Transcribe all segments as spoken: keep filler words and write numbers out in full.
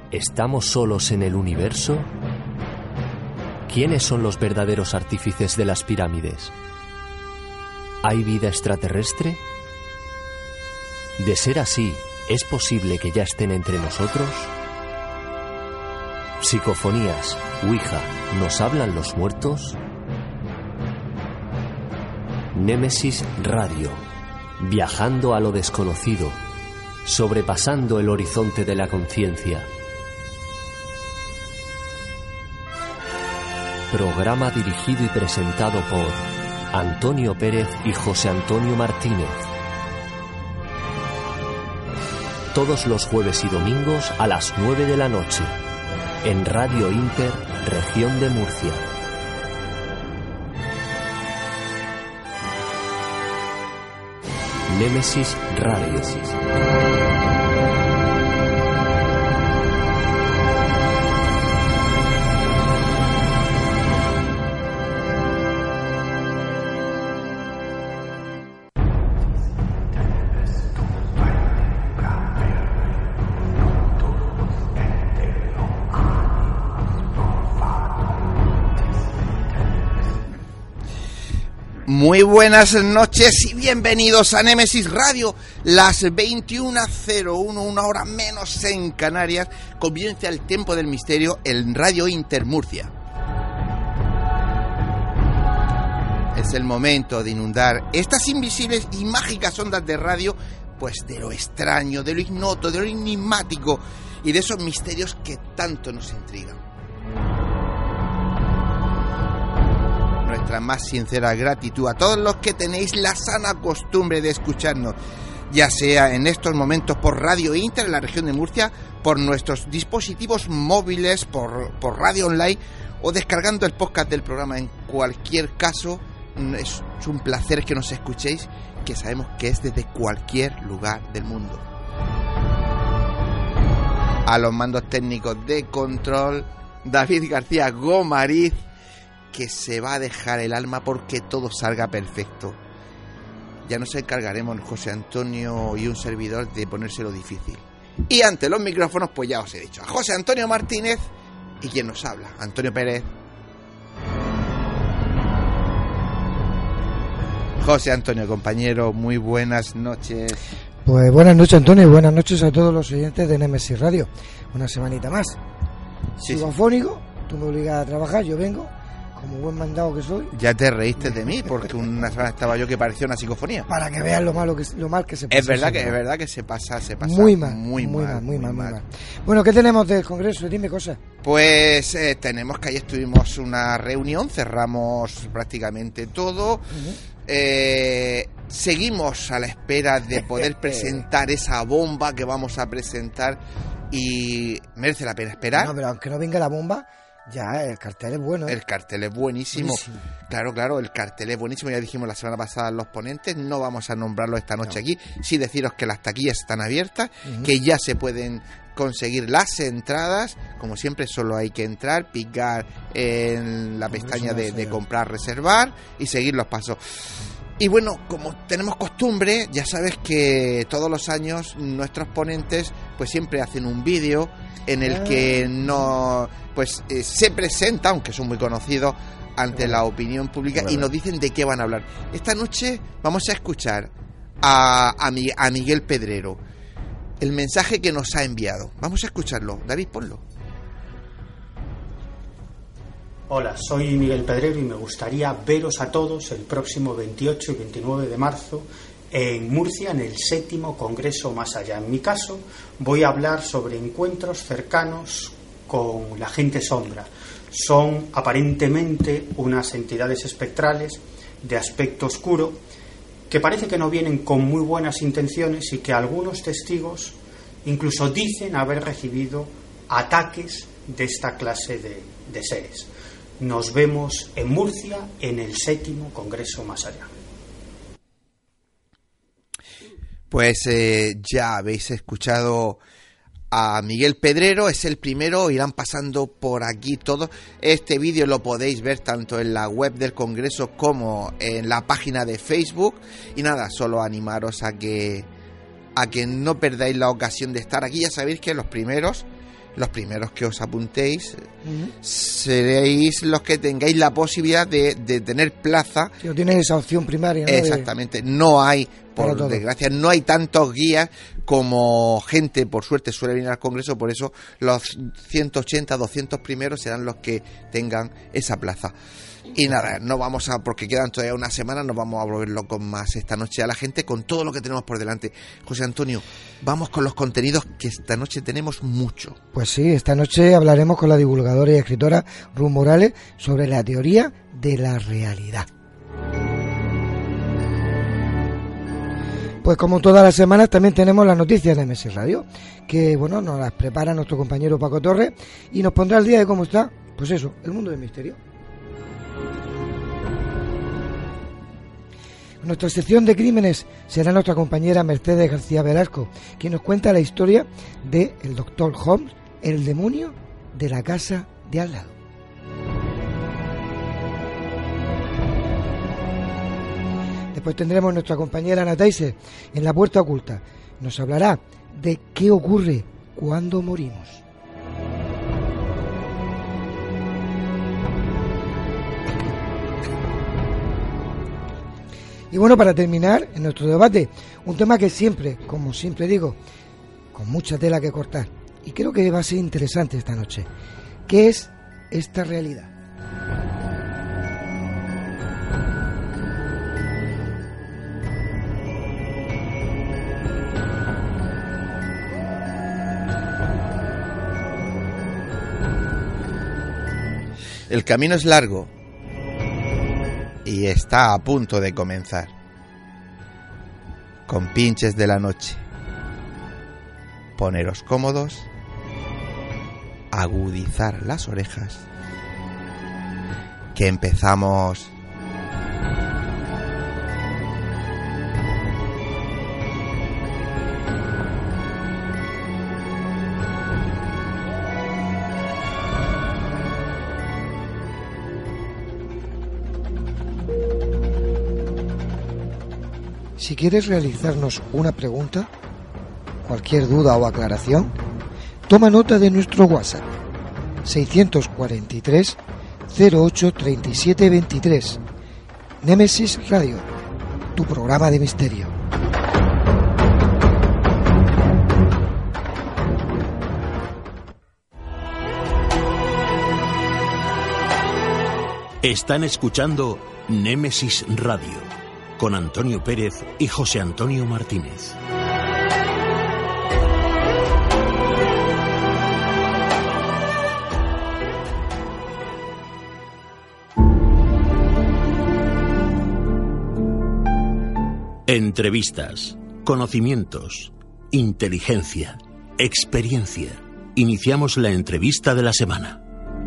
¿Estamos solos en el universo? ¿Quiénes son los verdaderos artífices de las pirámides? ¿Hay vida extraterrestre? De ser así, ¿es posible que ya estén entre nosotros? Psicofonías, Ouija, ¿nos hablan los muertos? Némesis Radio, viajando a lo desconocido, sobrepasando el horizonte de la conciencia. Programa dirigido y presentado por Antonio Pérez y José Antonio Martínez. Todos los jueves y domingos a las nueve de la noche, en Radio Inter, Región de Murcia. Némesis Radio. Muy buenas noches y bienvenidos a Némesis Radio. Las veintiuna cero uno, una hora menos en Canarias, comienza el tiempo del misterio en Radio Inter Murcia. Es el momento de inundar estas invisibles y mágicas ondas de radio, pues de lo extraño, de lo ignoto, de lo enigmático y de esos misterios que tanto nos intrigan. Nuestra más sincera gratitud a todos los que tenéis la sana costumbre de escucharnos, ya sea en estos momentos por Radio Inter en la región de Murcia, por nuestros dispositivos móviles, por, por radio online o descargando el podcast del programa. En cualquier caso, es un placer que nos escuchéis, que sabemos que es desde cualquier lugar del mundo. A los mandos técnicos de control, David García Gomariz, que se va a dejar el alma porque todo salga perfecto. Ya nos encargaremos José Antonio y un servidor de ponérselo difícil. Y ante los micrófonos, pues ya os he dicho, a José Antonio Martínez y quien nos habla, Antonio Pérez. José Antonio, compañero, muy buenas noches. Pues buenas noches, Antonio, y buenas noches a todos los oyentes de Némesis Radio. Una semanita más. Sí, Sigo afónico, tú me obligas a trabajar, yo vengo como buen mandado que soy. Ya te reíste de mí porque una semana estaba yo que parecía una psicofonía. Para que veas lo malo que lo mal que se pasa. Es verdad que es verdad que se pasa, se pasa muy mal, muy, muy mal, mal, muy mal, muy mal. mal. Bueno, ¿qué tenemos del Congreso? Dime cosas. Pues eh, tenemos que ayer tuvimos una reunión, cerramos prácticamente todo. Uh-huh. Eh, seguimos a la espera de poder presentar esa bomba que vamos a presentar y merece la pena esperar. No, pero aunque no venga la bomba, ya, el cartel es bueno, ¿eh? El cartel es buenísimo. buenísimo. Claro, claro, el cartel es buenísimo. Ya dijimos la semana pasada los ponentes. No vamos a nombrarlo esta noche no. aquí. Sí deciros que las taquillas están abiertas, uh-huh. que ya se pueden conseguir las entradas. Como siempre, solo hay que entrar, picar en la pestaña de, de comprar, reservar y seguir los pasos. Y bueno, como tenemos costumbre, ya sabes que todos los años nuestros ponentes pues siempre hacen un vídeo en el que no pues eh, se presenta, aunque son muy conocidos, ante la opinión pública y nos dicen de qué van a hablar. Esta noche vamos a escuchar a, a, a Miguel Pedrero, el mensaje que nos ha enviado. Vamos a escucharlo. David, ponlo. Hola, soy Miguel Pedrero y me gustaría veros a todos el próximo veintiocho y veintinueve de marzo en Murcia, en el séptimo Congreso Más Allá. En mi caso, voy a hablar sobre encuentros cercanos con la gente sombra. Son aparentemente unas entidades espectrales de aspecto oscuro que parece que no vienen con muy buenas intenciones y que algunos testigos incluso dicen haber recibido ataques de esta clase de, de seres. Nos vemos en Murcia en el séptimo Congreso Más Allá. Pues eh, ya habéis escuchado a Miguel Pedrero, es el primero, irán pasando por aquí todos. Este vídeo lo podéis ver tanto en la web del Congreso como en la página de Facebook. Y nada, solo animaros a que, a que no perdáis la ocasión de estar aquí. Ya sabéis que los primeros los primeros que os apuntéis uh-huh. seréis los que tengáis la posibilidad de, de tener plaza. Si no tienes esa opción primaria, ¿no? Exactamente, no hay, por desgracia, no hay tantos guías como gente, por suerte, suele venir al Congreso, por eso los ciento ochenta, doscientos primeros serán los que tengan esa plaza. Y nada, no vamos a, porque quedan todavía unas semanas, nos vamos a volver locos más esta noche a la gente con todo lo que tenemos por delante. José Antonio, vamos con los contenidos, que esta noche tenemos mucho. Pues sí, esta noche hablaremos con la divulgadora y escritora Ruth Morales sobre la teoría de la realidad. Pues como todas las semanas también tenemos las noticias de M S Radio, que bueno, nos las prepara nuestro compañero Paco Torres y nos pondrá al día de cómo está, pues eso, el mundo del misterio. Nuestra sección de crímenes será nuestra compañera Mercedes García Velasco, quien nos cuenta la historia de el doctor Holmes, el demonio de la casa de al lado. Después tendremos nuestra compañera Ana Taiser en La Puerta Oculta. Nos hablará de qué ocurre cuando morimos. Y bueno, para terminar en nuestro debate, un tema que siempre, como siempre digo, con mucha tela que cortar, y creo que va a ser interesante esta noche. ¿Qué es esta realidad? El camino es largo y está a punto de comenzar. Compinches de la noche, poneros cómodos, agudizar las orejas, que empezamos. Si quieres realizarnos una pregunta, cualquier duda o aclaración, toma nota de nuestro WhatsApp seiscientos cuarenta y tres cero ocho treinta y siete veintitrés. Némesis Radio, tu programa de misterio. Están escuchando Némesis Radio con Antonio Pérez y José Antonio Martínez. Entrevistas, conocimientos, inteligencia, experiencia. Iniciamos la entrevista de la semana.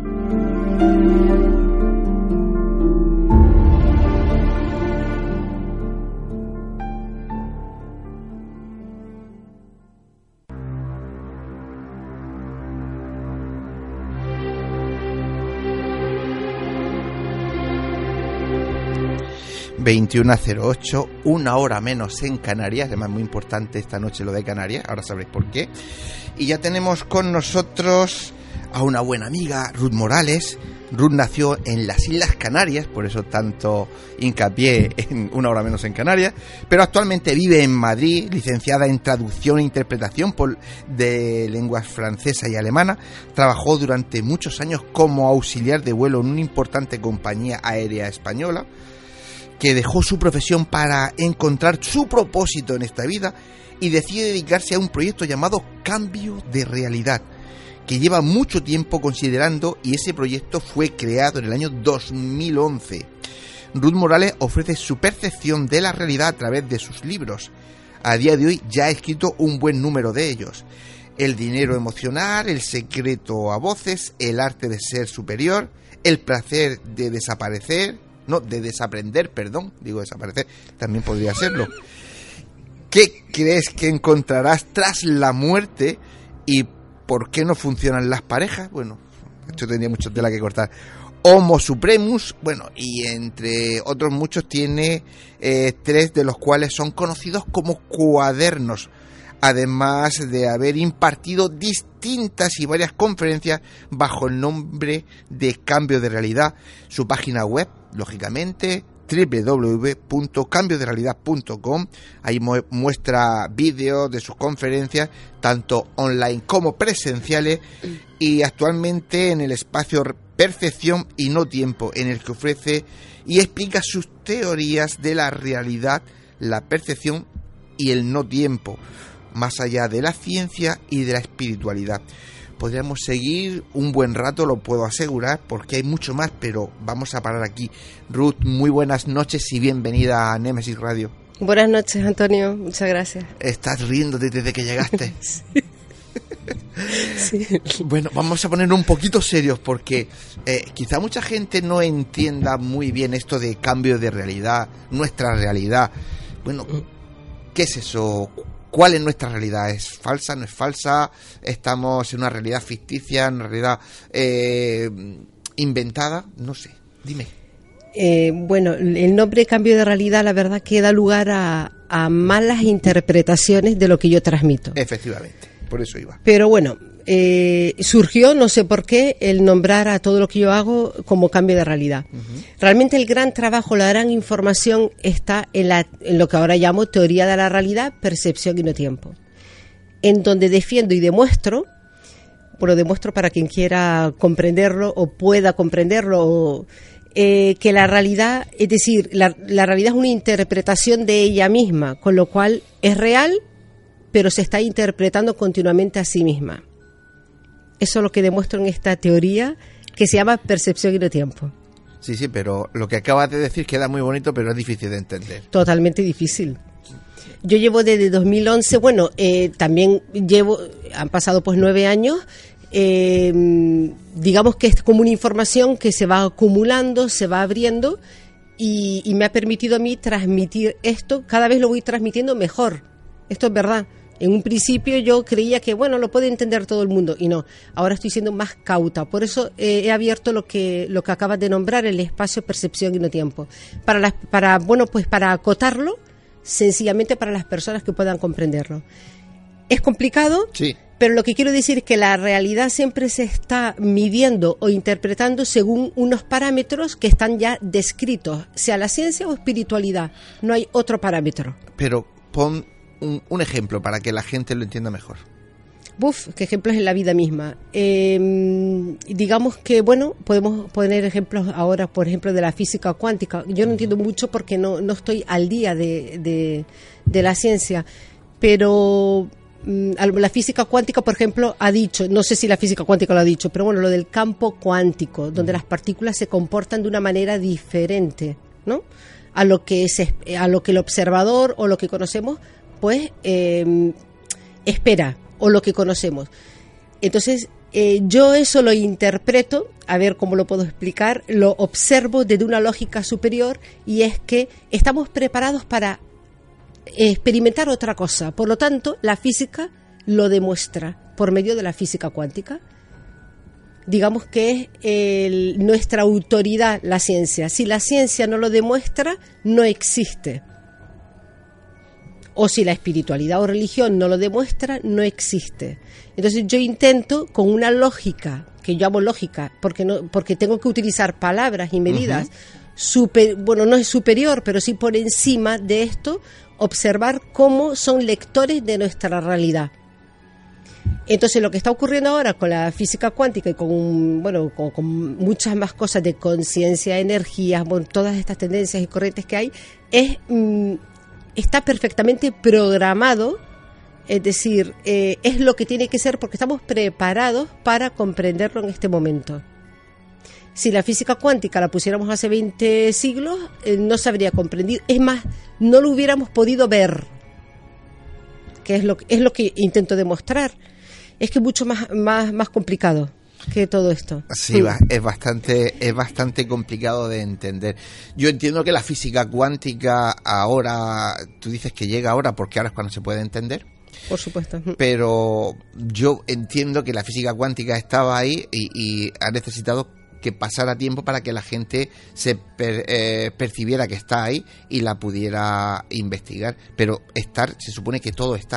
veintiuno cero ocho, una hora menos en Canarias, además muy importante esta noche lo de Canarias, ahora sabréis por qué. Y ya tenemos con nosotros a una buena amiga, Ruth Morales. Ruth nació en las Islas Canarias, por eso tanto hincapié en una hora menos en Canarias, pero actualmente vive en Madrid, licenciada en traducción e interpretación por, de lenguas francesa y alemana. Trabajó durante muchos años como auxiliar de vuelo en una importante compañía aérea española, que dejó su profesión para encontrar su propósito en esta vida y decide dedicarse a un proyecto llamado Cambio de Realidad, que lleva mucho tiempo considerando, y ese proyecto fue creado en el año dos mil once. Ruth Morales ofrece su percepción de la realidad a través de sus libros. A día de hoy ya ha escrito un buen número de ellos: El dinero emocional, El secreto a voces, El arte de ser superior, El placer de desaparecer, no, de desaprender, perdón, digo desaparecer, también podría serlo. ¿Qué crees que encontrarás tras la muerte y por qué no funcionan las parejas? Bueno, esto tendría mucho tela que cortar. Homo Supremus, bueno, y entre otros muchos tiene eh, tres de los cuales son conocidos como cuadernos. además de haber impartido distintas y varias conferencias bajo el nombre de Cambio de Realidad. Su página web, lógicamente, doble u doble u doble u punto cambio de realidad punto com. Ahí mu- muestra vídeos de sus conferencias, tanto online como presenciales, y actualmente en el espacio Percepción y No Tiempo, en el que ofrece y explica sus teorías de la realidad, la percepción y el no tiempo, más allá de la ciencia y de la espiritualidad. Podríamos seguir un buen rato, lo puedo asegurar, porque hay mucho más, pero vamos a parar aquí. Ruth, muy buenas noches y bienvenida a Némesis Radio. Buenas noches, Antonio, muchas gracias. Estás riéndote desde que llegaste. Sí. Sí. Bueno, vamos a poner un poquito serios, porque eh, quizá mucha gente no entienda muy bien esto de cambio de realidad, nuestra realidad. Bueno, ¿qué es eso? ¿Cuál es nuestra realidad? ¿Es falsa? ¿No es falsa? ¿Estamos en una realidad ficticia? ¿En una realidad eh, inventada? No sé, dime. Eh, bueno, el nombre cambio de realidad, la verdad, que da lugar a, a malas interpretaciones de lo que yo transmito. Efectivamente, por eso iba. Pero bueno, eh, surgió, no sé por qué, el nombrar a todo lo que yo hago como cambio de realidad. Uh-huh. Realmente el gran trabajo, la gran información está en, la, en lo que ahora llamo teoría de la realidad, percepción y no tiempo, en donde defiendo y demuestro, bueno, demuestro para quien quiera comprenderlo o pueda comprenderlo, o, eh, que la realidad, es decir, la, la realidad es una interpretación de ella misma, con lo cual es real, pero se está interpretando continuamente a sí misma. Eso es lo que demuestro en esta teoría que se llama percepción y no tiempo. Sí, sí, pero lo que acabas de decir queda muy bonito, pero es difícil de entender. Totalmente difícil. Yo llevo desde dos mil once, bueno, eh, también llevo, han pasado pues nueve años, eh, digamos que es como una información que se va acumulando, se va abriendo y, y me ha permitido a mí transmitir esto, cada vez lo voy transmitiendo mejor. Esto es verdad. En un principio yo creía que, bueno, lo puede entender todo el mundo, y no. Ahora estoy siendo más cauta. Por eso eh, he abierto lo que lo que acabas de nombrar, el espacio percepción y no tiempo. Para, las, para bueno, pues para acotarlo, sencillamente para las personas que puedan comprenderlo. Es complicado, sí, pero lo que quiero decir es que la realidad siempre se está midiendo o interpretando según unos parámetros que están ya descritos, sea la ciencia o espiritualidad. No hay otro parámetro. Pero pon Un, un ejemplo para que la gente lo entienda mejor. Buf, qué ejemplos en la vida misma. Eh, digamos que, bueno, podemos poner ejemplos ahora, por ejemplo, de la física cuántica. Yo no entiendo mucho porque no, no estoy al día de, de, de la ciencia, pero mm, la física cuántica, por ejemplo, ha dicho, no sé si la física cuántica lo ha dicho, pero bueno, lo del campo cuántico, donde las partículas se comportan de una manera diferente, ¿no? A lo que es, a lo que el observador o lo que conocemos pues eh, espera, o lo que conocemos. Entonces eh, yo eso lo interpreto, a ver cómo lo puedo explicar, lo observo desde una lógica superior, y es que estamos preparados para experimentar otra cosa. Por lo tanto, la física lo demuestra por medio de la física cuántica. Digamos que es el, nuestra autoridad, la ciencia. Si la ciencia no lo demuestra, no existe. O si la espiritualidad o religión no lo demuestra, no existe. Entonces yo intento, con una lógica, que yo llamo lógica, porque no, porque tengo que utilizar palabras y medidas, uh-huh. super, bueno, no es superior, pero sí por encima de esto, observar cómo son lectores de nuestra realidad. Entonces lo que está ocurriendo ahora con la física cuántica y con, bueno, con, con muchas más cosas de conciencia, energías, bueno, todas estas tendencias y corrientes que hay, es... Mmm, está perfectamente programado, es decir, eh, es lo que tiene que ser porque estamos preparados para comprenderlo en este momento. Si la física cuántica la pusiéramos hace veinte siglos, eh, no se habría comprendido. Es más, no lo hubiéramos podido ver, que es lo, es lo que intento demostrar. Es que es mucho más, más, más complicado que todo esto. Sí, va, es bastante es bastante complicado de entender. Yo entiendo que la física cuántica ahora, tú dices que llega ahora porque ahora es cuando se puede entender. Por supuesto. Pero yo entiendo que la física cuántica estaba ahí y, y ha necesitado que pasara tiempo para que la gente se per, eh, percibiera que está ahí y la pudiera investigar. Pero estar, se supone que todo está, ¿no?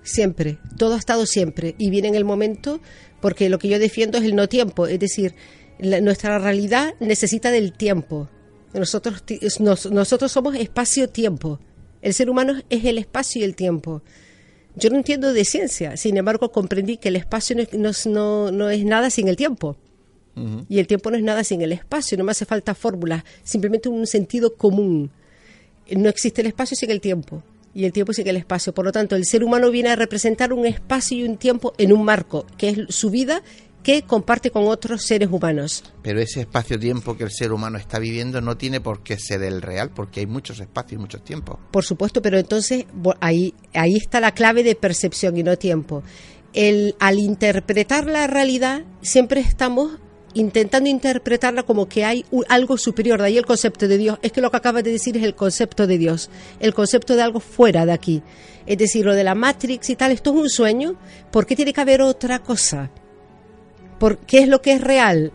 siempre, todo ha estado siempre, y viene en el momento, porque lo que yo defiendo es el no tiempo, es decir, la, nuestra realidad necesita del tiempo. Nosotros, nos, nosotros somos espacio-tiempo. El ser humano es el espacio y el tiempo. Yo no entiendo de ciencia, sin embargo comprendí que el espacio no, no, no es nada sin el tiempo. Uh-huh. Y el tiempo no es nada sin el espacio, no me hace falta fórmulas, simplemente un sentido común. No existe el espacio sin el tiempo, y el tiempo sin el espacio. Por lo tanto, el ser humano viene a representar un espacio y un tiempo en un marco, que es su vida, que comparte con otros seres humanos. Pero ese espacio-tiempo que el ser humano está viviendo no tiene por qué ser el real, porque hay muchos espacios y muchos tiempos. Por supuesto, pero entonces ahí, ahí está la clave de percepción y no tiempo. El, al interpretar la realidad, siempre estamos intentando interpretarla como que hay un, algo superior, de ahí el concepto de Dios. Es que lo que acabas de decir es el concepto de Dios, el concepto de algo fuera de aquí. Es decir, lo de la Matrix y tal, esto es un sueño, ¿por qué tiene que haber otra cosa? ¿Por qué es lo que es real?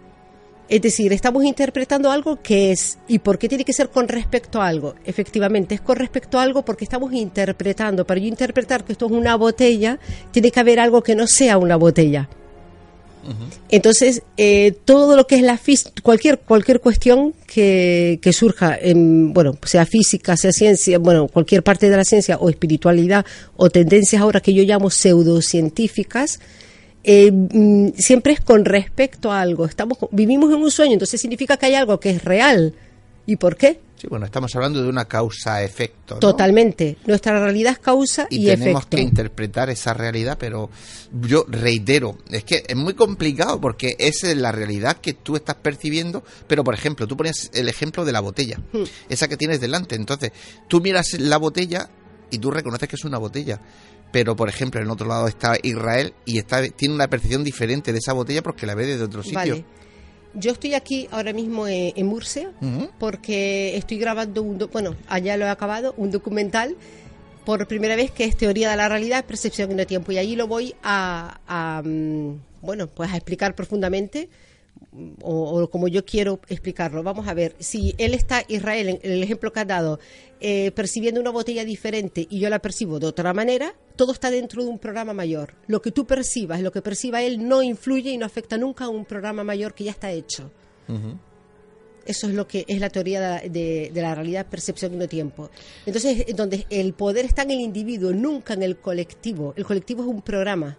Es decir, estamos interpretando algo que es, ¿y por qué tiene que ser con respecto a algo? Efectivamente, es con respecto a algo porque estamos interpretando. Para yo interpretar que esto es una botella, tiene que haber algo que no sea una botella. Uh-huh. Entonces, eh, todo lo que es la física, cualquier cualquier cuestión que, que surja, en, bueno, sea física, sea ciencia, bueno, cualquier parte de la ciencia o espiritualidad o tendencias ahora que yo llamo pseudocientíficas, Eh, siempre es con respecto a algo. Estamos vivimos en un sueño, entonces significa que hay algo que es real. ¿Y por qué? Sí, bueno, estamos hablando de una causa-efecto, ¿no? Totalmente. Nuestra realidad es causa y, y efecto. Y tenemos que interpretar esa realidad, pero yo reitero, es que es muy complicado porque esa es la realidad que tú estás percibiendo, pero por ejemplo, tú pones el ejemplo de la botella, hmm. esa que tienes delante. Entonces, tú miras la botella y tú reconoces que es una botella. Pero, por ejemplo, en otro lado está Israel y está tiene una percepción diferente de esa botella porque la ve desde otro sitio. Vale. Yo estoy aquí ahora mismo en, en Murcia uh-huh. porque estoy grabando un... Do- bueno, allá lo he acabado, un documental por primera vez que es Teoría de la Realidad, Percepción y No Tiempo. Y allí lo voy a, a bueno, pues a explicar profundamente o, o como yo quiero explicarlo. Vamos a ver, si él está, Israel, en el ejemplo que has dado, eh, percibiendo una botella diferente y yo la percibo de otra manera, todo está dentro de un programa mayor. Lo que tú percibas, lo que perciba él no influye y no afecta nunca a un programa mayor que ya está hecho. Uh-huh. Eso es lo que es la teoría de, de, de la realidad, percepción y no tiempo. Entonces, donde el poder está en el individuo, nunca en el colectivo. El colectivo es un programa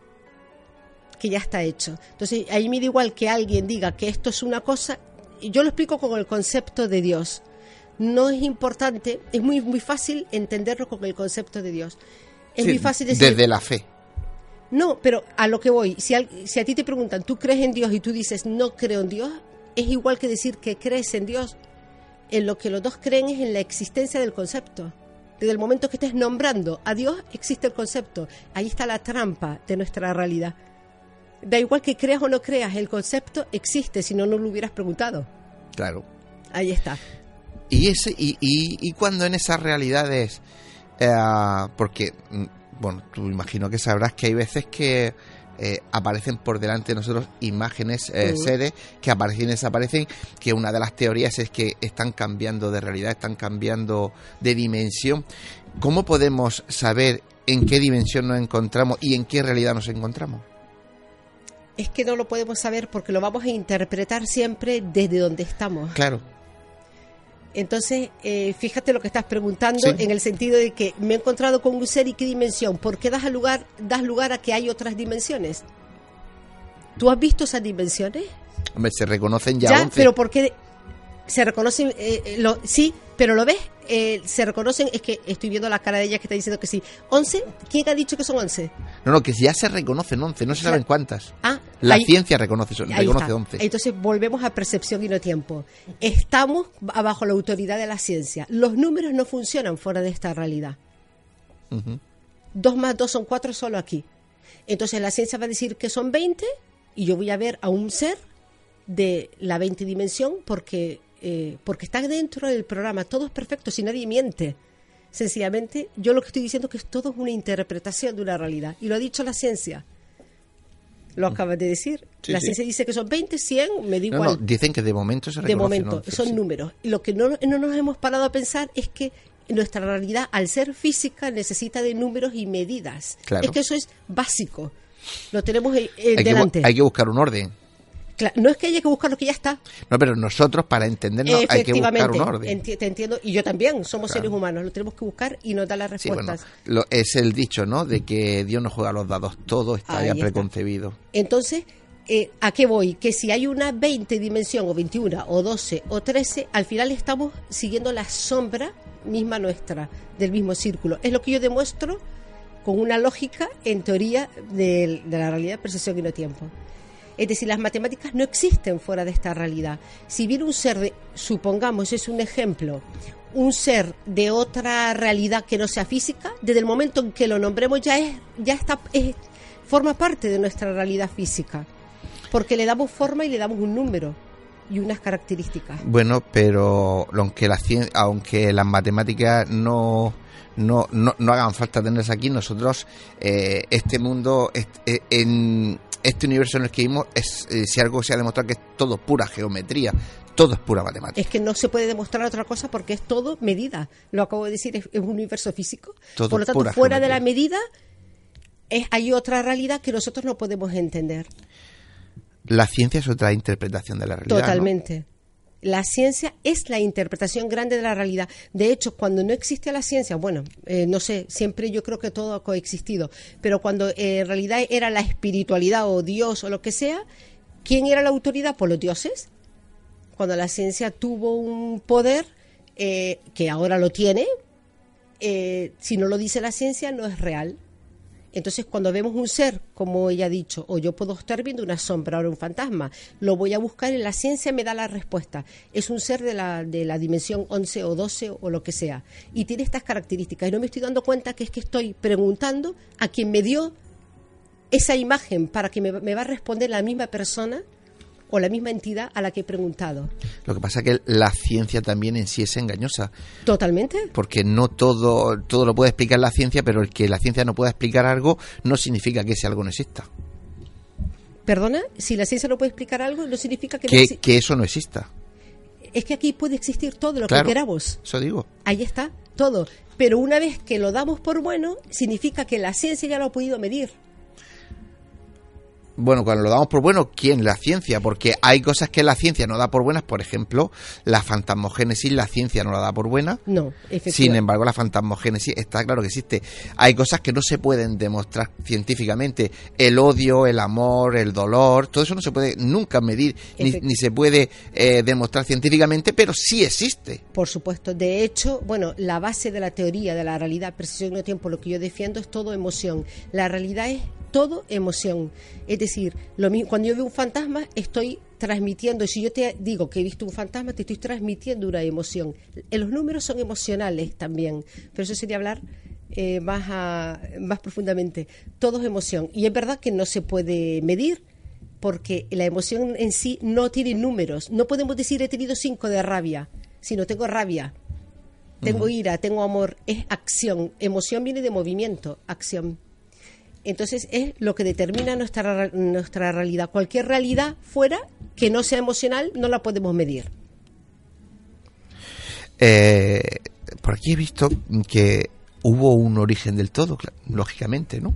que ya está hecho. Entonces, ahí me da igual que alguien diga que esto es una cosa, y yo lo explico con el concepto de Dios. No es importante, es muy muy fácil entenderlo con el concepto de Dios. Es sí, muy fácil decir... Desde la fe. No, pero a lo que voy, si a, si a ti te preguntan, ¿tú crees en Dios? Y tú dices, no creo en Dios, es igual que decir que crees en Dios. En lo que los dos creen es en la existencia del concepto. Desde el momento que estés nombrando a Dios, existe el concepto. Ahí está la trampa de nuestra realidad. Da igual que creas o no creas, el concepto existe, si no, no lo hubieras preguntado. Claro. Ahí está. Y ese y, y, y cuando en esas realidades, eh, porque, bueno, tú imagino que sabrás que hay veces que eh, aparecen por delante de nosotros imágenes, eh, uh-huh. seres que aparecen y desaparecen, que una de las teorías es que están cambiando de realidad, están cambiando de dimensión. ¿Cómo podemos saber en qué dimensión nos encontramos y en qué realidad nos encontramos? Es que no lo podemos saber porque lo vamos a interpretar siempre desde donde estamos. Claro. Entonces, eh, fíjate lo que estás preguntando, sí. En el sentido de que me he encontrado con un ser y qué dimensión. ¿Por qué das lugar, das lugar a que hay otras dimensiones? ¿Tú has visto esas dimensiones? Hombre, se reconocen ya, ya once. Pero ¿por qué se reconocen? Eh, lo, sí, pero ¿lo ves? Eh, se reconocen, es que estoy viendo la cara de ella que está diciendo que sí. ¿once? ¿Quién ha dicho que son once? No, no, que ya se reconocen once, no se saben cuántas. Ah, la ahí, ciencia reconoce, reconoce está. once. Entonces volvemos a percepción y no tiempo. Estamos bajo la autoridad de la ciencia. Los números no funcionan fuera de esta realidad. Uh-huh. Dos más dos son cuatro solo aquí. Entonces la ciencia va a decir que son veinte y yo voy a ver a un ser de la veinte dimensión porque... Eh, porque está dentro del programa, todo es perfecto, si nadie miente. Sencillamente, yo lo que estoy diciendo es que es todo una interpretación de una realidad. Y lo ha dicho la ciencia. Lo acabas de decir. Sí, la sí. ciencia dice que son veinte, cien, me da igual. No, no, dicen que de momento se reconocen De momento, once, son sí. números. Y lo que no, no nos hemos parado a pensar es que nuestra realidad, al ser física, necesita de números y medidas. Claro. Es que eso es básico. Lo tenemos eh, eh, hay, delante. que, hay que buscar un orden. Claro, no es que haya que buscar lo que ya está. No, pero nosotros, para entendernos, hay que buscar un orden. Enti- te entiendo, y yo también, somos Claro. seres humanos, lo tenemos que buscar y nos da las Sí, bueno, respuestas. lo, es el dicho, ¿no? De que Dios no juega los dados, todo está Ahí ya está. preconcebido. Entonces, eh, ¿a qué voy? Que si hay una veinte dimensión, o veintiuno, o doce, o trece, al final estamos siguiendo la sombra misma nuestra, del mismo círculo. Es lo que yo demuestro con una lógica, en teoría, de, de la realidad, percepción y no tiempo. Es decir, las matemáticas no existen fuera de esta realidad. Si viene un ser, de, supongamos, es un ejemplo, un ser de otra realidad que no sea física, desde el momento en que lo nombremos ya es, ya está, es, forma parte de nuestra realidad física, porque le damos forma y le damos un número y unas características. Bueno, pero aunque la cien- aunque las matemáticas no no, no, no hagan falta tenerlas aquí, nosotros eh, este mundo este, en este universo en el que vivimos es eh, si algo se ha demostrado que es todo pura geometría, todo es pura matemática. Es que no se puede demostrar otra cosa porque es todo medida. Lo acabo de decir, es, es un universo físico. Todo Por lo tanto, pura fuera de geometría. la medida es, hay otra realidad que nosotros no podemos entender. La ciencia es otra interpretación de la realidad. Totalmente. ¿no? La ciencia es la interpretación grande de la realidad. De hecho, cuando no existe la ciencia, bueno, eh, no sé, siempre yo creo que todo ha coexistido, pero cuando eh, en realidad era la espiritualidad o Dios o lo que sea, ¿quién era la autoridad? Pues los dioses. Cuando la ciencia tuvo un poder, eh, que ahora lo tiene, eh, si no lo dice la ciencia, no es real. Entonces, cuando vemos un ser, como ella ha dicho, o yo puedo estar viendo una sombra o un fantasma, lo voy a buscar en la ciencia, me da la respuesta. Es un ser de la, de la dimensión once o doce o lo que sea. Y tiene estas características. Y no me estoy dando cuenta que es que estoy preguntando a quien me dio esa imagen para que me, me va a responder la misma persona o la misma entidad a la que he preguntado. Lo que pasa es que la ciencia también en sí es engañosa. Totalmente. Porque no todo todo lo puede explicar la ciencia, pero el que la ciencia no pueda explicar algo no significa que ese algo no exista. Perdona, si la ciencia no puede explicar algo, no significa que... Que, no exi- que eso no exista. Es que aquí puede existir todo lo Claro, que queramos. eso digo. Ahí está, todo. Pero una vez que lo damos por bueno, significa que la ciencia ya lo ha podido medir. Bueno, cuando lo damos por bueno, ¿quién? La ciencia, porque hay cosas que la ciencia no da por buenas, por ejemplo, la fantasmogénesis, la ciencia no la da por buena. No, efectivamente. Sin embargo, la fantasmogénesis está claro que existe. Hay cosas que no se pueden demostrar científicamente. El odio, el amor, el dolor, todo eso no se puede nunca medir, ni, Efect- ni se puede eh, demostrar científicamente, pero sí existe. Por supuesto. De hecho, bueno, la base de la teoría de la realidad, percepción no tiempo, lo que yo defiendo es todo emoción. La realidad es todo emoción. Es decir, lo mismo, cuando yo veo un fantasma, estoy transmitiendo. Si yo te digo que he visto un fantasma, te estoy transmitiendo una emoción. Eh, Los números son emocionales también, pero eso sería hablar eh, más, a- más profundamente. Todo es emoción. Y es verdad que no se puede medir, porque la emoción en sí no tiene números. No podemos decir he tenido cinco de rabia, sino tengo rabia, tengo ira, tengo amor. Es acción. Emoción viene de movimiento, acción. Entonces es lo que determina nuestra, nuestra realidad. Cualquier realidad fuera que no sea emocional no la podemos medir. Eh, por aquí he visto que hubo un origen del todo, cla- lógicamente, ¿no?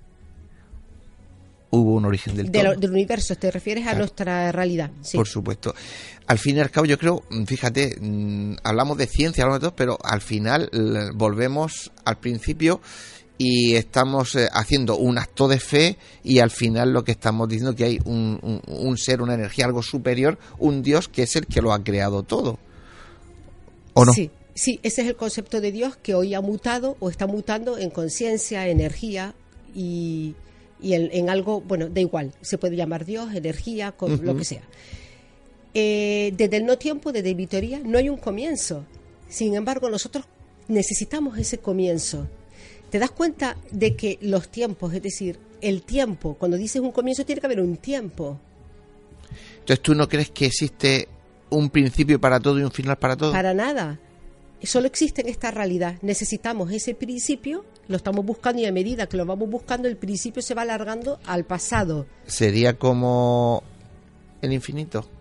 Hubo un origen del De todo. lo- del universo, te refieres a Claro. nuestra realidad. Sí. Por supuesto. Al fin y al cabo, yo creo, fíjate, mm, hablamos de ciencia, hablamos de todo, pero al final l- volvemos al principio y estamos eh, haciendo un acto de fe y al final lo que estamos diciendo que hay un, un, un ser, una energía, algo superior, un Dios que es el que lo ha creado todo. ¿O no? Sí, sí, ese es el concepto de Dios que hoy ha mutado o está mutando en conciencia, energía y, y en, en algo, bueno, da igual, se puede llamar Dios, energía, con Ujú. lo que sea. Eh, desde el no tiempo, desde mi teoría, no hay un comienzo. Sin embargo, nosotros necesitamos ese comienzo. ¿Te das cuenta de que los tiempos, es decir, el tiempo, cuando dices un comienzo tiene que haber un tiempo? Entonces, ¿tú no crees que existe un principio para todo y un final para todo? Para nada. Solo existe en esta realidad. Necesitamos ese principio, lo estamos buscando y a medida que lo vamos buscando, el principio se va alargando al pasado. Sería como el infinito.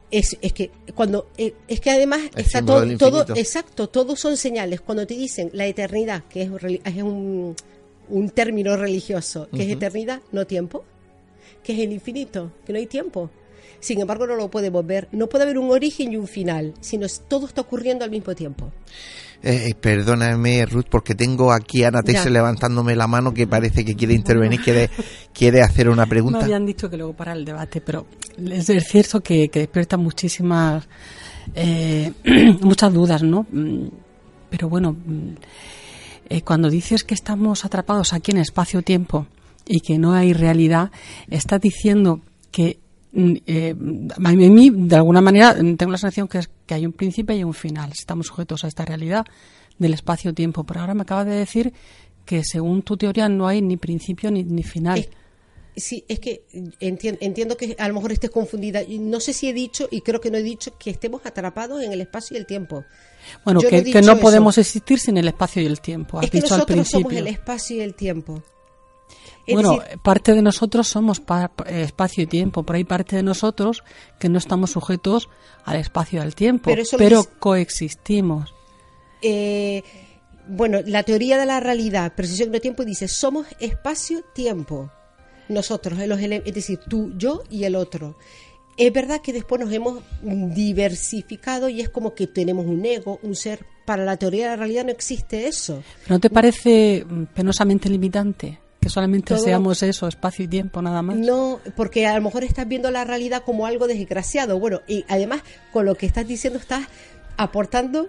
Es, es que cuando eh, es que además El está símbolo todo, del todo infinito. exacto, todos son señales. Cuando te dicen la eternidad, que es, reli- es un, un término religioso, que es eternidad, no tiempo, que es el infinito, que no hay tiempo. Sin embargo, no lo podemos ver. No puede haber un origen y un final, sino es- todo está ocurriendo al mismo tiempo. Eh, perdóname, Ruth, porque tengo aquí a Ana Teixeira Ya. levantándome la mano, que parece que quiere intervenir, quiere, quiere hacer una Me pregunta. habían dicho que luego para el debate, pero es es cierto que, que despierta muchísimas, eh, muchas dudas, ¿no? Mm, Pero bueno, mm, eh, cuando dices que estamos atrapados aquí en espacio-tiempo y que no hay realidad, estás diciendo que mm, eh, a mí, de alguna manera, tengo la sensación que, es, que hay un principio y un final. Estamos sujetos a esta realidad del espacio-tiempo. Pero ahora me acabas de decir que según tu teoría no hay ni principio ni, ni final. Es- Sí, es que entiendo, entiendo que a lo mejor estés confundida. Y no sé si he dicho, y creo que no he dicho, que estemos atrpados en el espacio y el tiempo. Bueno, Yo que, no he que dicho no eso. podemos existir sin el espacio y el tiempo. Has Es que dicho al nosotros principio. somos el espacio y el tiempo. Es Bueno, decir, parte de nosotros somos pa- eh, espacio y tiempo, pero hay parte de nosotros que no estamos sujetos al espacio y al tiempo, Pero pero, eso lo dice- coexistimos. eh, bueno, la teoría de la realidad, precisión de tiempo, dice, somos espacio-tiempo. Nosotros, eh, los ele- es decir, tú, yo y el otro. Es verdad que después nos hemos diversificado y es como que tenemos un ego, un ser. Para la teoría de la realidad no existe eso. ¿No te parece mm, penosamente limitante que solamente Todo- seamos eso, espacio y tiempo nada más? No, porque a lo mejor estás viendo la realidad como algo desgraciado. Bueno, y además con lo que estás diciendo estás aportando,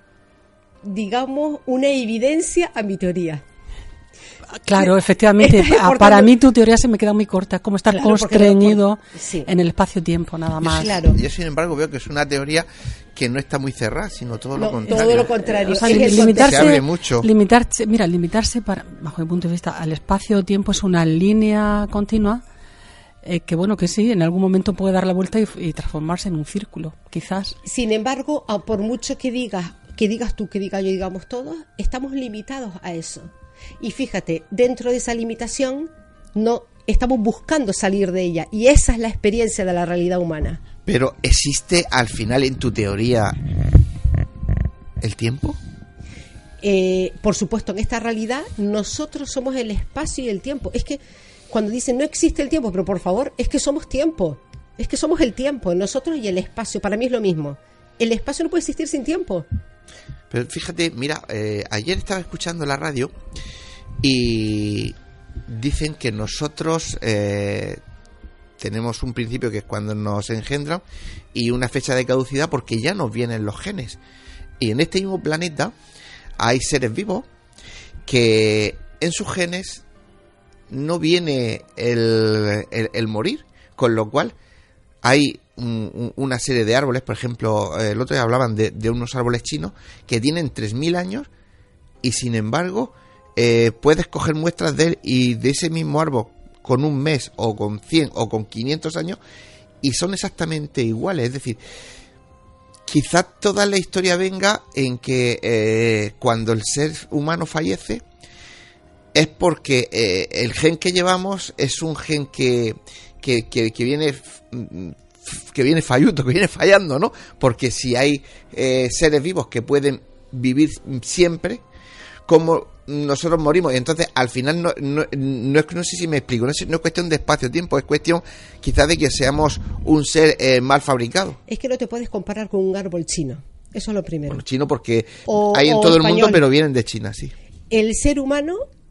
digamos, una evidencia a mi teoría. Claro, efectivamente. Estás pa- aportando- Para mí tu teoría se me queda muy corta, es como estar Claro, porque no- constreñido sí. en el espacio-tiempo nada más. Claro. Yo, sin embargo, veo que es una teoría que no está muy cerrada, sino todo No, lo contrario. todo lo contrario. O sea, Es li- el Se limitarse, abre mucho. limitarse, mira, limitarse para, bajo mi punto de vista, al espacio-tiempo es una línea continua eh, que, bueno, que sí, en algún momento puede dar la vuelta y, y transformarse en un círculo, quizás. Sin embargo, a- por mucho que digas, que digas tú, que diga yo, digamos todos, estamos limitados a eso. Y fíjate, dentro de esa limitación no estamos buscando salir de ella, y esa es la experiencia de la realidad humana. Pero ¿existe al final en tu teoría el tiempo? Eh, por supuesto, en esta realidad nosotros somos el espacio y el tiempo. Es que cuando dicen no existe el tiempo, pero por favor, es que somos tiempo. Es que somos el tiempo, nosotros y el espacio. Para mí es lo mismo. El espacio no puede existir sin tiempo. Pero fíjate, mira, eh, ayer estaba escuchando la radio y dicen que nosotros eh, tenemos un principio que es cuando nos engendran y una fecha de caducidad porque ya nos vienen los genes. Y en este mismo planeta hay seres vivos que en sus genes no viene el, el, el morir, con lo cual hay un, un, una serie de árboles, por ejemplo, el otro día hablaban de, de unos árboles chinos que tienen tres mil años y sin embargo eh, puedes coger muestras de él y de ese mismo árbol con un mes o con cien o con quinientos años y son exactamente iguales. Es decir, quizás toda la historia venga en que eh, cuando el ser humano fallece es porque eh, el gen que llevamos es un gen que, que, que, que viene que viene falluto, que viene fallando, ¿no? Porque si hay eh, seres vivos que pueden vivir siempre, como nosotros morimos, y entonces al final no, no, no, es, no sé si me explico, no es, no es cuestión de espacio-tiempo, es cuestión quizás de que seamos un ser eh, mal fabricado. Es que no te puedes comparar con un árbol chino. Eso es lo primero. Bueno, chino porque O- hay en o todo español. el mundo, pero vienen de China, sí. El ser humano,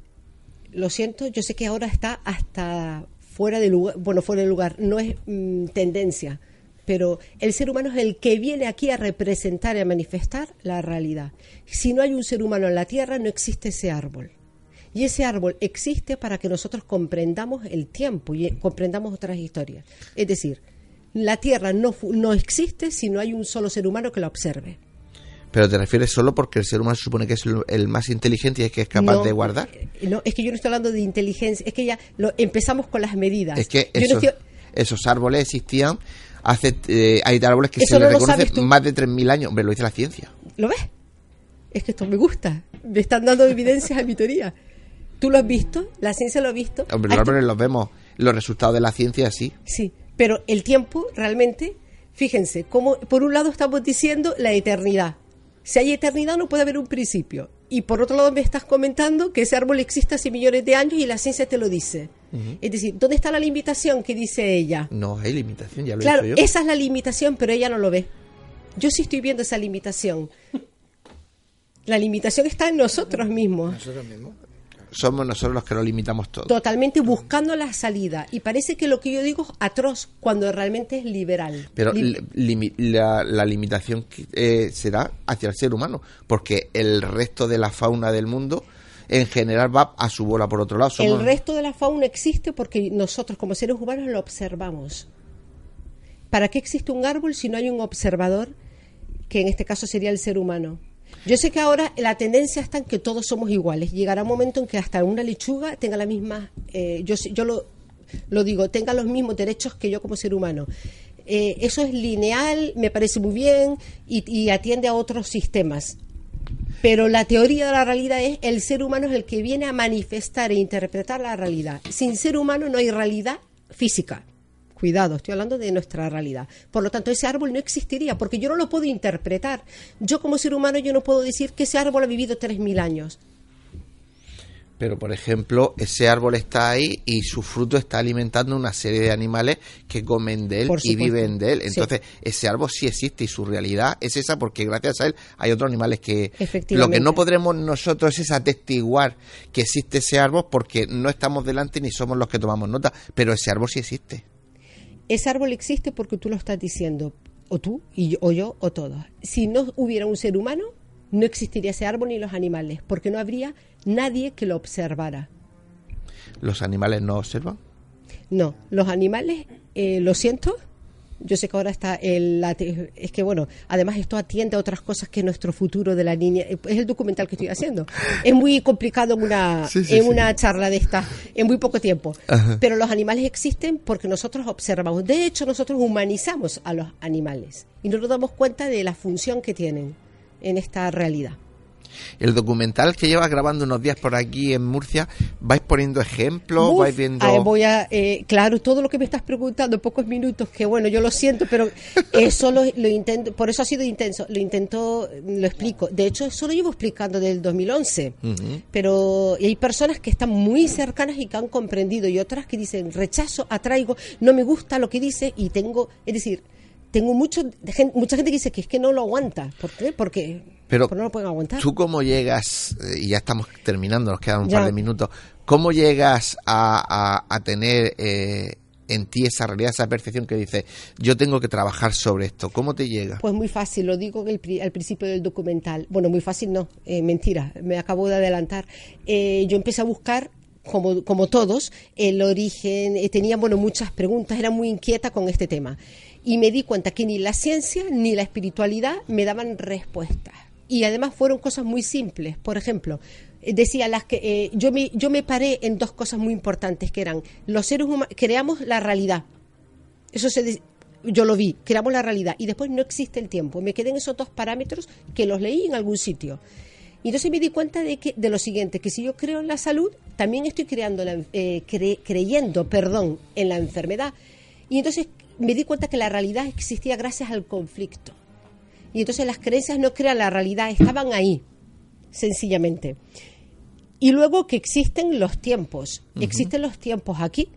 lo siento, yo sé que ahora está hasta fuera de lugar, bueno, fuera de lugar, no es mm, tendencia, pero el ser humano es el que viene aquí a representar y a manifestar la realidad. Si no hay un ser humano en la Tierra, no existe ese árbol. Y ese árbol existe para que nosotros comprendamos el tiempo y comprendamos otras historias. Es decir, la Tierra no, fu- no existe si no hay un solo ser humano que la observe. Pero te refieres solo porque el ser humano se supone que es el, el más inteligente y es que es capaz No, de guardar. eh, No, es que yo no estoy hablando de inteligencia, es que ya lo, empezamos con las medidas. Es que Yo no esos, estoy- esos árboles existían hace... Eh, hay árboles que Eso se no les lo reconoce sabes tú. más de tres mil años. Hombre, lo dice la ciencia. ¿Lo ves? Es que esto me gusta. Me están dando evidencias a mi teoría. ¿Tú lo has visto? ¿La ciencia lo ha visto? Hombre, Hay los que- árboles los vemos. Los resultados de la ciencia, sí. Sí, pero el tiempo realmente Fíjense, como por un lado estamos diciendo la eternidad. Si hay eternidad no puede haber un principio. Y por otro lado me estás comentando que ese árbol existe hace millones de años y la ciencia te lo dice. Uh-huh. Es decir, ¿dónde está la limitación que dice ella? No hay limitación, ya lo claro, he dicho yo. Esa es la limitación, pero ella no lo ve. Yo sí estoy viendo esa limitación. La limitación está en nosotros mismos. Nosotros mismos. Somos nosotros los que lo limitamos todo. Totalmente buscando la salida. Y parece que lo que yo digo es atroz cuando realmente es liberal. Pero Lim- li- la, la limitación eh, será hacia el ser humano, porque el resto de la fauna del mundo en general va a su bola por otro lado. Somos... El resto de la fauna existe porque nosotros como seres humanos lo observamos. ¿Para qué existe un árbol si no hay un observador, que en este caso sería el ser humano? Yo sé que ahora la tendencia está en que todos somos iguales. Llegará un momento en que hasta una lechuga tenga la misma, eh, yo, yo lo, lo digo, tenga los mismos derechos que yo como ser humano. Eh, eso es lineal, me parece muy bien y, y atiende a otros sistemas. Pero la teoría de la realidad es el ser humano es el que viene a manifestar e interpretar la realidad. Sin ser humano no hay realidad física. Cuidado, estoy hablando de nuestra realidad. Por lo tanto, ese árbol no existiría, porque yo no lo puedo interpretar. Yo como ser humano, yo no puedo decir que ese árbol ha vivido tres mil años. Pero, por ejemplo, ese árbol está ahí y su fruto está alimentando una serie de animales que comen de él y viven de él. Entonces, sí. Ese árbol sí existe y su realidad es esa porque gracias a él hay otros animales que... Lo que no podremos nosotros es atestiguar que existe ese árbol porque no estamos delante ni somos los que tomamos nota, pero ese árbol sí existe. Ese árbol existe porque tú lo estás diciendo, o tú, y yo, o yo, o todos. Si no hubiera un ser humano, no existiría ese árbol ni los animales, porque no habría nadie que lo observara. ¿Los animales no observan? No, los animales, eh, lo siento, yo sé que ahora está el... Es que bueno, además esto atiende a otras cosas que nuestro futuro de la niña... Es el documental que estoy haciendo. Es muy complicado en una, sí, sí, en sí. una charla de esta, en muy poco tiempo. Ajá. Pero los animales existen porque nosotros observamos. De hecho, nosotros humanizamos a los animales y no nos damos cuenta de la función que tienen en esta realidad. El documental que llevas grabando unos días por aquí en Murcia, ¿vais poniendo ejemplos? Uf, ¿Vais viendo...? Ah, voy a, eh, claro, todo lo que me estás preguntando en pocos minutos, que bueno, yo lo siento, pero eso lo, lo intento, por eso ha sido intenso, lo intento, lo explico. De hecho, eso lo llevo explicando desde el dos mil once, uh-huh. Pero hay personas que están muy cercanas y que han comprendido, y otras que dicen, rechazo, atraigo, no me gusta lo que dice, y tengo, es decir... Tengo mucho, mucha gente que dice que es que no lo aguanta. ¿Por qué? Porque, Pero porque no lo pueden aguantar. ¿Tú cómo llegas, y ya estamos terminando, nos quedan un ya. par de minutos, cómo llegas a, a, a tener eh, en ti esa realidad, esa percepción que dices, yo tengo que trabajar sobre esto? ¿Cómo te llega? Pues muy fácil, lo digo el, al principio del documental. Bueno, muy fácil no, eh, mentira, me acabo de adelantar. Eh, yo empecé a buscar... Como, como todos, el origen, eh, tenía bueno, muchas preguntas, era muy inquieta con este tema. Y me di cuenta que ni la ciencia ni la espiritualidad me daban respuestas. Y además fueron cosas muy simples. Por ejemplo, eh, decía las que eh, yo, me, yo me paré en dos cosas muy importantes, que eran los seres humanos, creamos la realidad. Eso se yo lo vi, creamos la realidad. Y después no existe el tiempo. Me quedé en esos dos parámetros que los leí en algún sitio. Y entonces me di cuenta de que de lo siguiente, que si yo creo en la salud, también estoy creando la, eh, cre, creyendo perdón, en la enfermedad. Y entonces me di cuenta que la realidad existía gracias al conflicto. Y entonces las creencias no crean la realidad, estaban ahí, sencillamente. Y luego que existen los tiempos. Uh-huh. Existen los tiempos aquí.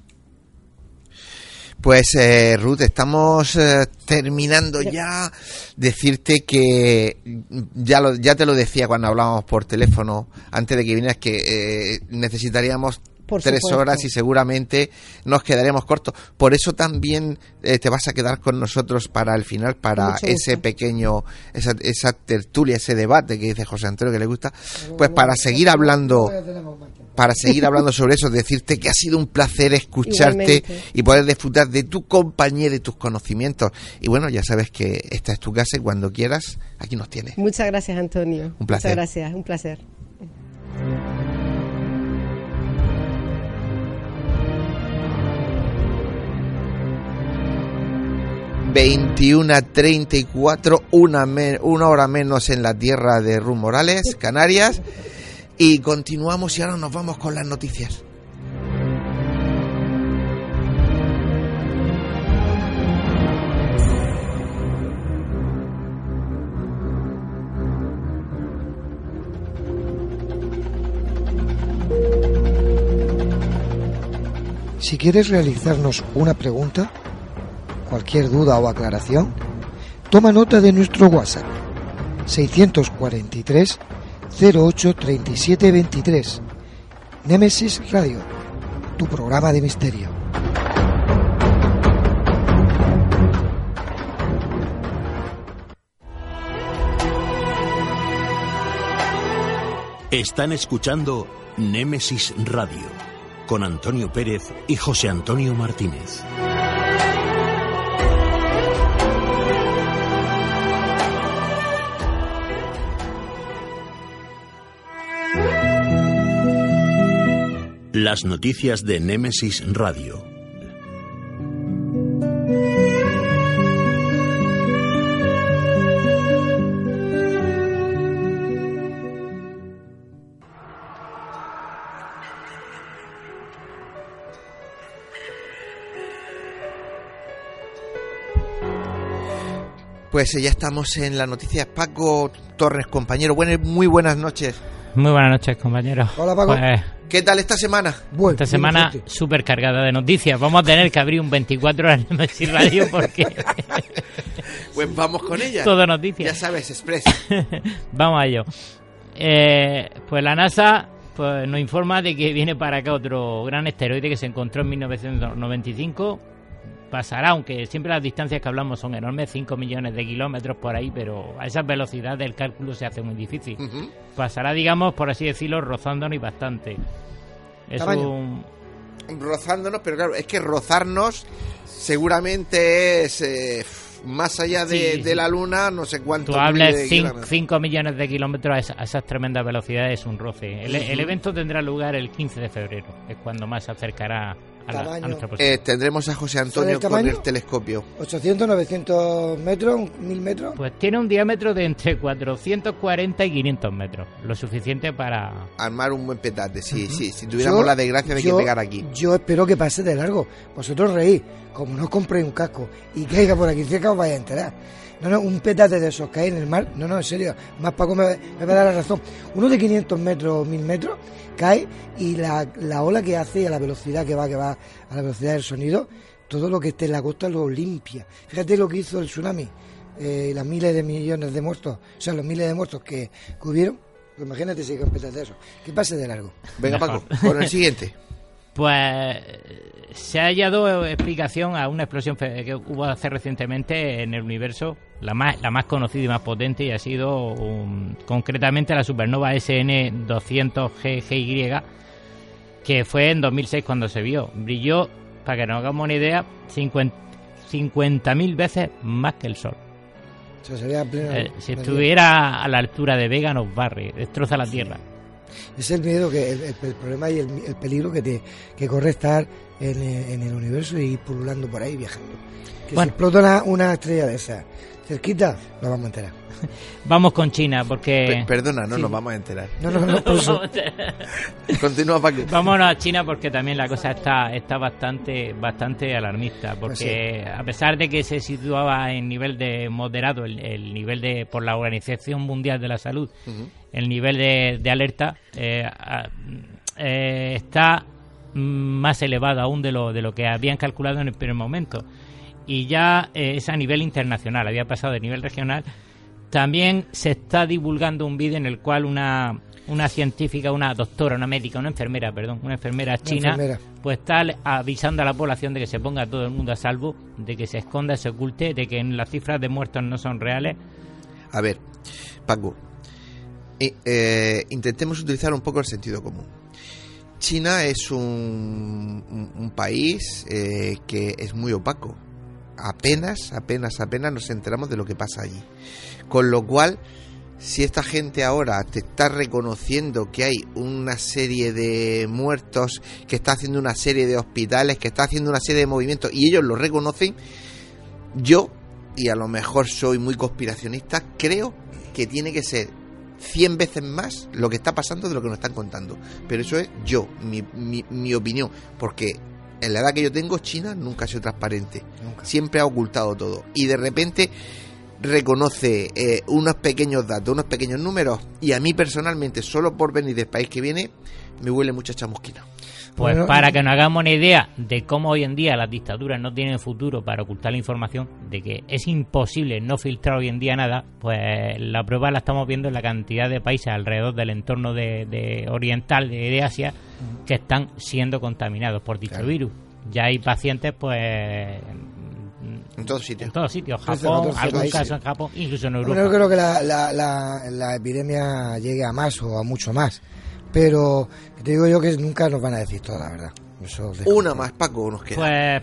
Pues eh, Ruth, estamos eh, terminando ya. Decirte que ya lo, ya te lo decía cuando hablábamos por teléfono antes de que vinieras, que eh, necesitaríamos por tres supuesto. horas y seguramente nos quedaremos cortos. Por eso también eh, te vas a quedar con nosotros para el final, para ese pequeño, esa, esa tertulia, ese debate que dice José Antonio que le gusta, pues para seguir hablando, para seguir hablando sobre eso, decirte que ha sido un placer escucharte Igualmente. y poder disfrutar de tu compañía y de tus conocimientos. Y bueno, ya sabes que esta es tu casa y cuando quieras, aquí nos tienes. Muchas gracias, Antonio. Un placer. Muchas gracias, un placer. veintiuna treinta y cuatro, una, me, una hora menos en la tierra de Ruth Morales, Canarias, y continuamos y ahora nos vamos con las noticias. Si quieres realizarnos una pregunta, cualquier duda o aclaración, toma nota de nuestro WhatsApp seiscientos cuarenta y tres cero ocho treinta y siete veintitrés. Némesis Radio, tu programa de misterio. Están escuchando Némesis Radio con Antonio Pérez y José Antonio Martínez. Las noticias de Némesis Radio. Pues ya estamos en las noticias. Paco Torres, compañero. Bueno, muy buenas noches. Muy buenas noches, compañero. Hola, Paco. Pues, ¿qué tal esta semana? Bueno, esta semana súper cargada de noticias. Vamos a tener que abrir un veinticuatro horas en Némesis Radio porque... Pues vamos con ella. Todo noticias. Ya sabes, Express. Vamos a ello. Eh, pues la NASA pues, nos informa de que viene para acá otro gran asteroide que se encontró en mil novecientos noventa y cinco. Pasará, aunque siempre las distancias que hablamos son enormes, cinco millones de kilómetros por ahí, pero a esas velocidades el cálculo se hace muy difícil. Uh-huh. Pasará, digamos, por así decirlo, rozándonos y bastante. Es un... Rozándonos, pero claro, es que rozarnos seguramente es eh, más allá de, sí, de la Luna, no sé cuánto. Tú hables cinco millones de kilómetros a, esa, a esas tremendas velocidades, es un roce. El, uh-huh. el evento tendrá lugar el quince de febrero, es cuando más se acercará a, la, a nuestra posición. Eh, tendremos a José Antonio con el telescopio. ¿ochocientos, novecientos metros, mil metros? Pues tiene un diámetro de entre cuatrocientos cuarenta y quinientos metros, lo suficiente para... armar un buen petate, sí, uh-huh. sí, si tuviéramos yo, la desgracia de yo, que pegar aquí. Yo espero que pase de largo. Vosotros reís, como no compréis un casco y caiga por aquí cerca os vais a enterar. No, no, un petate de esos cae en el mar, no, no, en serio, más Paco me, me va a dar la razón. Uno de quinientos metros, mil metros, cae y la, la ola que hace a la velocidad que va, que va a la velocidad del sonido, todo lo que esté en la costa lo limpia. Fíjate lo que hizo el tsunami, eh, las miles de millones de muertos, o sea, los miles de muertos que, que hubieron, pues imagínate si hay un petate de eso, que pase de largo. Venga, Paco, con el siguiente. Pues se ha hallado explicación a una explosión que hubo hace recientemente en el universo, la más la más conocida y más potente, y ha sido un, concretamente la supernova S N doscientos G G Y, que fue en dos mil seis cuando se vio. Brilló, para que nos hagamos una idea, cincuenta mil veces más que el Sol. O sea, sería pleno, eh, si estuviera a la altura de Vega nos barre, destroza la Tierra. Es el miedo, que el, el, el problema y el, el peligro que te que corre estar en, en el universo y pululando por ahí, viajando. Que bueno, si explota una, una estrella de esas cerquita, nos vamos a enterar. Vamos con China, porque... P- perdona, no sí. nos vamos a enterar. No, no, no, por eso. Continúa, Paco. Vámonos a China porque también la cosa está está bastante bastante alarmista, porque pues sí. a pesar de que se situaba en nivel de moderado, el, el nivel de por la Organización Mundial de la Salud, uh-huh. el nivel de, de alerta eh, eh, está más elevado aún de lo de lo que habían calculado en el primer momento, y ya eh, es a nivel internacional, había pasado de nivel regional. También se está divulgando un vídeo en el cual una una científica, una doctora, una médica, una enfermera, perdón, una enfermera china, una enfermera. pues está avisando a la población de que se ponga todo el mundo a salvo, de que se esconda, se oculte, de que las cifras de muertos no son reales. A ver, Paco, eh, eh, intentemos utilizar un poco el sentido común. China es un, un, un país eh, que es muy opaco. Apenas, apenas, apenas nos enteramos de lo que pasa allí. Con lo cual, si esta gente ahora te está reconociendo que hay una serie de muertos, que está haciendo una serie de hospitales, que está haciendo una serie de movimientos, y ellos lo reconocen, yo, y a lo mejor soy muy conspiracionista, creo que tiene que ser cien veces más lo que está pasando de lo que nos están contando. Pero eso es yo, mi, mi, mi opinión, porque en la edad que yo tengo, China nunca ha sido transparente. Nunca. Siempre ha ocultado todo. Y de repente reconoce eh, unos pequeños datos, unos pequeños números, y a mí personalmente, solo por venir del país que viene, me huele mucha chamusquina. Pues bueno, para que nos hagamos una idea de cómo hoy en día las dictaduras no tienen futuro para ocultar la información, de que es imposible no filtrar hoy en día nada, pues la prueba la estamos viendo en la cantidad de países alrededor del entorno de, de oriental, de, de Asia, que están siendo contaminados por dicho Claro. virus. Ya hay pacientes, pues... En todos sitios. En todos sitios. trece, Japón, catorce algún países. caso en Japón, incluso en Europa. Bueno, yo creo que la, la, la, la epidemia llegue a más o a mucho más. Pero te digo yo que nunca nos van a decir toda la verdad. Eso Una más, Paco, nos queda. Pues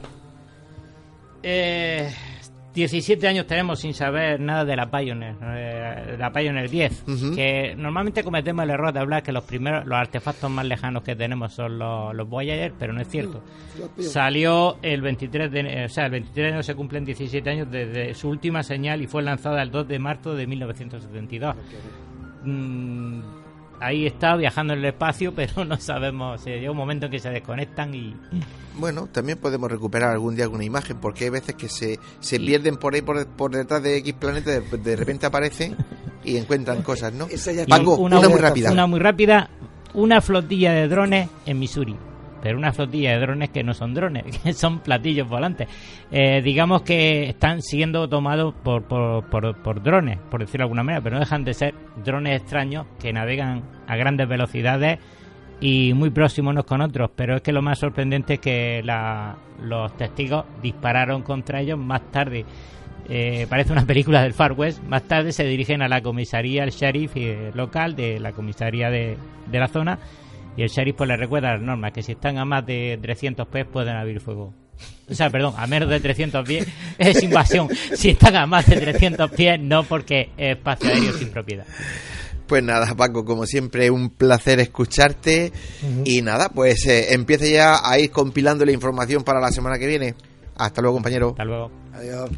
eh, diecisiete años tenemos sin saber nada de la Pioneer, eh, la Pioneer diez, Ujú. que normalmente cometemos el error de hablar que los primeros, los artefactos más lejanos que tenemos son los, los Voyager, pero no es cierto. Salió el veintitrés de enero, o sea, el veintitrés de enero se cumplen diecisiete años desde su última señal y fue lanzada el dos de marzo de mil novecientos setenta y dos. Mm, ahí está viajando en el espacio, pero no sabemos, se llega un momento en que se desconectan y... Bueno, también podemos recuperar algún día alguna imagen, porque hay veces que se, se Sí. pierden por ahí, por, por detrás de X planeta, de, de repente aparecen y encuentran cosas, ¿no? Esa ya Y Paco, una, muy rápida. Una muy rápida, una flotilla de drones en Missouri. Pero una flotilla de drones que no son drones, que son platillos volantes. Eh, digamos que están siendo tomados por, por, por, por drones, por decirlo de alguna manera, pero no dejan de ser drones extraños que navegan a grandes velocidades y muy próximos unos con otros. Pero es que lo más sorprendente es que la, los testigos dispararon contra ellos más tarde. Eh, parece una película del Far West. Más tarde se dirigen a la comisaría, el sheriff eh, local de la comisaría de, de la zona, y el sheriff pues le recuerda las normas, que si están a más de trescientos pies pueden abrir fuego. O sea, perdón, a menos de trescientos pies es invasión. Si están a más de trescientos pies, no, porque es espacio aéreo sin propiedad. Pues nada, Paco, como siempre, un placer escucharte. Uh-huh. Y nada, pues eh, empieza ya a ir compilando la información para la semana que viene. Hasta luego, compañero. Hasta luego. Adiós.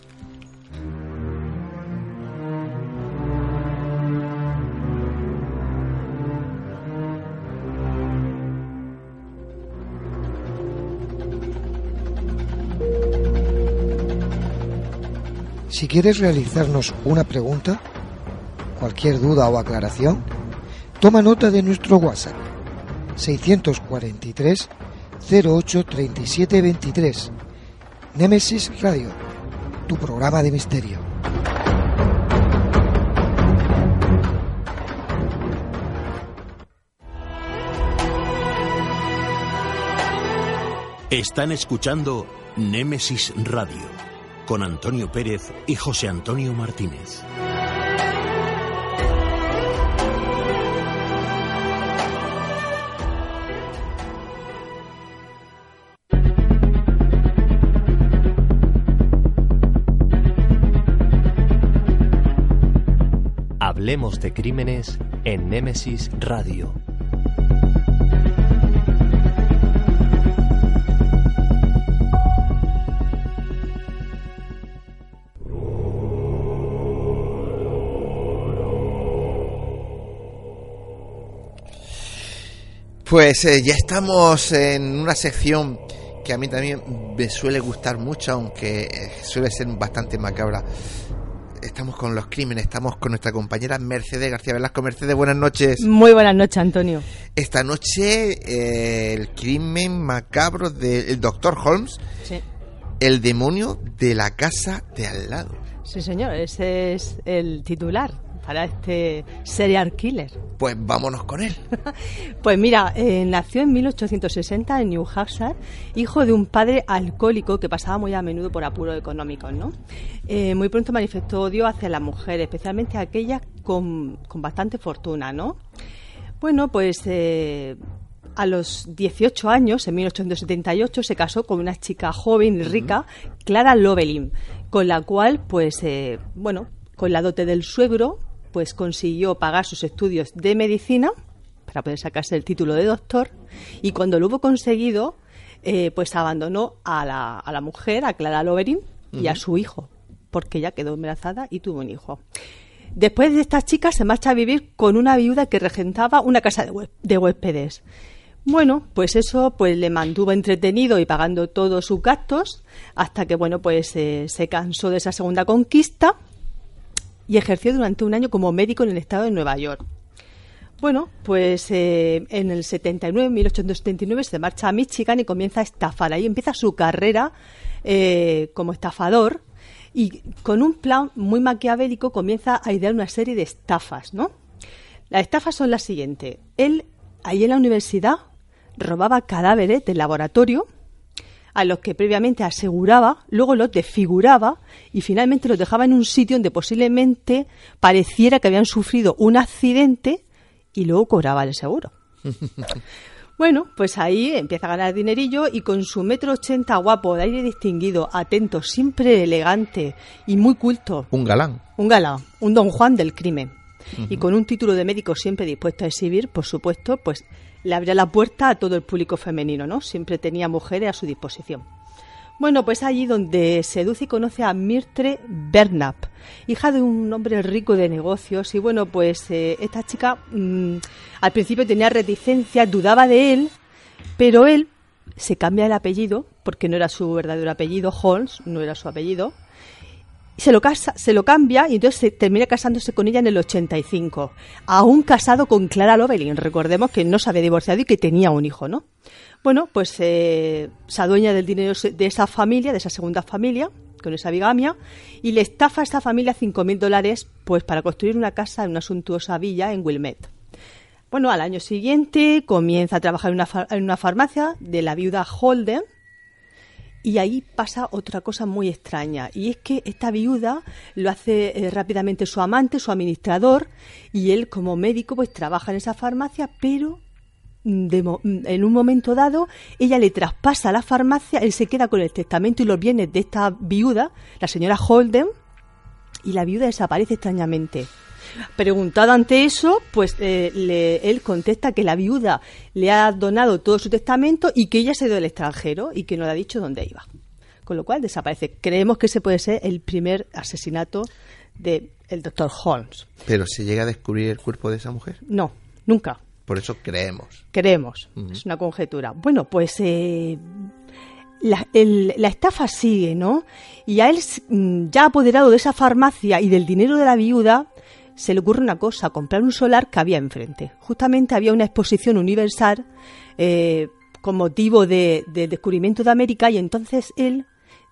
Si quieres realizarnos una pregunta, cualquier duda o aclaración, toma nota de nuestro WhatsApp seiscientos cuarenta y tres cero ocho treinta y siete veintitrés. Némesis Radio, tu programa de misterio. Están escuchando Némesis Radio con Antonio Pérez y José Antonio Martínez. Hablemos de crímenes en Némesis Radio. Pues eh, ya estamos en una sección que a mí también me suele gustar mucho, aunque eh, suele ser bastante macabra. Estamos con los crímenes, estamos con nuestra compañera Mercedes García Velasco. Mercedes, buenas noches. Muy buenas noches, Antonio. Esta noche eh, el crimen macabro del doctor Holmes, sí. El demonio de la casa de al lado. Sí, señor, ese es el titular para este serial killer. Pues vámonos con él. Pues mira, eh, nació en mil ochocientos sesenta en New Hampshire, hijo de un padre alcohólico que pasaba muy a menudo por apuros económicos, ¿no? Eh, muy pronto manifestó odio hacia las mujeres, especialmente aquellas con, con bastante fortuna, ¿no? Bueno, pues eh, a los dieciocho años, en mil ochocientos setenta y ocho, se casó con una chica joven y rica, Clara Lovelin, con la cual, pues, eh, bueno, con la dote del suegro, pues consiguió pagar sus estudios de medicina para poder sacarse el título de doctor, y cuando lo hubo conseguido, eh, pues abandonó a la, a la mujer, a Clara Lovelin, y uh-huh. a su hijo, porque ella quedó embarazada y tuvo un hijo. Después de esta chica se marcha a vivir con una viuda que regentaba una casa de, hue- de huéspedes. Bueno, pues eso pues le mantuvo entretenido y pagando todos sus gastos, hasta que bueno pues eh, se cansó de esa segunda conquista y ejerció durante un año como médico en el estado de Nueva York. Bueno, pues eh, en el setenta y nueve, mil ochocientos setenta y nueve, se marcha a Michigan y comienza a estafar. Ahí empieza su carrera eh, como estafador y con un plan muy maquiavélico comienza a idear una serie de estafas, ¿no? Las estafas son las siguientes. Él, ahí en la universidad, robaba cadáveres del laboratorio a los que previamente aseguraba, luego los desfiguraba y finalmente los dejaba en un sitio donde posiblemente pareciera que habían sufrido un accidente y luego cobraba el seguro. Bueno, pues ahí empieza a ganar dinerillo y con su metro ochenta guapo, de aire distinguido, atento, siempre elegante y muy culto. Un galán. Un galán, un Don Juan del crimen. Uh-huh. Y con un título de médico siempre dispuesto a exhibir, por supuesto, pues le abría la puerta a todo el público femenino, ¿no? Siempre tenía mujeres a su disposición. Bueno, pues allí donde seduce y conoce a Myrtle Bernap, hija de un hombre rico de negocios. Y bueno, pues eh, esta chica mmm, al principio tenía reticencia, dudaba de él, pero él se cambia el apellido, porque no era su verdadero apellido, Holmes, no era su apellido, y se lo, casa, se lo cambia y entonces se termina casándose con ella en el ochenta y cinco, aún casado con Clara Lovelin. Recordemos que no se había divorciado y que tenía un hijo, ¿no? Bueno, pues eh, se adueña del dinero de esa familia, de esa segunda familia, con esa bigamia, y le estafa a esta familia cinco mil dólares pues, para construir una casa en una suntuosa villa en Wilmette. Bueno, al año siguiente comienza a trabajar en una, far- en una farmacia de la viuda Holden, y ahí pasa otra cosa muy extraña, y es que esta viuda lo hace eh, rápidamente su amante, su administrador, y él como médico pues trabaja en esa farmacia, pero de mo- en un momento dado ella le traspasa la farmacia, él se queda con el testamento y los bienes de esta viuda, la señora Holden, y la viuda desaparece extrañamente. Preguntado ante eso, pues eh, le, él contesta que la viuda le ha donado todo su testamento y que ella se ha ido al extranjero y que no le ha dicho dónde iba. Con lo cual desaparece. Creemos que ese puede ser el primer asesinato del doctor Holmes. ¿Pero se llega a descubrir el cuerpo de esa mujer? No, nunca. Por eso creemos. Creemos. Uh-huh. Es una conjetura. Bueno, pues eh, la, el, la estafa sigue, ¿no? Y a él, ya apoderado de esa farmacia y del dinero de la viuda, se le ocurre una cosa, comprar un solar que había enfrente. Justamente había una exposición universal eh, con motivo de, de descubrimiento de América, y entonces él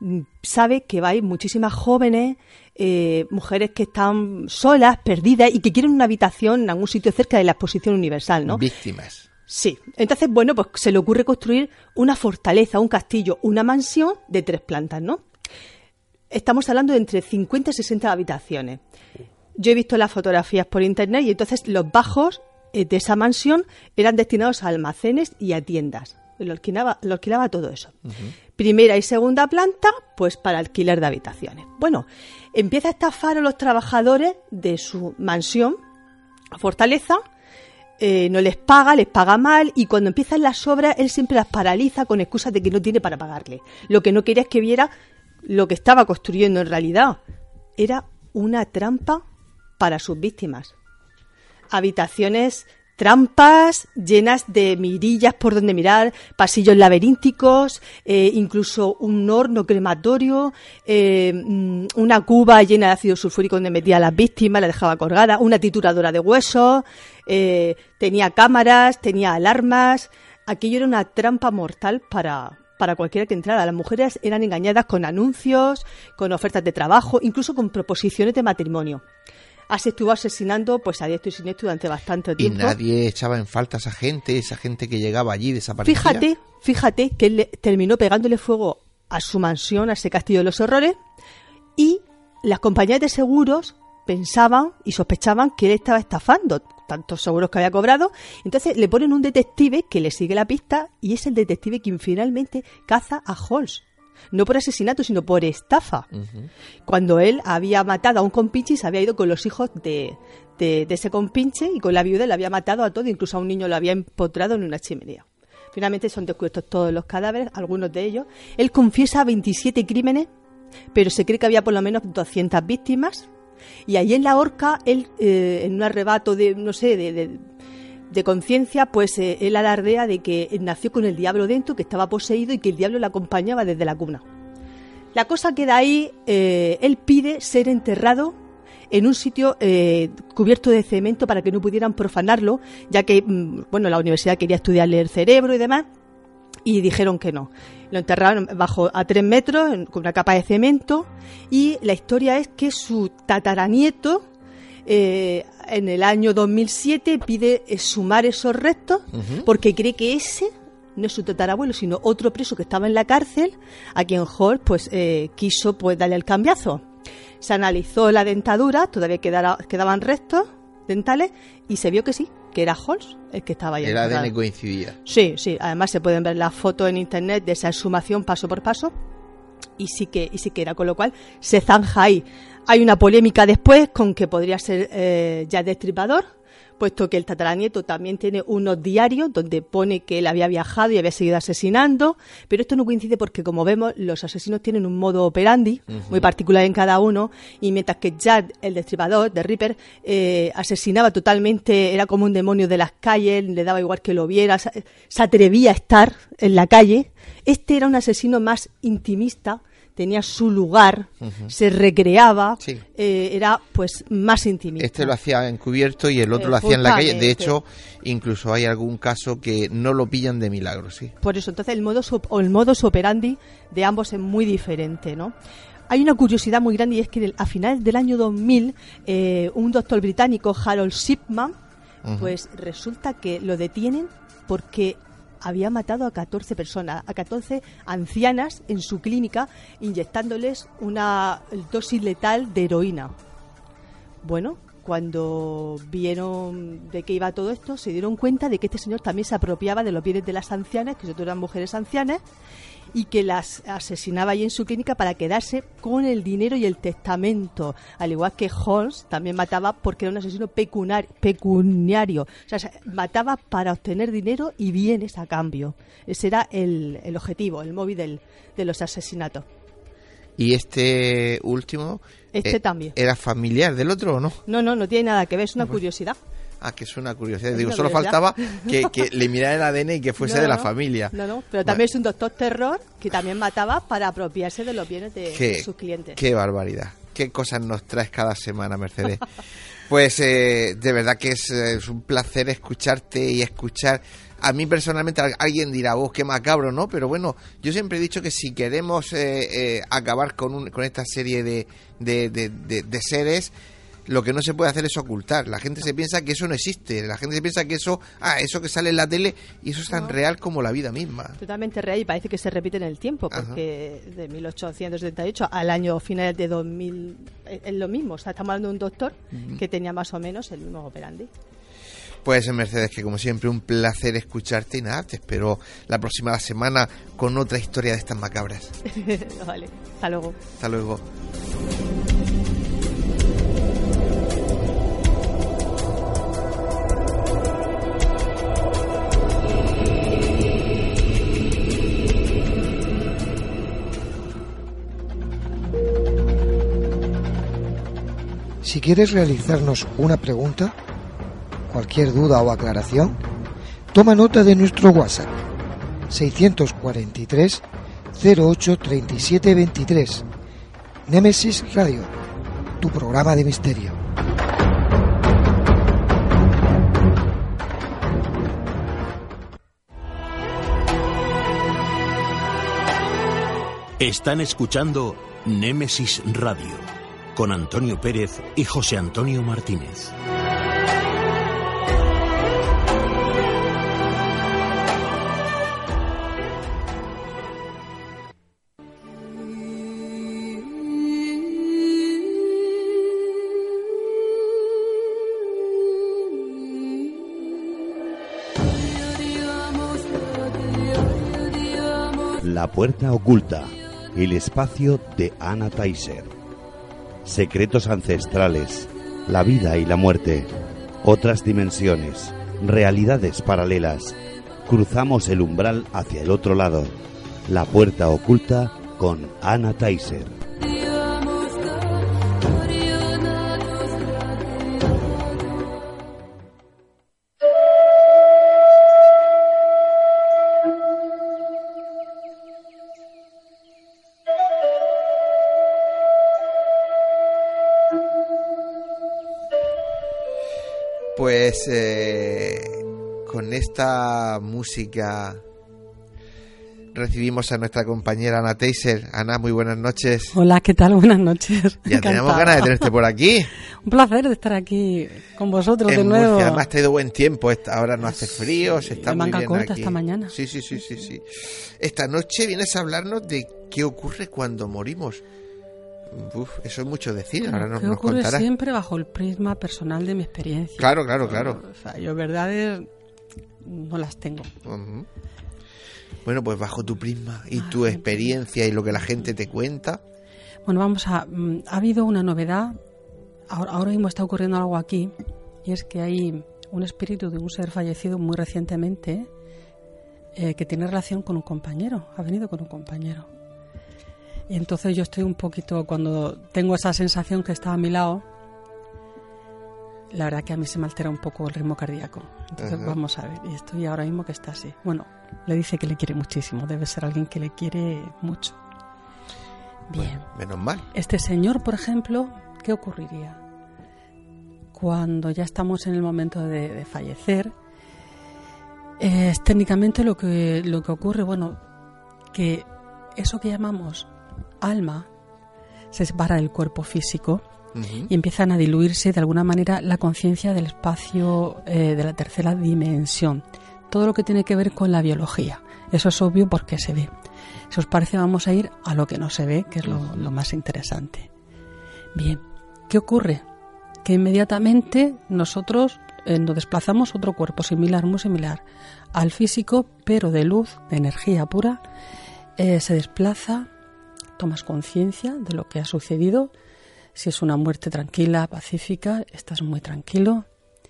sabe que va a ir muchísimas jóvenes, eh, mujeres que están solas, perdidas y que quieren una habitación en algún sitio cerca de la exposición universal, ¿no? Víctimas. Sí. Entonces, bueno, pues se le ocurre construir una fortaleza, un castillo, una mansión de tres plantas, ¿no? Estamos hablando de entre cincuenta y sesenta habitaciones. Yo he visto las fotografías por internet y entonces los bajos de esa mansión eran destinados a almacenes y a tiendas. Lo alquilaba, lo alquilaba todo eso. Uh-huh. Primera y segunda planta, pues para alquiler de habitaciones. Bueno, empieza a estafar a los trabajadores de su mansión, fortaleza, eh, no les paga, les paga mal, y cuando empiezan las obras, él siempre las paraliza con excusas de que no tiene para pagarle. Lo que no quería es que viera lo que estaba construyendo en realidad. Era una trampa para sus víctimas. Habitaciones trampas llenas de mirillas por donde mirar, pasillos laberínticos, eh, incluso un horno crematorio, eh, una cuba llena de ácido sulfúrico donde metía a las víctimas, la dejaba colgada, una trituradora de huesos, eh, tenía cámaras, tenía alarmas. Aquello era una trampa mortal para, para cualquiera que entrara. Las mujeres eran engañadas con anuncios, con ofertas de trabajo, incluso con proposiciones de matrimonio. Así estuvo asesinando pues a diestro y siniestro durante bastante tiempo. Y nadie echaba en falta a esa gente, esa gente que llegaba allí desaparecía. Fíjate, fíjate que él terminó pegándole fuego a su mansión, a ese castillo de los horrores, y las compañías de seguros pensaban y sospechaban que él estaba estafando tantos seguros que había cobrado. Entonces le ponen un detective que le sigue la pista y es el detective quien finalmente caza a Holmes. No por asesinato, sino por estafa. Uh-huh. Cuando él había matado a un compinche y se había ido con los hijos de, de, de ese compinche, y con la viuda le había matado a todo, incluso a un niño lo había empotrado en una chimenea. Finalmente son descubiertos todos los cadáveres, algunos de ellos. Él confiesa veintisiete crímenes, pero se cree que había por lo menos doscientas víctimas. Y ahí en la horca, él, eh, en un arrebato de, no sé, de... de de conciencia, pues eh, él alardea de que nació con el diablo dentro, que estaba poseído y que el diablo le acompañaba desde la cuna. La cosa queda ahí, eh, él pide ser enterrado en un sitio eh, cubierto de cemento para que no pudieran profanarlo, ya que mm, bueno, la universidad quería estudiarle el cerebro y demás, y dijeron que no. Lo enterraron bajo a tres metros en, con una capa de cemento, y la historia es que su tataranieto eh, en el año dos mil siete pide exhumar esos restos uh-huh. porque cree que ese no es su tatarabuelo, sino otro preso que estaba en la cárcel, a quien Hall pues eh, quiso pues darle el cambiazo. Se analizó la dentadura, todavía quedara, quedaban restos dentales, y se vio que sí, que era Holmes el que estaba ahí. El A D N coincidía. Sí, sí. Además se pueden ver las fotos en internet de esa exhumación paso por paso, y sí que y sí que era, con lo cual se zanja ahí. Hay una polémica después con que podría ser eh, Jack Destripador, puesto que el tataranieto también tiene unos diarios donde pone que él había viajado y había seguido asesinando, pero esto no coincide porque, como vemos, los asesinos tienen un modo operandi uh-huh. muy particular en cada uno, y mientras que Jack, el Destripador, de Ripper, eh, asesinaba totalmente, era como un demonio de las calles, le daba igual que lo viera, se, se atrevía a estar en la calle, este era un asesino más intimista, tenía su lugar, uh-huh. se recreaba, sí. eh, era pues más intimista. Este lo hacía encubierto y el otro eh, lo hacía en la calle. De hecho, incluso hay algún caso que no lo pillan de milagro, sí. Por eso, entonces el modus, o el modus operandi de ambos es muy diferente, ¿no? Hay una curiosidad muy grande, y es que a finales del año dos mil, eh, un doctor británico, Harold Shipman, uh-huh. pues resulta que lo detienen porque había matado a catorce personas, a catorce ancianas en su clínica, inyectándoles una dosis letal de heroína. Bueno, cuando vieron de qué iba todo esto, se dieron cuenta de que este señor también se apropiaba de los bienes de las ancianas, que sobre todo eran mujeres ancianas, y que las asesinaba ahí en su clínica para quedarse con el dinero y el testamento, al igual que Holmes también mataba porque era un asesino pecunar, pecuniario, o sea, mataba para obtener dinero y bienes a cambio. Ese era el, el objetivo, el móvil del, de los asesinatos. ¿Y este último? Este eh, también. ¿Era familiar del otro o no? No, no, no tiene nada que ver, es una curiosidad. Ah, que es una curiosidad. Es Digo, una solo curiosidad. Faltaba que, que le mirara el A D N y que fuese no, de la no, familia. No, no, pero también bueno. es un doctor terror que también mataba para apropiarse de los bienes de, qué, de sus clientes. Qué barbaridad. Qué cosas nos traes cada semana, Mercedes. Pues eh, de verdad que es, es un placer escucharte y escuchar. A mí personalmente alguien dirá, vos, oh, qué macabro, ¿no? Pero bueno, yo siempre he dicho que si queremos eh, eh, acabar con, un, con esta serie de, de, de, de, de seres, lo que no se puede hacer es ocultar. La gente se piensa que eso no existe. La gente se piensa que eso, ah, eso que sale en la tele, y eso es tan no. real como la vida misma. Totalmente real, y parece que se repite en el tiempo, porque Ajá. de mil ochocientos setenta y ocho al año final de dos mil es lo mismo. O sea, estamos hablando de un doctor uh-huh. que tenía más o menos el mismo operandi. Pues Mercedes, que como siempre un placer escucharte, y nada, te espero la próxima semana con otra historia de estas macabras. Vale, hasta luego. Hasta luego. Si quieres realizarnos una pregunta, cualquier duda o aclaración, toma nota de nuestro WhatsApp seiscientos cuarenta y tres cero ocho treinta y siete veintitrés. Némesis Radio, tu programa de misterio. Están escuchando Némesis Radio con Antonio Pérez y José Antonio Martínez. La puerta oculta, el espacio de Anna Teiser. Secretos ancestrales, la vida y la muerte, otras dimensiones, realidades paralelas. Cruzamos el umbral hacia el otro lado. La puerta oculta con Anna Teiser. pues eh, con esta música recibimos a nuestra compañera Ana Teiser. Ana, muy buenas noches. Hola, ¿qué tal? Buenas noches. Ya tenemos ganas de tenerte por aquí. Un placer de estar aquí con vosotros en de nuevo. Murcia. Además, te ha ido buen tiempo. Ahora no hace frío, se está de muy manga bien corta aquí. esta mañana. Sí, sí, sí, sí, sí. Esta noche vienes a hablarnos de qué ocurre cuando morimos. Uf, eso es mucho decir. Ahora nos, ¿Qué nos ocurre contarás. siempre bajo el prisma personal de mi experiencia? Claro, claro, claro. O sea, yo verdades no las tengo. Uh-huh. Bueno, pues bajo tu prisma y Ay, tu experiencia y lo que la gente te cuenta. Bueno, vamos a... Ha habido una novedad. Ahora, ahora mismo está ocurriendo algo aquí. Y es que hay un espíritu de un ser fallecido muy recientemente eh, que tiene relación con un compañero. Ha venido con un compañero. Y entonces yo estoy un poquito... Cuando tengo esa sensación que está a mi lado, la verdad que a mí se me altera un poco el ritmo cardíaco. Entonces uh-huh. vamos a ver. Y estoy ahora mismo que está así. Bueno, le dice que le quiere muchísimo. Debe ser alguien que le quiere mucho. Bien. Bueno, menos mal. Este señor, por ejemplo, ¿qué ocurriría? Cuando ya estamos en el momento de, de fallecer, eh, es técnicamente lo que, lo que ocurre, bueno, que eso que llamamos alma se separa del cuerpo físico. Uh-huh. Y empiezan a diluirse de alguna manera la conciencia del espacio eh, de la tercera dimensión. Todo lo que tiene que ver con la biología. Eso es obvio porque se ve. Si os parece, vamos a ir a lo que no se ve, que es lo, lo más interesante. Bien, ¿qué ocurre? Que inmediatamente nosotros eh, nos desplazamos a otro cuerpo similar, muy similar al físico, pero de luz, de energía pura, eh, se desplaza, tomas conciencia de lo que ha sucedido. Si es una muerte tranquila, pacífica, estás muy tranquilo.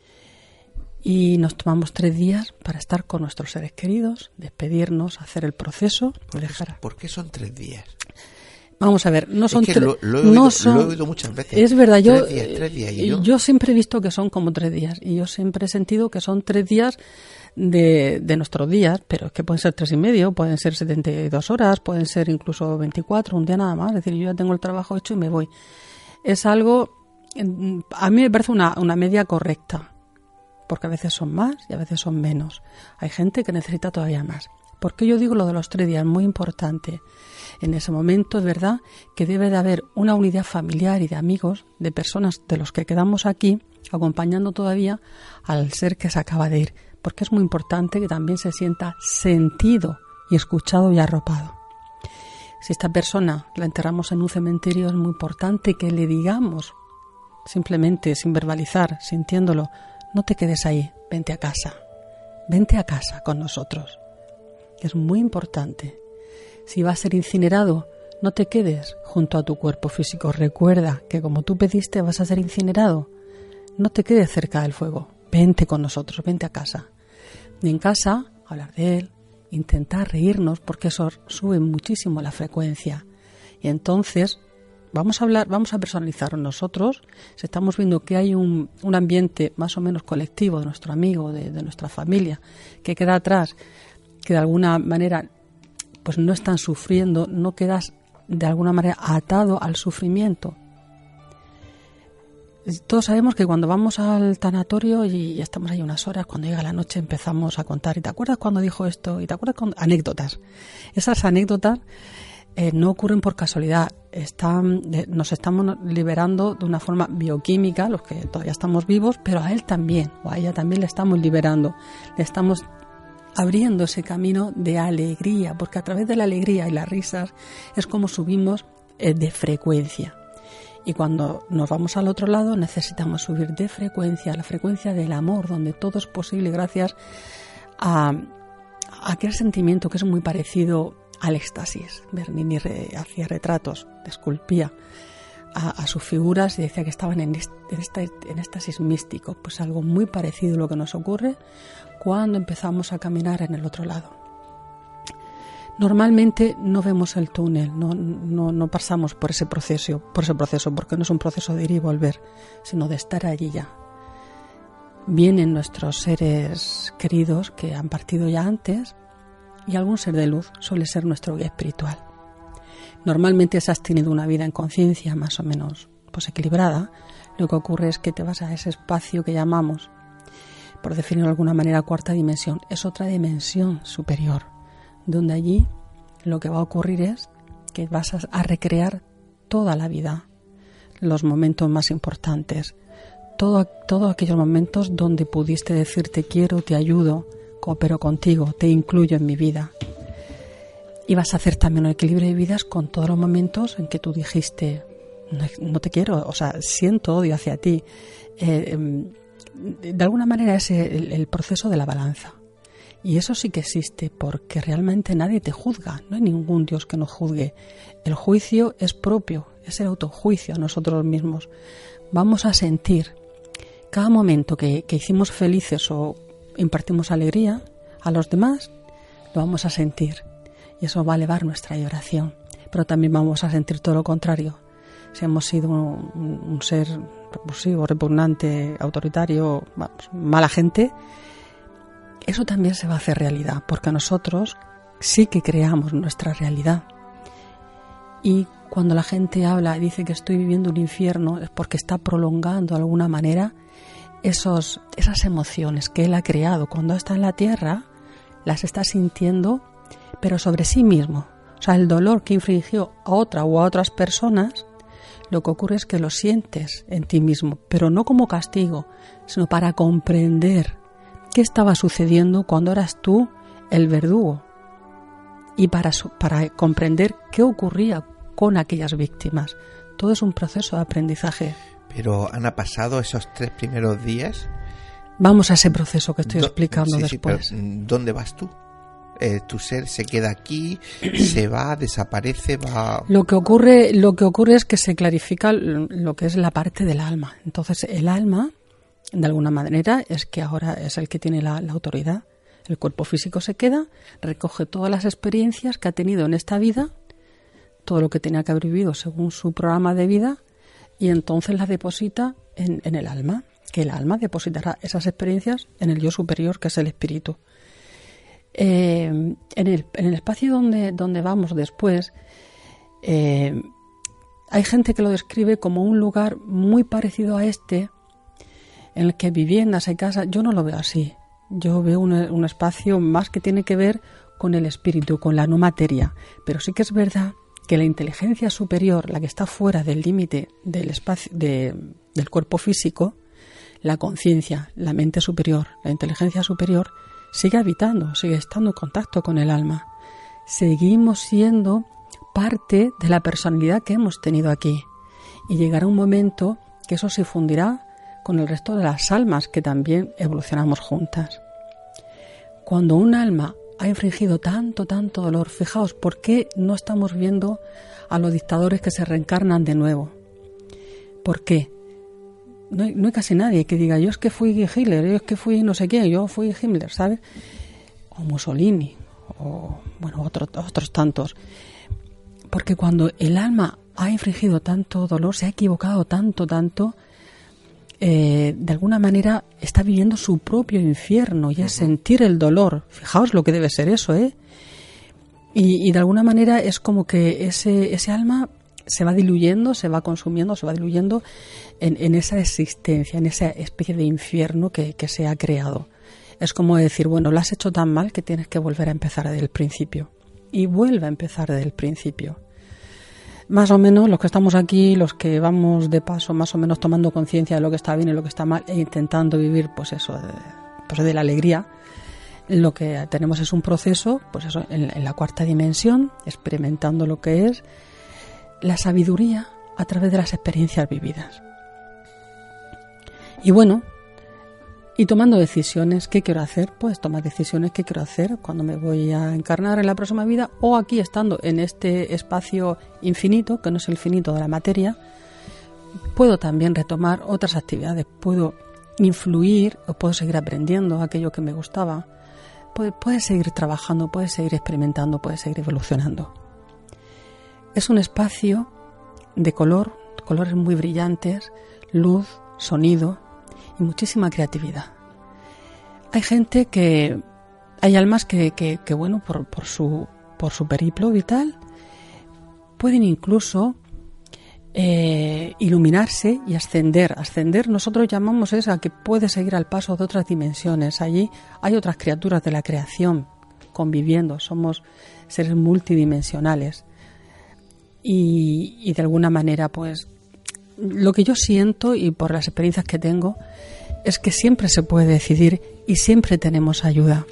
Y nos tomamos tres días para estar con nuestros seres queridos, despedirnos, hacer el proceso. ¿Por qué, dejar... ¿por qué son tres días? Vamos a ver, no son es que tres. Lo, lo, he oído, no son... lo he oído muchas veces. Es verdad, yo, tres días, tres días, y yo... yo siempre he visto que son como tres días. Y yo siempre he sentido que son tres días de, de nuestros días, pero es que pueden ser tres y medio, pueden ser setenta y dos horas, pueden ser incluso veinticuatro, un día nada más. Es decir, yo ya tengo el trabajo hecho y me voy. Es algo, a mí me parece una, una media correcta, porque a veces son más y a veces son menos. Hay gente que necesita todavía más. ¿Por qué yo digo lo de los tres días? Muy importante. En ese momento es verdad que debe de haber una unidad familiar y de amigos, de personas de los que quedamos aquí, acompañando todavía al ser que se acaba de ir. Porque es muy importante que también se sienta sentido y escuchado y arropado. Si esta persona la enterramos en un cementerio, es muy importante que le digamos, simplemente, sin verbalizar, sintiéndolo, no te quedes ahí, vente a casa, vente a casa con nosotros. Es muy importante. Si va a ser incinerado, no te quedes junto a tu cuerpo físico. Recuerda que como tú pediste vas a ser incinerado. No te quedes cerca del fuego, vente con nosotros, vente a casa. Y en casa, hablar de él, intentar reírnos, porque eso sube muchísimo la frecuencia. Y entonces vamos a hablar, vamos a personalizar nosotros. Si estamos viendo que hay un, un ambiente más o menos colectivo de nuestro amigo, de, de nuestra familia, que queda atrás, que de alguna manera pues no están sufriendo, no quedas de alguna manera atado al sufrimiento. Todos sabemos que cuando vamos al tanatorio y estamos ahí unas horas, cuando llega la noche empezamos a contar. ¿Y te acuerdas cuando dijo esto? ¿Y te acuerdas cuando...? Anécdotas. Esas anécdotas eh, no ocurren por casualidad. Están, eh, nos estamos liberando de una forma bioquímica, los que todavía estamos vivos, pero a él también, o a ella también le estamos liberando. Le estamos abriendo ese camino de alegría, porque a través de la alegría y las risas es como subimos eh, de frecuencia. Y cuando nos vamos al otro lado necesitamos subir de frecuencia, la frecuencia del amor, donde todo es posible gracias a, a aquel sentimiento que es muy parecido al éxtasis. Bernini re, hacía retratos, esculpía a, a sus figuras y decía que estaban en, est, en, esta, en éxtasis místico. Pues algo muy parecido a lo que nos ocurre cuando empezamos a caminar en el otro lado. Normalmente no vemos el túnel, no, no, no pasamos por ese proceso, por ese proceso, porque no es un proceso de ir y volver, sino de estar allí ya. Vienen nuestros seres queridos que han partido ya antes y algún ser de luz suele ser nuestro guía espiritual. Normalmente si has tenido una vida en conciencia más o menos pues equilibrada, lo que ocurre es que te vas a ese espacio que llamamos por definirlo de alguna manera, cuarta dimensión. Es otra dimensión superior, donde allí lo que va a ocurrir es que vas a, a recrear toda la vida, los momentos más importantes, todo, todos aquellos momentos donde pudiste decir te quiero, te ayudo, coopero contigo, te incluyo en mi vida. Y vas a hacer también un equilibrio de vidas con todos los momentos en que tú dijiste no, no te quiero, o sea, siento odio hacia ti. Eh, de alguna manera es el, el proceso de la balanza. Y eso sí que existe, porque realmente nadie te juzga, no hay ningún Dios que nos juzgue. El juicio es propio, es el autojuicio a nosotros mismos. Vamos a sentir cada momento que, que hicimos felices o impartimos alegría a los demás, lo vamos a sentir. Y eso va a elevar nuestra vibración. Pero también vamos a sentir todo lo contrario. Si hemos sido un, un, un ser repulsivo, repugnante, autoritario, vamos, mala gente, eso también se va a hacer realidad, porque nosotros sí que creamos nuestra realidad. Y cuando la gente habla y dice que estoy viviendo un infierno, es porque está prolongando de alguna manera esos, esas emociones que él ha creado. Cuando está en la tierra, las está sintiendo, pero sobre sí mismo. O sea, el dolor que infligió a otra o a otras personas, lo que ocurre es que lo sientes en ti mismo, pero no como castigo, sino para comprender qué estaba sucediendo cuando eras tú el verdugo y para, para comprender qué ocurría con aquellas víctimas. Todo es un proceso de aprendizaje. Pero han pasado esos tres primeros días. Vamos a ese proceso que estoy Do- explicando sí, después. Sí, pero ¿dónde vas tú? Eh, tu ser se queda aquí, se va, desaparece, va... Lo que ocurre, lo que ocurre es que se clarifica lo que es la parte del alma. Entonces, el alma, de alguna manera, es que ahora es el que tiene la, la autoridad. El cuerpo físico se queda, recoge todas las experiencias que ha tenido en esta vida, todo lo que tenía que haber vivido según su programa de vida, y entonces las deposita en, en el alma, que el alma depositará esas experiencias en el yo superior, que es el espíritu. Eh, en, el, en el espacio donde, donde vamos después, eh, hay gente que lo describe como un lugar muy parecido a este, en el que viviendas y casas. Yo no lo veo así. Yo veo un, un espacio más que tiene que ver con el espíritu, con la no materia. Pero sí que es verdad que la inteligencia superior, la que está fuera del límite del espacio, de, del cuerpo físico, la conciencia, la mente superior, la inteligencia superior, sigue habitando, sigue estando en contacto con el alma. Seguimos siendo parte de la personalidad que hemos tenido aquí. Y llegará un momento que eso se fundirá con el resto de las almas que también evolucionamos juntas. Cuando un alma ha infligido tanto, tanto dolor, fijaos, ¿por qué no estamos viendo a los dictadores que se reencarnan de nuevo? ¿Por qué? No hay, no hay casi nadie que diga, yo es que fui Hitler, yo es que fui no sé qué, yo fui Himmler, ¿sabes? O Mussolini, o bueno, otro, otros tantos. Porque cuando el alma ha infligido tanto dolor, se ha equivocado tanto, tanto, eh, de alguna manera está viviendo su propio infierno y es sentir el dolor. Fijaos lo que debe ser eso, ¿eh? Y, y de alguna manera es como que ese, ese alma se va diluyendo, se va consumiendo, se va diluyendo en, en esa existencia, en esa especie de infierno que, que se ha creado. Es como decir, bueno, lo has hecho tan mal que tienes que volver a empezar desde el principio. Y vuelve a empezar desde el principio. Más o menos los que estamos aquí, los que vamos de paso, más o menos tomando conciencia de lo que está bien y lo que está mal e intentando vivir, pues eso, de, pues de la alegría, lo que tenemos es un proceso, pues eso, en, en la cuarta dimensión, experimentando lo que es la sabiduría a través de las experiencias vividas. Y bueno, y tomando decisiones, ¿qué quiero hacer? Pues tomar decisiones, ¿qué quiero hacer cuando me voy a encarnar en la próxima vida? O aquí, estando en este espacio infinito, que no es el finito de la materia, puedo también retomar otras actividades, puedo influir o puedo seguir aprendiendo aquello que me gustaba, puedes seguir trabajando, puedes seguir experimentando, puedes seguir evolucionando. Es un espacio de color, colores muy brillantes, luz, sonido y muchísima creatividad. Hay gente que, hay almas que, que, que bueno, por, por su por su periplo vital, pueden incluso eh, iluminarse y ascender. Ascender nosotros llamamos eso a que puede seguir al paso de otras dimensiones. Allí hay otras criaturas de la creación conviviendo, somos seres multidimensionales. Y, y de alguna manera, pues, lo que yo siento y por las experiencias que tengo es que siempre se puede decidir y siempre tenemos ayuda.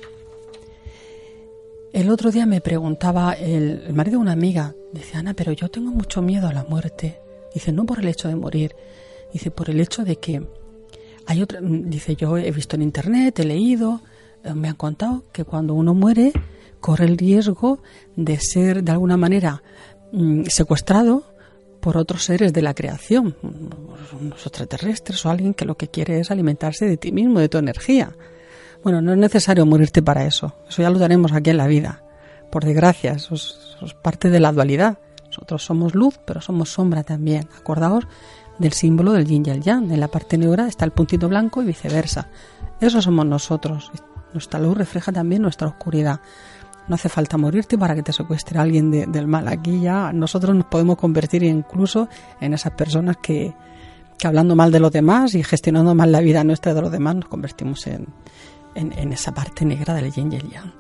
El otro día me preguntaba el, el marido de una amiga, dice, Ana, pero yo tengo mucho miedo a la muerte. Dice, no por el hecho de morir, dice, por el hecho de que hay otra, dice, yo he visto en internet, he leído, me han contado que cuando uno muere corre el riesgo de ser de alguna manera mmm, secuestrado por otros seres de la creación, unos extraterrestres o alguien que lo que quiere es alimentarse de ti mismo, de tu energía. Bueno, no es necesario morirte para eso, eso ya lo daremos aquí en la vida. Por desgracia, eso es, eso es parte de la dualidad. Nosotros somos luz, pero somos sombra también. Acordaos del símbolo del yin y el yang. En la parte negra está el puntito blanco y viceversa. Eso somos nosotros. Nuestra luz refleja también nuestra oscuridad. No hace falta morirte para que te secuestre alguien de, del mal. Aquí ya nosotros nos podemos convertir incluso en esas personas que, que hablando mal de los demás y gestionando mal la vida nuestra de los demás, nos convertimos en, en, en esa parte negra del yin y el yang.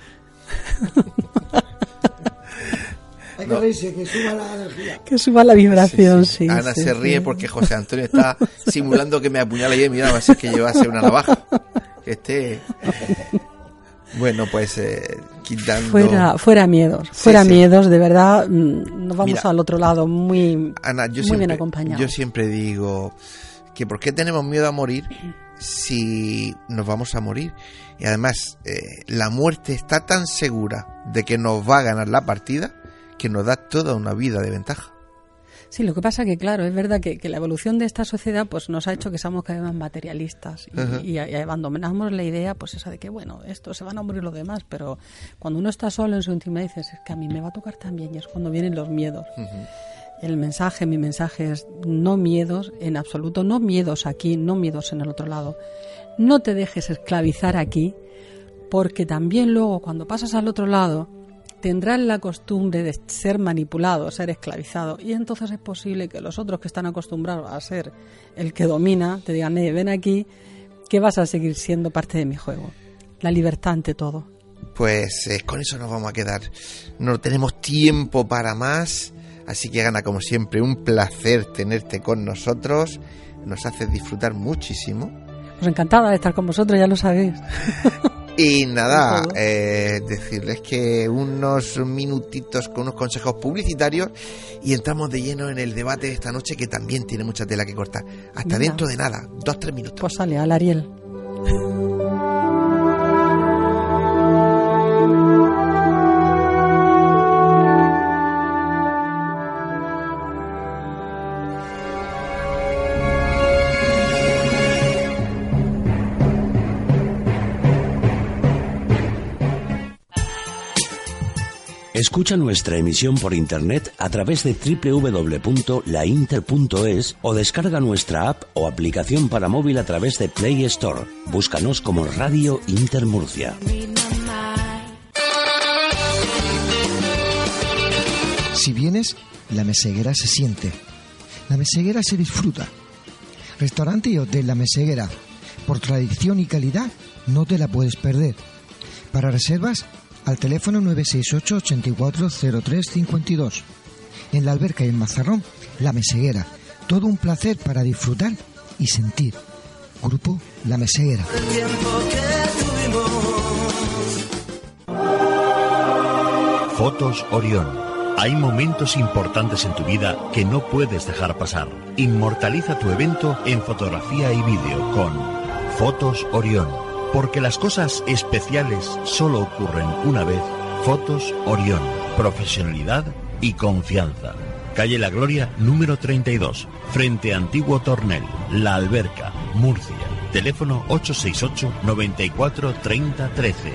Hay que reírse, que suba la energía. Que suba la vibración, sí. sí. sí Ana sí, se sí. ríe porque José Antonio está simulando que me apuñala y mira, va a ser que llevase una navaja. Que esté... Bueno, pues eh, quitando... Fuera, fuera miedos, fuera sí, sí. miedos, de verdad, nos vamos Mira, al otro lado muy, Ana, yo muy siempre, bien acompañados. Yo siempre digo que ¿por qué tenemos miedo a morir si nos vamos a morir? Y además, eh, la muerte está tan segura de que nos va a ganar la partida que nos da toda una vida de ventaja. Sí, lo que pasa que, claro, es verdad que, que la evolución de esta sociedad pues nos ha hecho que seamos cada vez más materialistas y, uh-huh. y, y abandonamos la idea pues esa de que, bueno, esto se van a morir los demás, pero cuando uno está solo en su intimidad dices, es que a mí me va a tocar también, y es cuando vienen los miedos. Uh-huh. El mensaje, mi mensaje es no miedos en absoluto, no miedos aquí, no miedos en el otro lado. No te dejes esclavizar aquí, porque también luego cuando pasas al otro lado tendrás la costumbre de ser manipulado, ser esclavizado, y entonces es posible que los otros que están acostumbrados a ser el que domina te digan, eh, ven aquí, que vas a seguir siendo parte de mi juego. La libertad ante todo. Pues eh, con eso nos vamos a quedar. No tenemos tiempo para más, así que Ana, como siempre, un placer tenerte con nosotros. Nos haces disfrutar muchísimo. Pues encantada de estar con vosotros, ya lo sabéis. Y nada, eh, decirles que unos minutitos con unos consejos publicitarios y entramos de lleno en el debate de esta noche, que también tiene mucha tela que cortar. Hasta Mira. dentro de nada, dos, tres minutos. Pues sale al Ariel. Escucha nuestra emisión por internet a través de doble u doble u doble u punto la inter punto es o descarga nuestra app o aplicación para móvil a través de Play Store. Búscanos como Radio Inter Murcia. Si vienes, la Meseguera se siente. La Meseguera se disfruta. Restaurante y Hotel La Meseguera. Por tradición y calidad, no te la puedes perder. Para reservas, al teléfono nueve seis ocho, ocho cuatro cero tres cinco dos. En la Alberca y en Mazarrón, La Meseguera. Todo un placer para disfrutar y sentir. Grupo La Meseguera. Fotos Orión. Hay momentos importantes en tu vida que no puedes dejar pasar. Inmortaliza tu evento en fotografía y vídeo con Fotos Orión. Porque las cosas especiales solo ocurren una vez. Fotos Orión. Profesionalidad y confianza. Calle La Gloria, número treinta y dos. Frente a Antiguo Tornel. La Alberca, Murcia. Teléfono ocho seis ocho, noventa y cuatro, treinta, trece.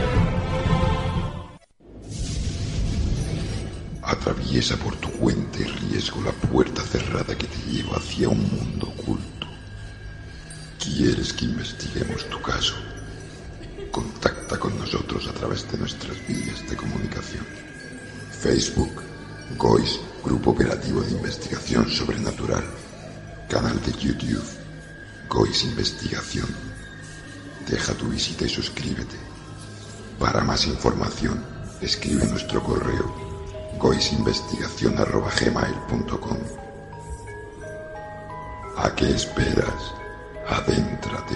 Atraviesa por tu cuenta y riesgo la puerta cerrada que te lleva hacia un mundo oculto. ¿Quieres que investiguemos tu caso? Contacta con nosotros a través de nuestras vías de comunicación. Facebook, G O I S, Grupo Operativo de Investigación Sobrenatural. canal de YouTube, Gois Investigación. Deja tu visita y suscríbete. Para más información, escribe nuestro correo goisinvestigación arroba gmail punto com. ¿A qué esperas? Adéntrate.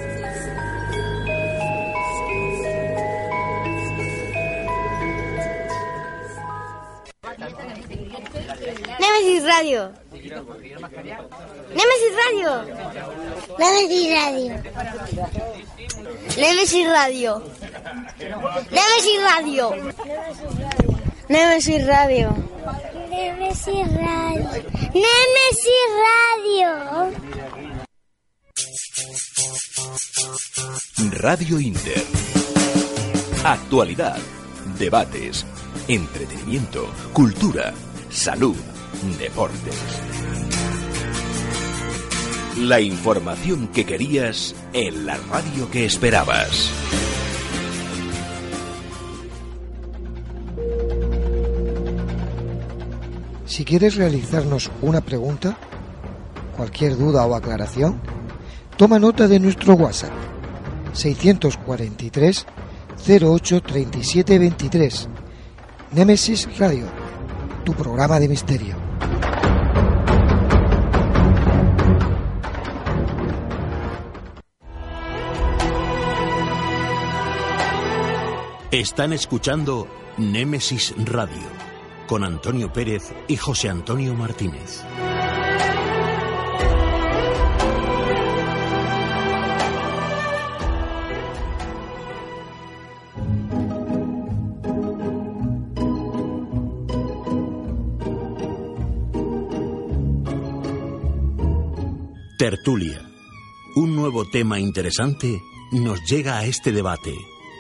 Nemesis Radio. Nemesis Radio. Nemesis Radio. Nemesis Radio. Nemesis Radio. Nemesis Radio. Nemesis Radio. Nemesis Radio. Radio Inter. Actualidad, debates, entretenimiento, cultura, salud, deportes. La información que querías en la radio que esperabas. Si quieres realizarnos una pregunta, cualquier duda o aclaración, toma nota de nuestro WhatsApp seiscientos cuarenta y tres cero ocho treinta y siete veintitrés. Nemesis Radio, tu programa de misterio. Están escuchando Némesis Radio con Antonio Pérez y José Antonio Martínez. Tertulia. Un nuevo tema interesante nos llega a este debate.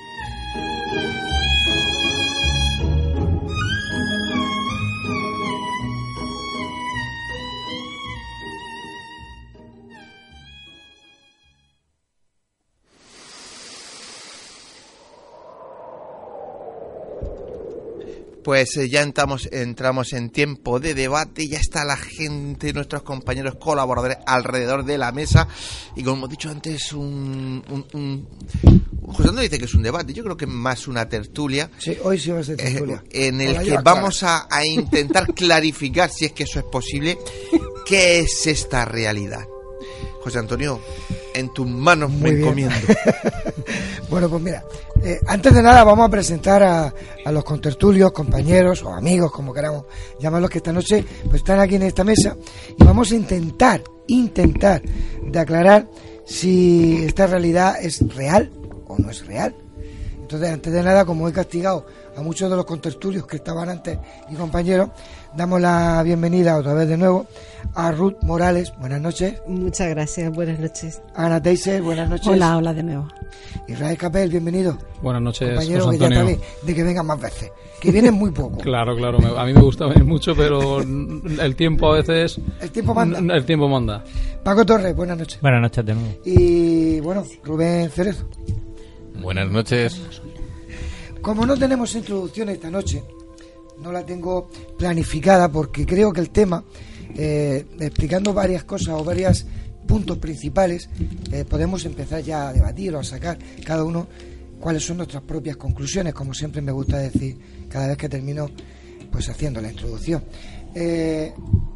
Pues eh, ya entramos, entramos en tiempo de debate, ya está la gente, nuestros compañeros colaboradores alrededor de la mesa y como hemos dicho antes, un, un, un... José Antonio dice que es un debate, yo creo que es más una tertulia. Sí, hoy sí va a ser tertulia. Eh, en el que vamos a, a intentar clarificar, si es que eso es posible, qué es esta realidad. José Antonio, en tus manos me encomiendo. Bueno, pues mira, eh, antes de nada vamos a presentar a, a los contertulios, compañeros o amigos, como queramos llamarlos, que esta noche pues están aquí en esta mesa y vamos a intentar, intentar de aclarar si esta realidad es real o no es real. Entonces, antes de nada, como he castigado a muchos de los contertulios que estaban antes y compañeros, damos la bienvenida otra vez de nuevo a Ruth Morales. Buenas noches. Muchas gracias, buenas noches. Ana Teiser, buenas noches. Hola, hola de nuevo. Israel Capel, bienvenido. Buenas noches, compañero, José que Antonio. ya está bien, de que vengan más veces, que vienen muy poco. Claro, claro, me, a mí me gusta venir mucho, pero el tiempo a veces... El tiempo manda. El tiempo manda. Paco Torres, buenas noches. Buenas noches de nuevo. Y bueno, Rubén Cerezo. Buenas noches. Como no tenemos introducción esta noche, no la tengo planificada porque creo que el tema, eh, explicando varias cosas o varios puntos principales, eh, podemos empezar ya a debatir o a sacar cada uno cuáles son nuestras propias conclusiones, como siempre me gusta decir cada vez que termino pues haciendo la introducción. Eh,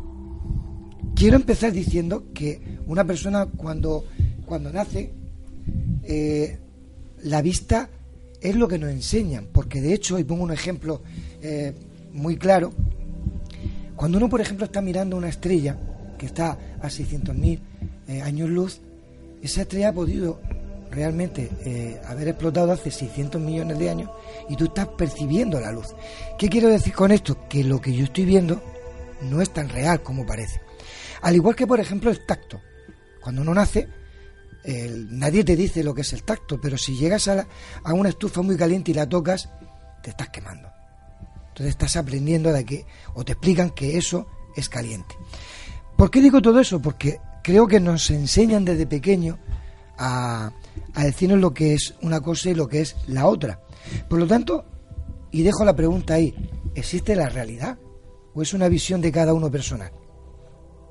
quiero empezar diciendo que una persona cuando, cuando nace, eh, la vista es lo que nos enseñan, porque de hecho, y pongo un ejemplo eh, muy claro, cuando uno por ejemplo está mirando una estrella que está a seiscientos mil eh, años luz, esa estrella ha podido realmente eh, haber explotado hace seiscientos millones de años y tú estás percibiendo la luz. ¿Qué quiero decir con esto? Que lo que yo estoy viendo no es tan real como parece. Al igual que por ejemplo el tacto. Cuando uno nace, El, nadie te dice lo que es el tacto, pero si llegas a, la, a una estufa muy caliente y la tocas, te estás quemando. Entonces estás aprendiendo de que, o te explican que eso es caliente. ¿Por qué digo todo eso? Porque creo que nos enseñan desde pequeño a, a decirnos lo que es una cosa y lo que es la otra. Por lo tanto, y dejo la pregunta ahí, ¿existe la realidad? ¿O es una visión de cada uno personal?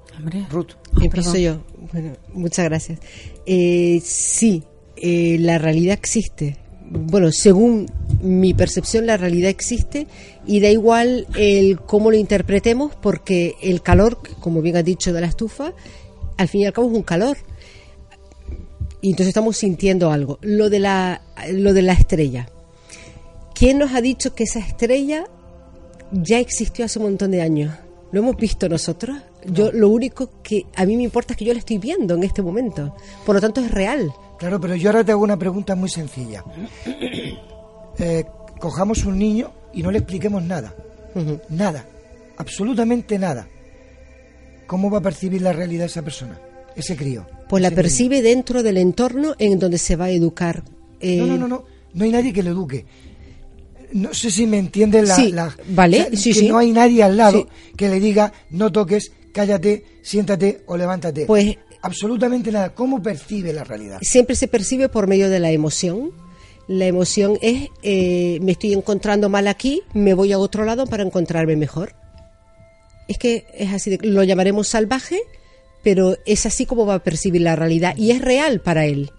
Hombre. Ruth. Empiezo yo. Bueno, muchas gracias. Eh, sí, eh, la realidad existe. Bueno, según mi percepción, la realidad existe y da igual el cómo lo interpretemos, porque el calor, como bien has dicho, de la estufa, al fin y al cabo es un calor. Y entonces estamos sintiendo algo. Lo de la, lo de la estrella. ¿Quién nos ha dicho que esa estrella ya existió hace un montón de años? ¿Lo hemos visto nosotros? Yo lo único que a mí me importa es que yo la estoy viendo en este momento. Por lo tanto es real. Claro, pero yo ahora te hago una pregunta muy sencilla. Eh, cojamos un niño y no le expliquemos nada. Uh-huh. Nada. Absolutamente nada. ¿Cómo va a percibir la realidad esa persona? Ese crío. Pues la percibe niño. Dentro del entorno en donde se va a educar. Eh... No, no, no, no. No hay nadie que lo eduque. No sé si me entiende la... Sí, la vale, o sea, sí, que sí. no hay nadie al lado sí. que le diga, no toques, cállate, siéntate o levántate. Pues... absolutamente nada. ¿Cómo percibe la realidad? Siempre se percibe por medio de la emoción. La emoción es, eh, me estoy encontrando mal aquí, me voy a otro lado para encontrarme mejor. Es que es así, de, lo llamaremos salvaje, pero es así como va a percibir la realidad y es real para él.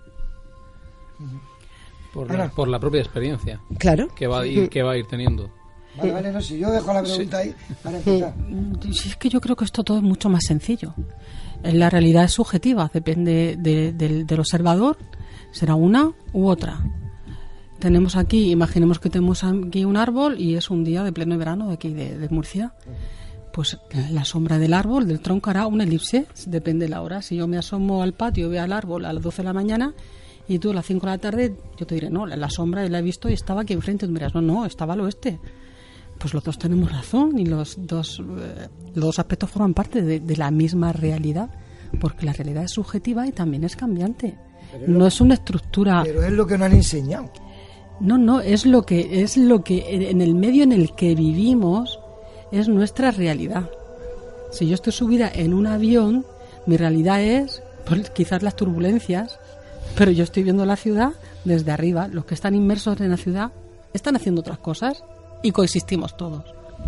Por la, por la propia experiencia. Claro. Que va a ir, que va a ir teniendo. Vale, vale, no sé, yo dejo la pregunta sí. ahí para empezar. Sí, es que yo creo que esto todo es mucho más sencillo. La realidad es subjetiva, depende de, de, del observador, será una u otra. Tenemos aquí, imaginemos que tenemos aquí un árbol y es un día de pleno verano de aquí de, de Murcia. Pues la sombra del árbol, del tronco, hará una elipse, depende de la hora. Si yo me asomo al patio y veo al árbol a las doce de la mañana y tú a las cinco de la tarde, yo te diré, no, la sombra la he visto y estaba aquí enfrente. Tú me dirás, no, no, estaba al oeste. Pues los dos tenemos razón y los dos, eh, los dos aspectos forman parte de, de la misma realidad, porque la realidad es subjetiva y también es cambiante. Pero no lo, es una estructura. Pero es lo que nos han enseñado. No, no, es lo que es lo que en el medio en el que vivimos es nuestra realidad. Si yo estoy subida en un avión, mi realidad es pues, quizás las turbulencias, pero yo estoy viendo la ciudad desde arriba. Los que están inmersos en la ciudad están haciendo otras cosas. Y coexistimos todos.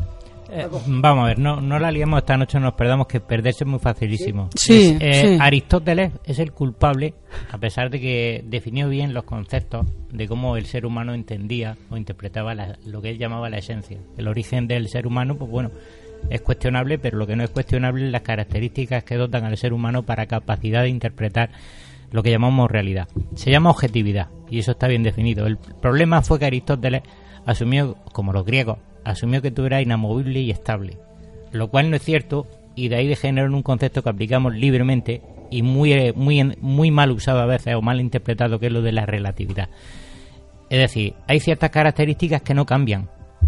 Eh, vamos a ver, no, no la liemos esta noche, no nos perdamos, que perderse es muy facilísimo. Sí, eh, sí. Aristóteles es el culpable, a pesar de que definió bien los conceptos de cómo el ser humano entendía o interpretaba la, lo que él llamaba la esencia. El origen del ser humano, pues bueno, es cuestionable, pero lo que no es cuestionable es las características que dotan al ser humano para capacidad de interpretar lo que llamamos realidad. Se llama objetividad, y eso está bien definido. El problema fue que Aristóteles asumió, como los griegos, asumió que tú eras inamovible y estable, lo cual no es cierto, y de ahí degeneró en un concepto que aplicamos libremente y muy muy muy mal usado a veces o mal interpretado, que es lo de la relatividad. Es decir, hay ciertas características que no cambian,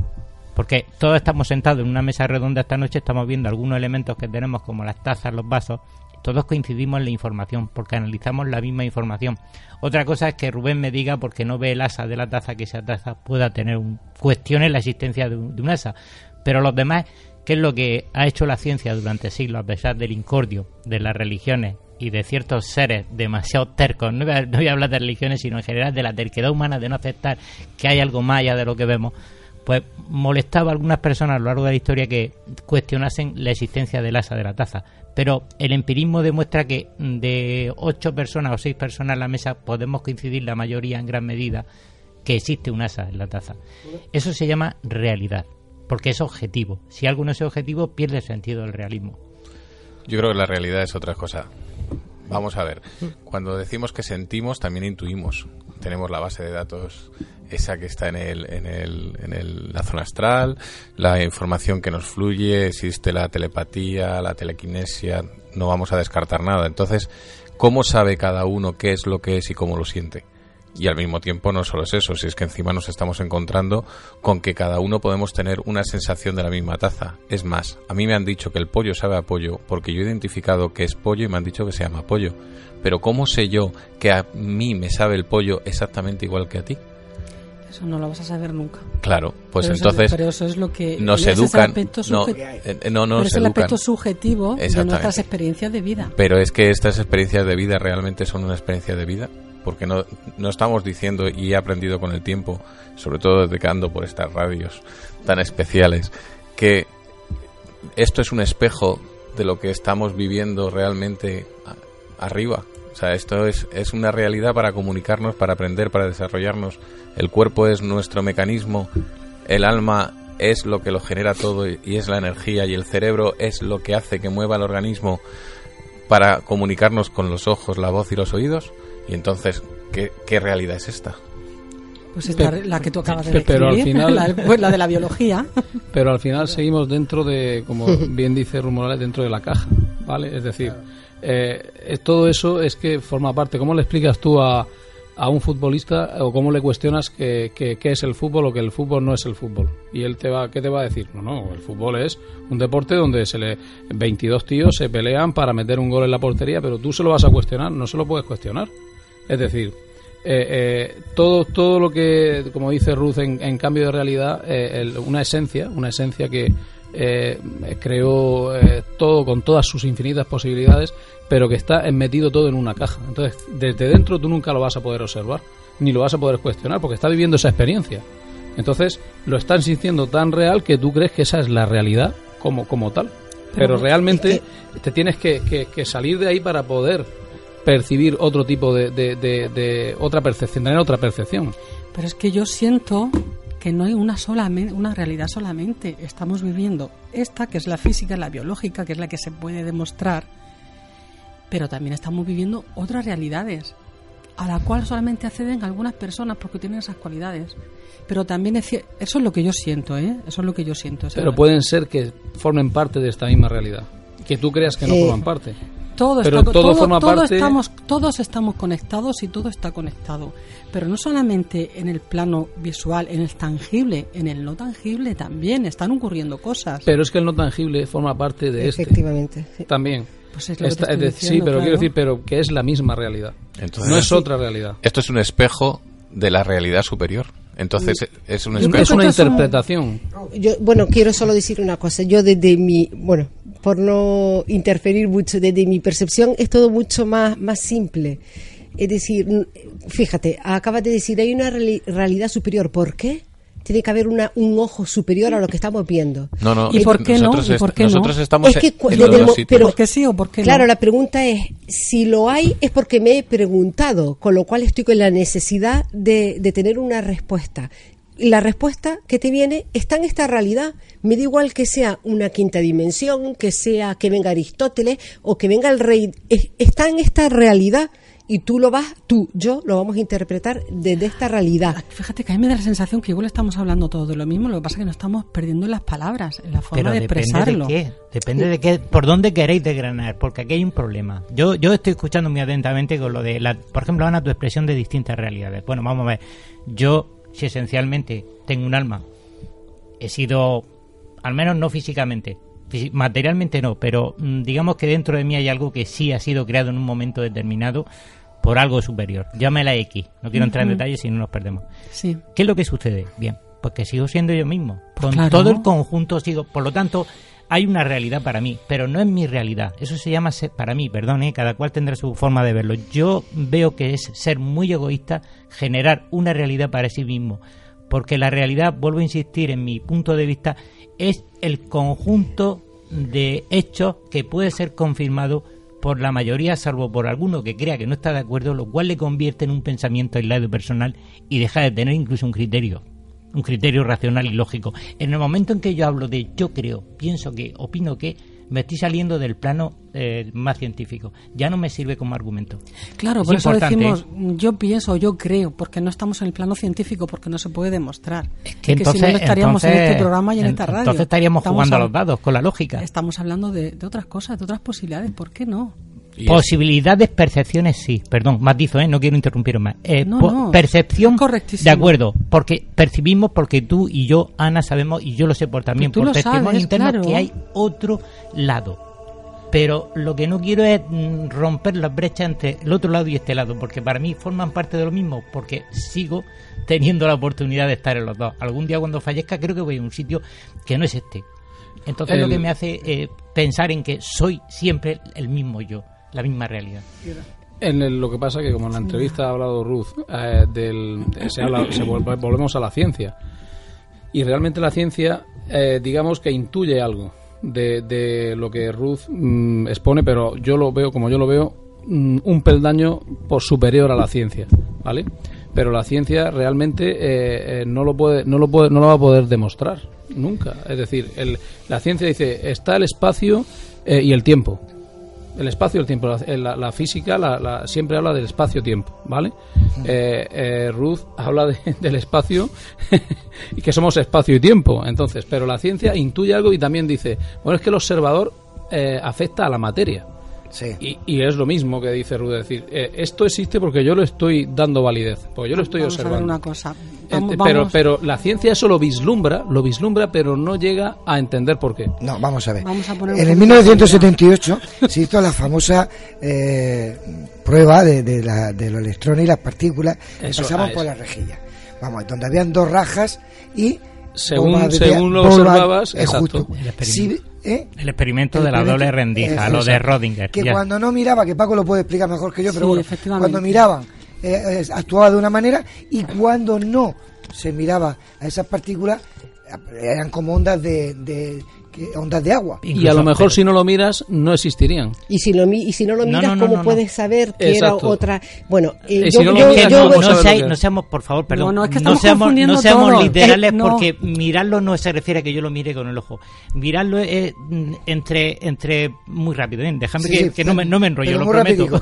porque todos estamos sentados en una mesa redonda esta noche, estamos viendo algunos elementos que tenemos como las tazas, los vasos, todos coincidimos en la información porque analizamos la misma información. Otra cosa es que Rubén me diga, porque no ve el asa de la taza, que esa taza pueda tener un cuestione la existencia de un, de un asa. Pero los demás, ¿qué es lo que ha hecho la ciencia durante siglos, a pesar del incordio de las religiones y de ciertos seres demasiado tercos? No voy a, no voy a hablar de religiones, sino en general de la terquedad humana de no aceptar que hay algo más allá de lo que vemos. Pues molestaba a algunas personas a lo largo de la historia que cuestionasen la existencia del asa de la taza. Pero el empirismo demuestra que de ocho personas o seis personas en la mesa podemos coincidir la mayoría en gran medida que existe un asa en la taza. Eso se llama realidad, porque es objetivo. Si algo no es objetivo, pierde el sentido del realismo. Yo creo que la realidad es otra cosa. Vamos a ver, cuando decimos que sentimos, también intuimos. Tenemos la base de datos esa que está en el, en el, en el, la zona astral, la información que nos fluye, existe la telepatía, la telequinesia, no vamos a descartar nada. Entonces, ¿cómo sabe cada uno qué es lo que es y cómo lo siente? Y al mismo tiempo no solo es eso, si es que encima nos estamos encontrando con que cada uno podemos tener una sensación de la misma taza. Es más, a mí me han dicho que el pollo sabe a pollo porque yo he identificado que es pollo y me han dicho que se llama pollo. Pero ¿cómo sé yo que a mí me sabe el pollo exactamente igual que a ti? Eso no lo vas a saber nunca. Claro, pues pero entonces eso, pero eso es lo que nos educan. No, eh, no nos pero es el educan. aspecto subjetivo de nuestras experiencias de vida. Pero es que estas experiencias de vida realmente son una experiencia de vida. Porque no, no estamos diciendo, y he aprendido con el tiempo, sobre todo desde que ando por estas radios tan especiales, que esto es un espejo de lo que estamos viviendo realmente a, arriba. O sea, esto es, es una realidad para comunicarnos, para aprender, para desarrollarnos. El cuerpo es nuestro mecanismo, el alma es lo que lo genera todo y, y es la energía, y el cerebro es lo que hace que mueva el organismo para comunicarnos con los ojos, la voz y los oídos. Y entonces, ¿qué, qué realidad es esta? Pues es la, la que tú acabas de describir, pero al final, la, pues la de la biología. Pero al final seguimos dentro de, como bien dice Ruth Morales, dentro de la caja, ¿vale? Es decir, eh, todo eso es que forma parte. ¿Cómo le explicas tú a, a un futbolista o cómo le cuestionas que, que, que es el fútbol o que el fútbol no es el fútbol? Y él te va, ¿qué te va a decir? No, no, el fútbol es un deporte donde se le veintidós tíos se pelean para meter un gol en la portería, pero tú se lo vas a cuestionar, no se lo puedes cuestionar. Es decir, Eh, eh, todo todo lo que, como dice Ruth, en, en cambio de realidad, eh, el, una esencia, una esencia que eh, creó eh, todo con todas sus infinitas posibilidades, pero que está metido todo en una caja. Entonces, desde dentro tú nunca lo vas a poder observar, ni lo vas a poder cuestionar, porque está viviendo esa experiencia. Entonces, lo están sintiendo tan real que tú crees que esa es la realidad como, como tal. Pero, pero realmente es que... te tienes que, que, que salir de ahí para poder percibir otro tipo de, de, de, de otra percepción, tener otra percepción. Pero es que yo siento que no hay una sola una realidad solamente. Estamos viviendo esta, que es la física, la biológica, que es la que se puede demostrar, pero también estamos viviendo otras realidades a la cual solamente acceden algunas personas porque tienen esas cualidades. Pero también es, eso es lo que yo siento, ¿eh? Eso es lo que yo siento. Pero pueden ser que formen parte de esta misma realidad, que tú creas que no eh... forman parte. Todo pero está, todo, todo forma todo parte... estamos, todos estamos conectados y todo está conectado. Pero no solamente en el plano visual, en el tangible, en el no tangible también están ocurriendo cosas. Pero es que el no tangible forma parte de Efectivamente, este. Sí. También. Pues es lo Esta, que te estoy es de, diciendo, sí, pero claro. quiero decir, pero que es la misma realidad. Entonces, no es sí. otra realidad. Esto es un espejo de la realidad superior. Entonces sí. es un espejo. Es una interpretación. Yo, bueno, quiero solo decir una cosa. Yo desde mi, bueno, por no interferir mucho, desde mi percepción es todo mucho más, más simple. Es decir, fíjate, acabas de decir, hay una reali- realidad superior. ¿Por qué? Tiene que haber una, un ojo superior a lo que estamos viendo. No, no. ¿Y por qué no? ¿Y por qué nosotros no? estamos es que, en, en desde los el, sitios. pero, ¿Por qué sí o por qué claro, no? la pregunta es, si lo hay es porque me he preguntado, con lo cual estoy con la necesidad de, de tener una respuesta. La respuesta que te viene está en esta realidad. Me da igual que sea una quinta dimensión, que sea que venga Aristóteles o que venga el rey. Es, está en esta realidad y tú lo vas, tú, yo lo vamos a interpretar desde esta realidad. Fíjate que a mí me da la sensación que igual estamos hablando todos de lo mismo, lo que pasa es que nos estamos perdiendo en las palabras, en la forma Pero de expresarlo. Depende de qué, depende de qué, por dónde queréis desgranar, porque aquí hay un problema. Yo yo estoy escuchando muy atentamente con lo de, la, por ejemplo, Ana, tu expresión de distintas realidades. Bueno, vamos a ver, yo, si esencialmente tengo un alma, he sido, al menos no físicamente, materialmente no, pero digamos que dentro de mí hay algo que sí ha sido creado en un momento determinado por algo superior. Llámela X. No quiero entrar uh-huh. en detalles si no nos perdemos. Sí. ¿Qué es lo que sucede? Bien, pues que sigo siendo yo mismo. Pues Con claro. todo el conjunto sigo. Por lo tanto, hay una realidad para mí, pero no es mi realidad. Eso se llama ser, para mí, perdón, ¿eh? Cada cual tendrá su forma de verlo. Yo veo que es ser muy egoísta generar una realidad para sí mismo. Porque la realidad, vuelvo a insistir en mi punto de vista, es el conjunto de hechos que puede ser confirmado por la mayoría, salvo por alguno que crea que no está de acuerdo, lo cual le convierte en un pensamiento aislado y personal y deja de tener incluso un criterio, un criterio racional y lógico. En el momento en que yo hablo de yo creo, pienso que, opino que, me estoy saliendo del plano eh, más científico. Ya no me sirve como argumento. Claro, es por eso importante. decimos yo pienso, yo creo, porque no estamos en el plano científico, porque no se puede demostrar. Es que, es entonces, que si no, no estaríamos entonces, en este programa y en esta radio. Entonces estaríamos estamos jugando a, a los dados con la lógica. Estamos hablando de, de otras cosas, de otras posibilidades. ¿Por qué no? Posibilidades, percepciones, sí. Perdón, matizo, ¿eh? No quiero interrumpir más. Eh, no, po- no, percepción, correctísimo. De acuerdo, porque percibimos, porque tú y yo, Ana, sabemos, y yo lo sé por también, tú por lo testimonio sabes, interno, claro. que hay otro lado. Pero lo que no quiero es mm, romper las brechas entre el otro lado y este lado, porque para mí forman parte de lo mismo, porque sigo teniendo la oportunidad de estar en los dos. Algún día cuando fallezca creo que voy a un sitio que no es este. Entonces el... lo que me hace eh, pensar en que soy siempre el mismo yo, la misma realidad. En el, lo que pasa que como en la entrevista ha hablado Ruth, eh, del, se habla, se vuelve, volvemos a la ciencia. Y realmente la ciencia, eh, digamos que intuye algo. de, de lo que Ruth mmm, expone, pero yo lo veo, como yo lo veo, mmm, un peldaño por superior a la ciencia, ¿vale? Pero la ciencia realmente eh, eh, no lo puede, no lo puede, no lo va a poder demostrar nunca. Es decir, el, la ciencia dice está el espacio eh, y el tiempo. El espacio y el tiempo. La, la, la física la, la, siempre habla del espacio-tiempo, ¿vale? Eh, eh, Ruth habla de, del espacio y que somos espacio y tiempo. Entonces, pero la ciencia intuye algo y también dice, bueno, es que el observador eh, afecta a la materia. Sí. Y, y es lo mismo que dice Ruth, es decir, eh, esto existe porque yo lo estoy dando validez, porque yo lo estoy vamos observando. A ver una cosa. Vamos, Eh, pero, vamos. pero la ciencia eso lo vislumbra, lo vislumbra, pero no llega a entender por qué. No, vamos a ver. Vamos a poner En un el mil novecientos setenta y ocho se hizo la famosa eh, prueba de, de, la, de los electrones y las partículas que Eso, pasaban ah, por eso. la rejilla. Vamos, donde habían dos rajas y Según, bombas de- según lo bombas- observabas, eh, exacto. justo. El experimento, Sí, ¿eh? el experimento El de la doble experimento, rendija, eh, lo de exacto. Rödinger. Que ya. cuando no miraba, que Paco lo puede explicar mejor que yo, pero Sí, bueno, efectivamente. cuando miraban eh, eh, actuaba de una manera y cuando no se miraba a esas partículas eh, eran como ondas de, de que- ondas de agua. Y a lo mejor si no lo miras no existirían. Y si, lo, mi- y si no lo No, miras, no, no, ¿cómo no, no. puedes saber que Exacto. era otra? Bueno, eh, Y yo, si no lo yo- miras, yo- no no, sabes seáis- lo que no es. seamos, por favor, perdón, No, no, es que no estamos seamos, confundiendo no seamos todo. literales Eh, no. porque mirarlo no se refiere a que yo lo mire con el ojo. Mirarlo es mm, entre, entre muy rápido, ¿eh? Déjame Sí, que, sí, que no, me, no me enrollo, pero lo muy prometo.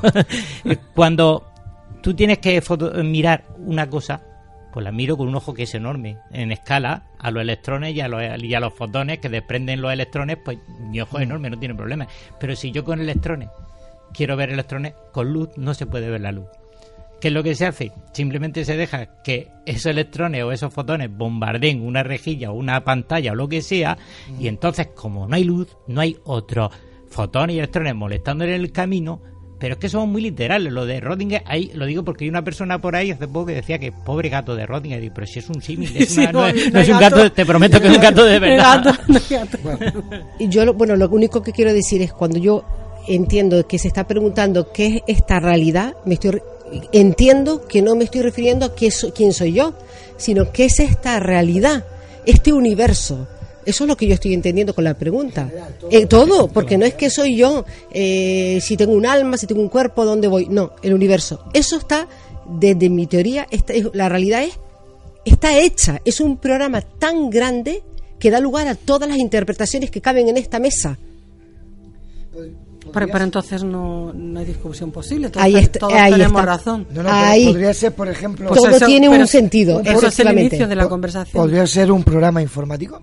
Cuando tú tienes que foto- mirar una cosa, pues la miro con un ojo que es enorme, en escala a los electrones y a los, y a los fotones que desprenden los electrones, pues mi ojo es enorme, no tiene problema. Pero si yo con electrones quiero ver electrones, con luz no se puede ver la luz. ¿Qué es lo que se hace? Simplemente se deja que esos electrones o esos fotones bombardeen una rejilla o una pantalla o lo que sea, y entonces, como no hay luz, no hay otros fotones y electrones molestando en el camino. Pero es que somos muy literales. Lo de Rödinger, ahí lo digo porque hay una persona por ahí hace poco que decía que pobre gato de Rödinger. Digo, pero si es un símil, es una- Sí, no, no, es, no no es hay un gato. gato, te prometo que es un gato de verdad. Gato, no hay gato. Y yo, lo- bueno, lo único que quiero decir es cuando yo entiendo que se está preguntando qué es esta realidad, me estoy re- entiendo que no me estoy refiriendo a qué so- quién soy yo, sino qué es esta realidad, este universo. Eso es lo que yo estoy entendiendo con la pregunta. Eh, todo, porque no es que soy yo, eh, si tengo un alma, si tengo un cuerpo, ¿dónde voy? No, el universo. Eso está, desde mi teoría, esta es- la realidad es, está hecha. Es un programa tan grande que da lugar a todas las interpretaciones que caben en esta mesa. Pero, pero entonces no, no hay discusión posible. Todos, Ahí está- todos ahí tenemos está. razón. No, no, Ahí. pero podría ser, por ejemplo, Todo Pues eso- tiene pero un es- sentido, Eso es el efectivamente. inicio de la po- conversación. podría ser un programa informático.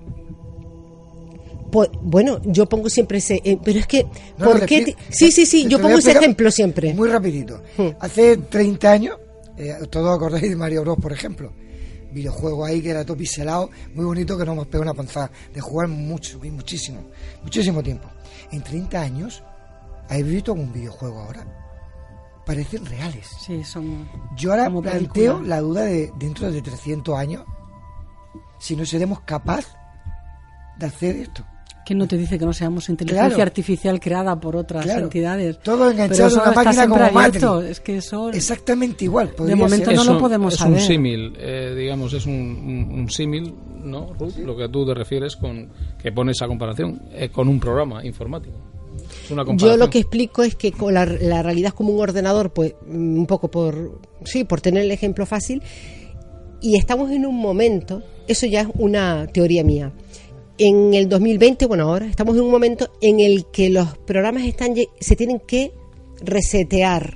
Po- bueno, yo pongo siempre ese, eh, pero es que, No, ¿por no, qué? te te- expli- sí, sí, sí, te- yo te voy pongo a ese explicar ejemplo siempre. Muy rapidito. Hmm. Hace treinta años, eh, todos acordáis de Mario Bros, por ejemplo. Videojuego ahí que era todo pixelado, muy bonito, que nos hemos pegado una panzada de jugar mucho, y muchísimo, muchísimo tiempo. En treinta años, ¿habéis visto algún videojuego ahora? Parecen reales. Sí, son Yo ahora como planteo película. la duda de dentro de trescientos años, si no seremos capaces de hacer esto. ¿Quién no te dice que no seamos inteligencia Claro. artificial creada por otras Claro. entidades? Todo enganchado Pero en eso una está máquina siempre como abierto. Matrix. Es que eso Exactamente igual. podría momento ser. no lo un- podemos es saber. un símil, eh, digamos, es un, un, un símil, ¿no, Ruth? Lo que tú te refieres con que pones esa comparación eh, con un programa informático. Es una Yo comparación. lo que explico es que con la, la realidad es como un ordenador, pues mm, un poco por, sí, por tener el ejemplo fácil, y estamos en un momento, eso ya es una teoría mía. En el dos mil veinte, bueno, ahora estamos en un momento en el que los programas están lle- se tienen que resetear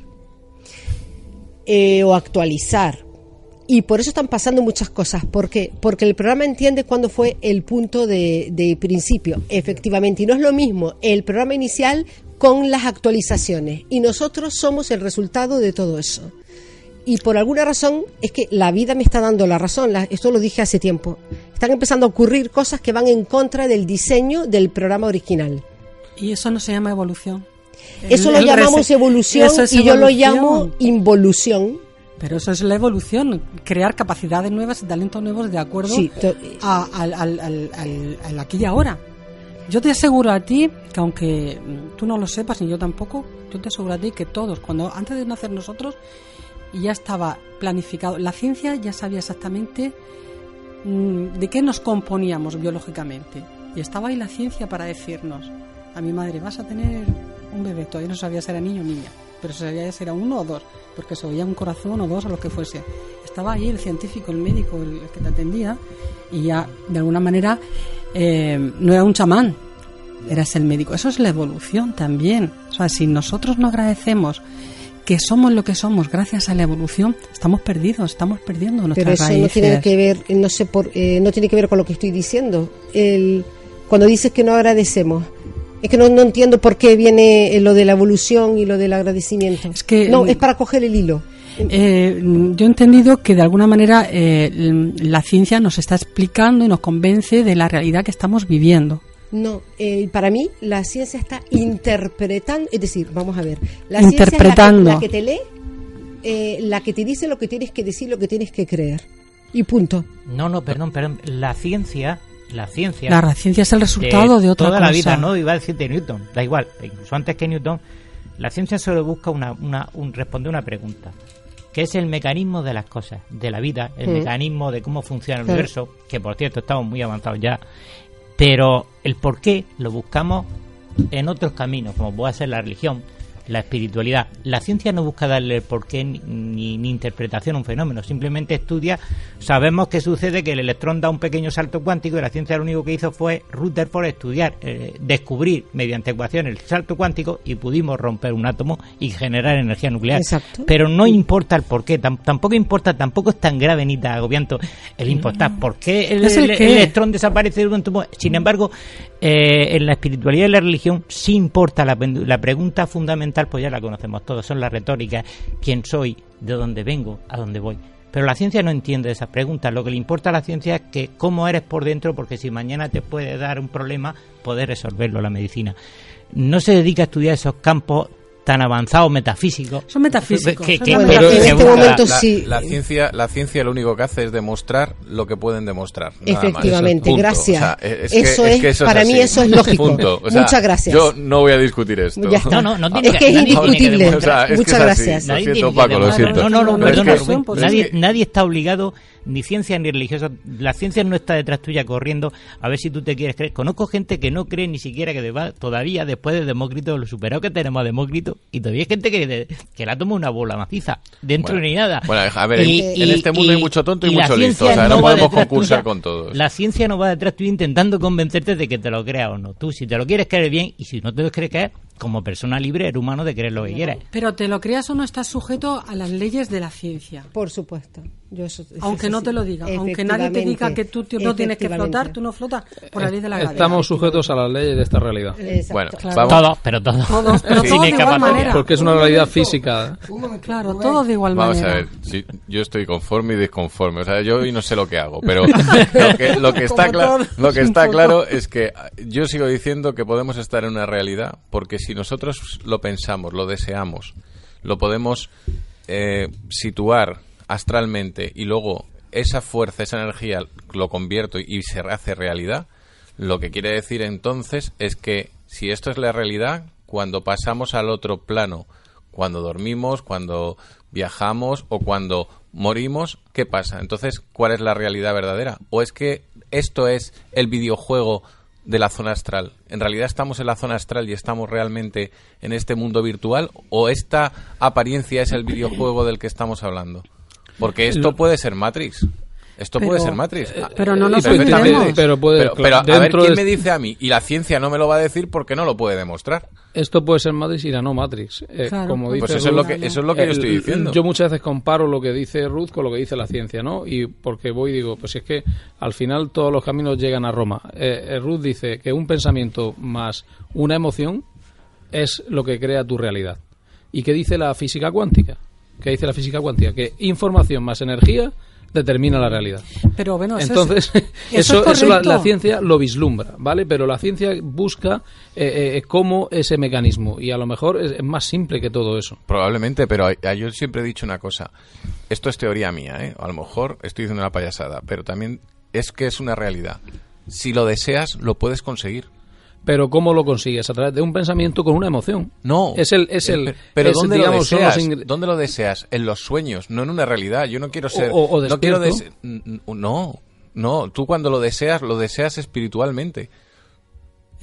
eh, o actualizar. Y por eso están pasando muchas cosas. ¿Por qué? Porque el programa entiende cuándo fue el punto de, de principio, efectivamente. Y no es lo mismo el programa inicial con las actualizaciones. Y nosotros somos el resultado de todo eso. Y por alguna razón, es que la vida me está dando la razón. La, esto lo dije hace tiempo. Están empezando a ocurrir cosas que van en contra del diseño del programa original. Y eso no se llama evolución. Eso El- lo el llamamos rese- evolución eso es y yo lo evolución. llamo involución. Pero eso es la evolución, crear capacidades nuevas y talentos nuevos de acuerdo Sí, to- a- al, al, al, al- al aquí y ahora. Yo te aseguro a ti, que aunque mm, tú no lo sepas ni yo tampoco, yo te aseguro a ti que todos, cuando antes de nacer nosotros, ya estaba planificado. La ciencia ya sabía exactamente mm, de qué nos componíamos biológicamente. Y estaba ahí la ciencia para decirnos, a mi madre, vas a tener un bebé, todavía no sabía si era niño o niña, pero sabía si era uno o dos, porque se oía un corazón o dos o lo que fuese. Estaba ahí el científico, el médico, el que te atendía, y ya de alguna manera eh, no era un chamán, eras el médico. Eso es la evolución también. O sea, si nosotros no agradecemos que somos lo que somos gracias a la evolución, estamos perdidos, estamos perdiendo nuestras raíces. Pero eso raíces. no tiene que ver, no sé por, eh, no tiene que ver con lo que estoy diciendo. El, cuando dices que no agradecemos, es que no, no entiendo por qué viene lo de la evolución y lo del agradecimiento. Es que no, es para coger el hilo. Eh, yo he entendido que de alguna manera eh, la ciencia nos está explicando y nos convence de la realidad que estamos viviendo. No, eh, para mí la ciencia está interpretando, es decir, vamos a ver, la interpretando. ciencia es la que, la que te lee, eh, la que te dice lo que tienes que decir, lo que tienes que creer, y punto. No, no, perdón, perdón, la ciencia, la ciencia... La ciencia es el resultado de, de otra toda cosa. Toda la vida, no iba a decir de Newton, da igual, incluso antes que Newton, la ciencia solo busca una, una, un, responder una pregunta, que es el mecanismo de las cosas, de la vida, el mm. mecanismo de cómo funciona el claro. universo, que por cierto estamos muy avanzados ya, pero el por qué lo buscamos en otros caminos, como puede ser la religión, la espiritualidad. La ciencia no busca darle el porqué ni, ni, ni interpretación a un fenómeno, simplemente estudia. Sabemos que sucede que el electrón da un pequeño salto cuántico y la ciencia lo único que hizo fue Rutherford estudiar, eh, descubrir mediante ecuaciones el salto cuántico y pudimos romper un átomo y generar energía nuclear. Exacto. Pero no importa el porqué, tam, tampoco importa, tampoco es tan grave ni tan agobiante el importar por qué el, el, el, el electrón desaparece de un átomo. Sin embargo, eh, en la espiritualidad y la religión sí importa la, la pregunta fundamental, pues ya la conocemos todos, son las retóricas, quién soy, de dónde vengo, a dónde voy. Pero la ciencia no entiende esas preguntas, lo que le importa a la ciencia es que cómo eres por dentro, porque si mañana te puede dar un problema, poder resolverlo la medicina. No se dedica a estudiar esos campos tan avanzados metafísicos. Son metafísicos. Que, son que, metafísicos. Pero en este momento la, sí. La, la, ciencia, la ciencia lo único que hace es demostrar lo que pueden demostrar. Efectivamente, más. gracias. O sea, es eso que, es, es que eso para es mí eso es lógico. O sea, muchas gracias. Yo no voy a discutir esto. Ya está. No, no, no tiene es que es indiscutible. O sea, es muchas que gracias. Lo siento, Paco, lo siento. No, no, no, no, perdona, no, no, nadie, nadie está obligado, ni ciencia ni religiosa. La ciencia no está detrás tuya corriendo a ver si tú te quieres creer. Conozco gente que no cree ni siquiera que deba, todavía después de Demócrito, lo superado que tenemos a Demócrito, y todavía hay gente que, que la toma una bola maciza, dentro bueno, ni nada. Bueno, a ver, y, en, y, en este mundo y, hay mucho tonto y, y mucho listo, o sea, no, no podemos concursar tuya, con todos. La ciencia no va detrás tuya intentando convencerte de que te lo creas o no. Tú, si te lo quieres creer bien, y si no te lo quieres creer, como persona libre, eres humano de creer lo que quieras. Pero te lo creas o no, estás sujeto a las leyes de la ciencia. Por supuesto. Yo eso, eso aunque no te lo diga, aunque nadie te diga que tú no tienes que flotar, tú no flotas por la ley de la gravedad. Estamos sujetos a las leyes de esta realidad. Exacto. Bueno, claro. Vamos. Todos, pero todos. Todos, pero sí. todos de igual manera. Porque es una realidad física. Claro, todos de igual Vamos manera. Vamos a ver, sí, yo estoy conforme y disconforme. O sea, yo hoy no sé lo que hago, pero lo que, lo que está, cla- lo que está claro es que yo sigo diciendo que podemos estar en una realidad porque si nosotros lo pensamos, lo deseamos, lo podemos eh, situar astralmente y luego esa fuerza, esa energía lo convierto y se hace realidad, lo que quiere decir entonces es que si esto es la realidad, cuando pasamos al otro plano, cuando dormimos, cuando viajamos o cuando morimos, ¿qué pasa? Entonces, ¿cuál es la realidad verdadera? ¿O es que esto es el videojuego de la zona astral? ¿En realidad estamos en la zona astral y estamos realmente en este mundo virtual? ¿O esta apariencia es el videojuego del que estamos hablando? Porque esto puede ser Matrix. Esto pero, puede ser Matrix. Pero no nos perfectamente. Pero, puede, pero, pero a ver, ¿quién de... me dice a mí? Y la ciencia no me lo va a decir porque no lo puede demostrar. Esto puede ser Matrix y la no Matrix. Eh, claro, como pues dice eso, Ruth, es lo que, eso es lo que eh, yo estoy diciendo. Yo muchas veces comparo lo que dice Ruth con lo que dice la ciencia, ¿no? Y porque voy y digo, pues es que al final todos los caminos llegan a Roma. Eh, Ruth dice que un pensamiento más una emoción es lo que crea tu realidad. ¿Y qué dice la física cuántica? ¿Qué dice la física cuántica? Que información más energía determina la realidad. Pero bueno, eso entonces es, eso, eso, es eso la, la ciencia lo vislumbra, ¿vale? Pero la ciencia busca eh, eh, cómo ese mecanismo y a lo mejor es, es más simple que todo eso. Probablemente, pero a, a yo siempre he dicho una cosa. Esto es teoría mía, ¿eh? A lo mejor estoy diciendo una payasada, pero también es que es una realidad. Si lo deseas, lo puedes conseguir. Pero ¿cómo lo consigues? A través de un pensamiento con una emoción. No. Es el, es el, pero pero es, ¿dónde digamos, lo deseas? ingre... ¿Dónde lo deseas? En los sueños, no en una realidad. Yo no quiero ser... O, o, o no quiero dese... No, no. Tú cuando lo deseas, lo deseas espiritualmente.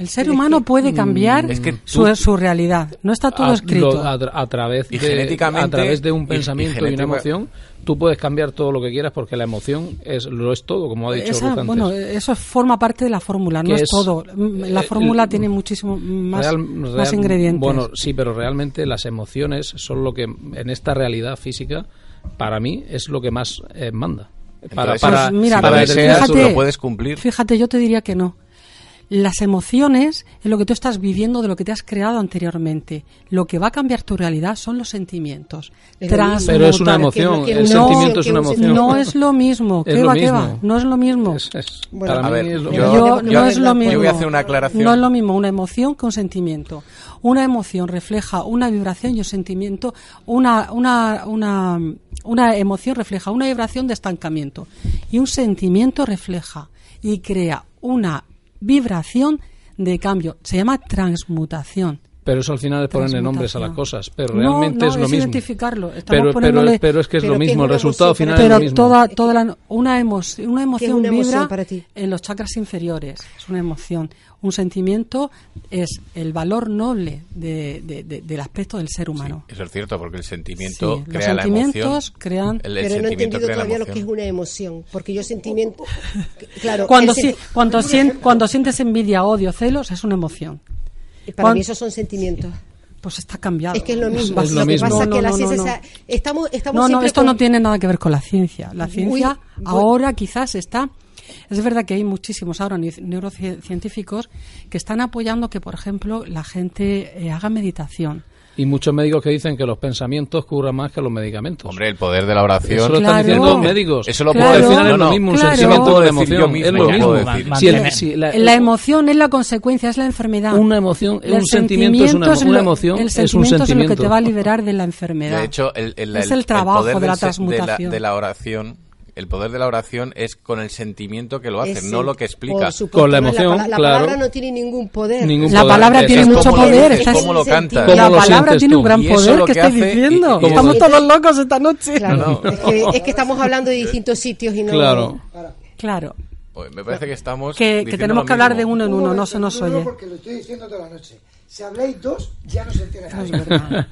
El ser humano puede cambiar es que su, tú, su realidad. No está todo a, escrito. Lo, a, a, través y de, a través de un pensamiento y, y, y una emoción, tú puedes cambiar todo lo que quieras porque la emoción es lo es todo, como ha dicho Esa, Ruth antes. Bueno, eso forma parte de la fórmula, no es, es todo. La fórmula eh, tiene muchísimo más, real, real, más ingredientes. Bueno, sí, pero realmente las emociones son lo que en esta realidad física, para mí, es lo que más eh, manda. Para, Entonces, para, pues mira, si para lo deseas, fíjate, lo puedes cumplir. Fíjate, yo te diría que no. Las emociones es lo que tú estás viviendo de lo que te has creado anteriormente. Lo que va a cambiar tu realidad son los sentimientos. Pero es una emoción, que, que, el no, sentimiento es una emoción. No es lo mismo. ¿Qué va, qué va? No es lo mismo. Es, es, bueno, para a mí ver, es lo yo, yo, yo, no es lo mismo. Yo voy a hacer una aclaración. No es lo mismo una emoción que un sentimiento. Una emoción refleja una vibración y un sentimiento, una, una, una, una emoción refleja una vibración de estancamiento y un sentimiento refleja y crea una vibración de cambio. Se llama transmutación. Pero eso al final es ponerle nombres a las cosas, pero realmente no, no, es lo es mismo. identificarlo. Pero, pero, pero es que es lo mismo, el resultado final pero es lo mismo. Toda, toda la, una, emo, una emoción una vibra emoción para ti? En los chakras inferiores, es una emoción. Un sentimiento es el valor noble de, de, de, del aspecto del ser humano. Sí, eso es cierto, porque el sentimiento sí, crea los sentimientos la emoción. Crean, el, el pero no he entendido todavía lo emoción. que es una emoción, porque yo sentimiento... Claro, cuando, senti- si, cuando, sien, cuando sientes envidia, odio, celos, es una emoción. Para cuando, mí esos son sentimientos. Pues está cambiado. Es que es lo mismo. Es lo, lo mismo. que pasa no, es que no, la ciencia... no, no. O sea, estamos, estamos no, no, esto con... no tiene nada que ver con la ciencia. La ciencia Uy, ahora quizás está... Es verdad que hay muchísimos ahora neurocientíficos que están apoyando que, por ejemplo, la gente eh, haga meditación. Y muchos médicos que dicen que los pensamientos curan más que los medicamentos. Hombre, el poder de la oración... Eso lo claro. están diciendo los médicos. Eso lo claro. puedo Al decir. final No, es lo no, mismo, un claro. sentimiento de decir yo emoción. mismo, Es lo ya mismo. puedo decir. Si el, si la, la emoción es la consecuencia, es la enfermedad. Una emoción, el un sentimiento es una, lo, una emoción, el es un sentimiento sentimiento. es lo que te va a liberar de la enfermedad. De hecho, el, el, es el, el trabajo el poder de la del se- transmutación. De la, de la oración... El poder de la oración es con el sentimiento que lo hace, Es no el- lo que explica. supuesto, Con la no, emoción, la, la claro. palabra no tiene ningún poder. Ningún La poder. palabra Eso tiene es mucho como lo poder. dices, Estás- cómo lo cantas. ¿Cómo la lo palabra sientes tiene tú? un gran Y eso poder lo que que estoy hace- diciendo. y- y- Estamos y- todos locos esta noche. Claro, No, no. Es, que, es que estamos hablando de distintos sitios y no... Claro. Claro. Pues me parece que estamos Que, que diciendo tenemos lo que hablar de mismo. uno en uno, no se nos No, no, oye. porque lo estoy diciendo toda la noche. Si habláis dos, ya no se entera Es nadie. verdad.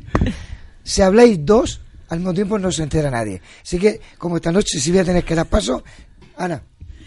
Si habláis dos, al mismo tiempo no se entera nadie. Así que, como esta noche sí voy a tener que dar paso, Ana.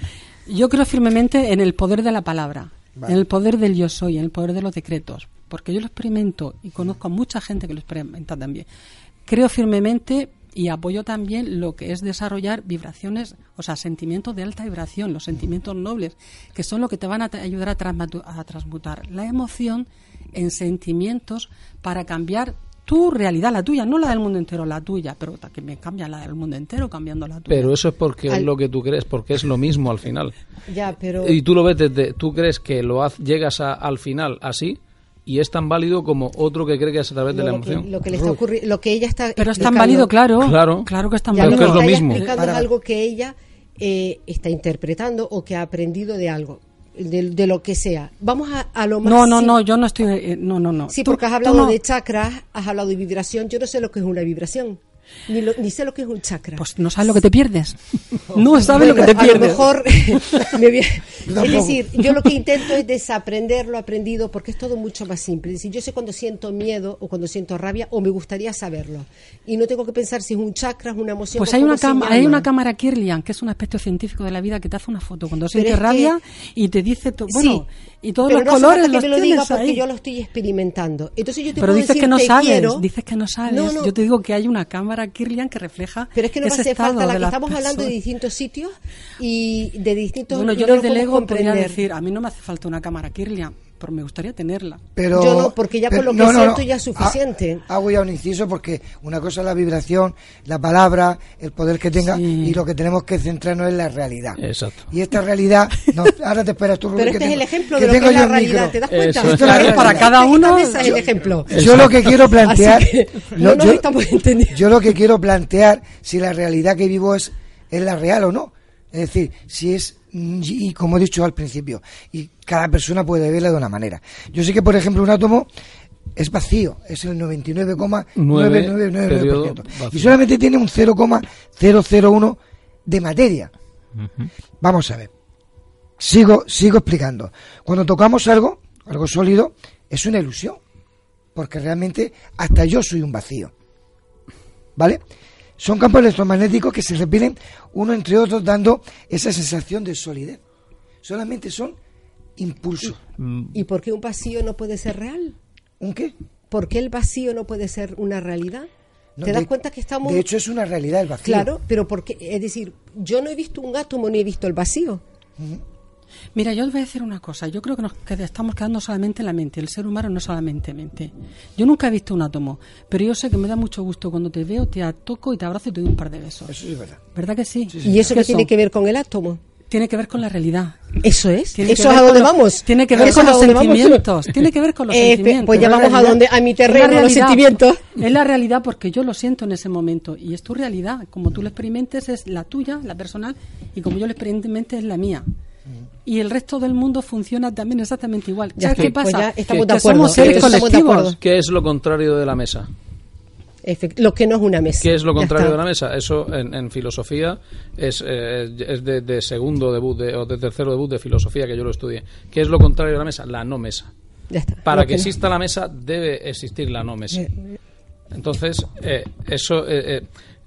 Yo creo firmemente en el poder de la palabra, Vale. en el poder del yo soy, en el poder de los decretos, porque yo lo experimento y conozco a mucha gente que lo experimenta también. Creo firmemente y apoyo también lo que es desarrollar vibraciones, o sea, sentimientos de alta vibración, los sentimientos nobles, que son lo que te van a t- ayudar a, transmatu- a transmutar la emoción en sentimientos para cambiar tu realidad, la tuya, no la del mundo entero, la tuya, pero que me cambia la del mundo entero cambiando la tuya. Pero eso es porque Al- es lo que tú crees, porque es lo mismo al final. Ya, pero... Y tú lo ves desde, tú crees que lo haz, llegas a, al final así y es tan válido como otro que cree que es a través de la lo que, emoción. lo que le está ocurri- lo que ella está Pero es tan explicando- válido, claro, Claro. claro que es tan Ya, Pero válido. que es lo que ella mismo. explicando Para- es algo que ella eh, está interpretando o que ha aprendido de algo, de, de lo que sea. Vamos a, a lo más... No, no, sim- no, yo no estoy, eh, no, no, no. Sí, Tú- porque has tú hablado no- de chakras, has hablado de vibración. Yo no sé lo que es una vibración, ni, lo- ni sé lo que es un chakra. Pues no sabes lo que te pierdes. No sabes lo que te a lo pierdes. mejor me voy a- Tampoco. es decir, yo lo que intento es desaprender lo aprendido porque es todo mucho más simple. Es decir, yo sé cuando siento miedo o cuando siento rabia o me gustaría saberlo y no tengo que pensar si es un chakra, es una emoción. Pues o hay cómo una, se cam- llama. hay una cámara Kirlian, que es un aspecto científico de la vida, que te hace una foto cuando sientes es que- rabia y te dice, to- bueno, Sí, y todos pero los no hace colores falta los que me lo diga tienes porque ahí. yo lo estoy experimentando. Entonces yo te Pero puedo dices decir, que no te sabes, quiero. dices que no sabes. No, no. Yo te digo que hay una cámara Kirlian que refleja Pero es que no me ese hace estado falta la de que las estamos hablando de personas. distintos sitios y de distintos. Bueno, y yo no lo desde el podemos ego podría comprender. decir, a mí no me hace falta una cámara Kirlian, pero me gustaría tenerla. Pero, Yo no, porque ya con pero- lo que no, no, siento no. ya es suficiente. Ha- hago ya un inciso porque una cosa es la vibración, la palabra, el poder que tenga Sí. y lo que tenemos que centrarnos en la realidad. Exacto. Y esta realidad, no, ahora te esperas tú, Rubén, Pero que este es el tengo- ejemplo que de lo que tengo es yo la el realidad, micro. ¿te das cuenta? Eso. Esto es la Claro, realidad. para cada uno- Esta mesa es el ejemplo. Yo lo que quiero plantear, Así que lo- no nos yo, estamos entendiendo. yo lo que quiero plantear si la realidad que vivo es, es la real o no. Es decir, si es, y como he dicho al principio, y cada persona puede verla de una manera. Yo sé que, por ejemplo, un átomo es vacío, es el noventa y nueve coma nueve nueve nueve nueve por ciento y solamente tiene un cero coma cero cero uno de materia. Vamos a ver. sigo, sigo explicando. Cuando tocamos algo, algo sólido, es una ilusión, porque realmente hasta yo soy un vacío, ¿vale? Son campos electromagnéticos que se repelen uno entre otros, dando esa sensación de solidez. Solamente son impulsos. ¿Y por qué un vacío no puede ser real? ¿Un qué? ¿Por qué el vacío no puede ser una realidad? No, ¿Te das de, cuenta que estamos...? De hecho, es una realidad el vacío. Claro, pero porque, es decir, yo no he visto un átomo ni he visto el vacío. Uh-huh. Mira, yo os voy a decir una cosa. Yo creo que nos que estamos quedando solamente en la mente. El ser humano no es solamente mente. Yo nunca he visto un átomo, pero yo sé que me da mucho gusto cuando te veo, te toco y te abrazo y te doy un par de besos. Eso es verdad. ¿Verdad que sí? sí, sí. ¿Y eso qué tiene que ver con el átomo? Tiene que ver con la realidad. Eso es. Tiene Eso es a donde vamos. Tiene que ver eso con los sentimientos. Vamos. Tiene que ver con los eh, sentimientos. Pues ya vamos a donde a mi terreno, los sentimientos. Es la realidad porque yo lo siento en ese momento y es tu realidad. Como tú lo experimentes es la tuya, la personal, y como yo lo experimente es la mía. Y el resto del mundo funciona también exactamente igual. Ya ¿Sabes que, qué pasa? pues ya estamos que, de acuerdo. Que somos seres ¿Qué es, colectivos. ¿Qué es lo contrario de la mesa? Lo que no es una mesa. ¿Qué es lo contrario de la mesa? Eso en, en filosofía es, eh, es de, de segundo debut de, o de tercero debut de filosofía que yo lo estudié. ¿Qué es lo contrario de la mesa? La no mesa. Ya está. Para lo que que exista no. la mesa debe existir la no mesa. Entonces, eh, eso... Eh, eh,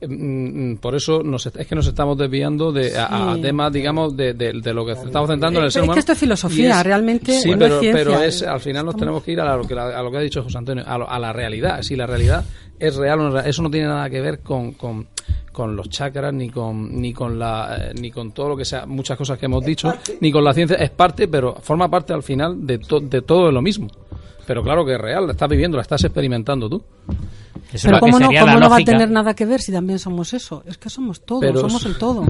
por eso nos, es que nos estamos desviando de a, sí. a temas, digamos, de, de, de lo que estamos centrando en el ser humano. Es que esto es filosofía, es, realmente. Sí, bueno, pero, es ciencia. pero es, al final nos tenemos que ir a lo que, a lo que ha dicho José Antonio, a, lo, a la realidad. Si la realidad es real o no es real, eso no tiene nada que ver con, con, con los chakras, ni con ni con la ni con todo lo que sea, muchas cosas que hemos dicho, ni con la ciencia. Es parte, pero forma parte al final de, to, de todo de lo mismo. Pero claro que es real, la estás viviendo, la estás experimentando tú. Eso pero cómo, no, cómo no va a tener nada que ver si también somos eso. Es que somos todo, pero somos el todo.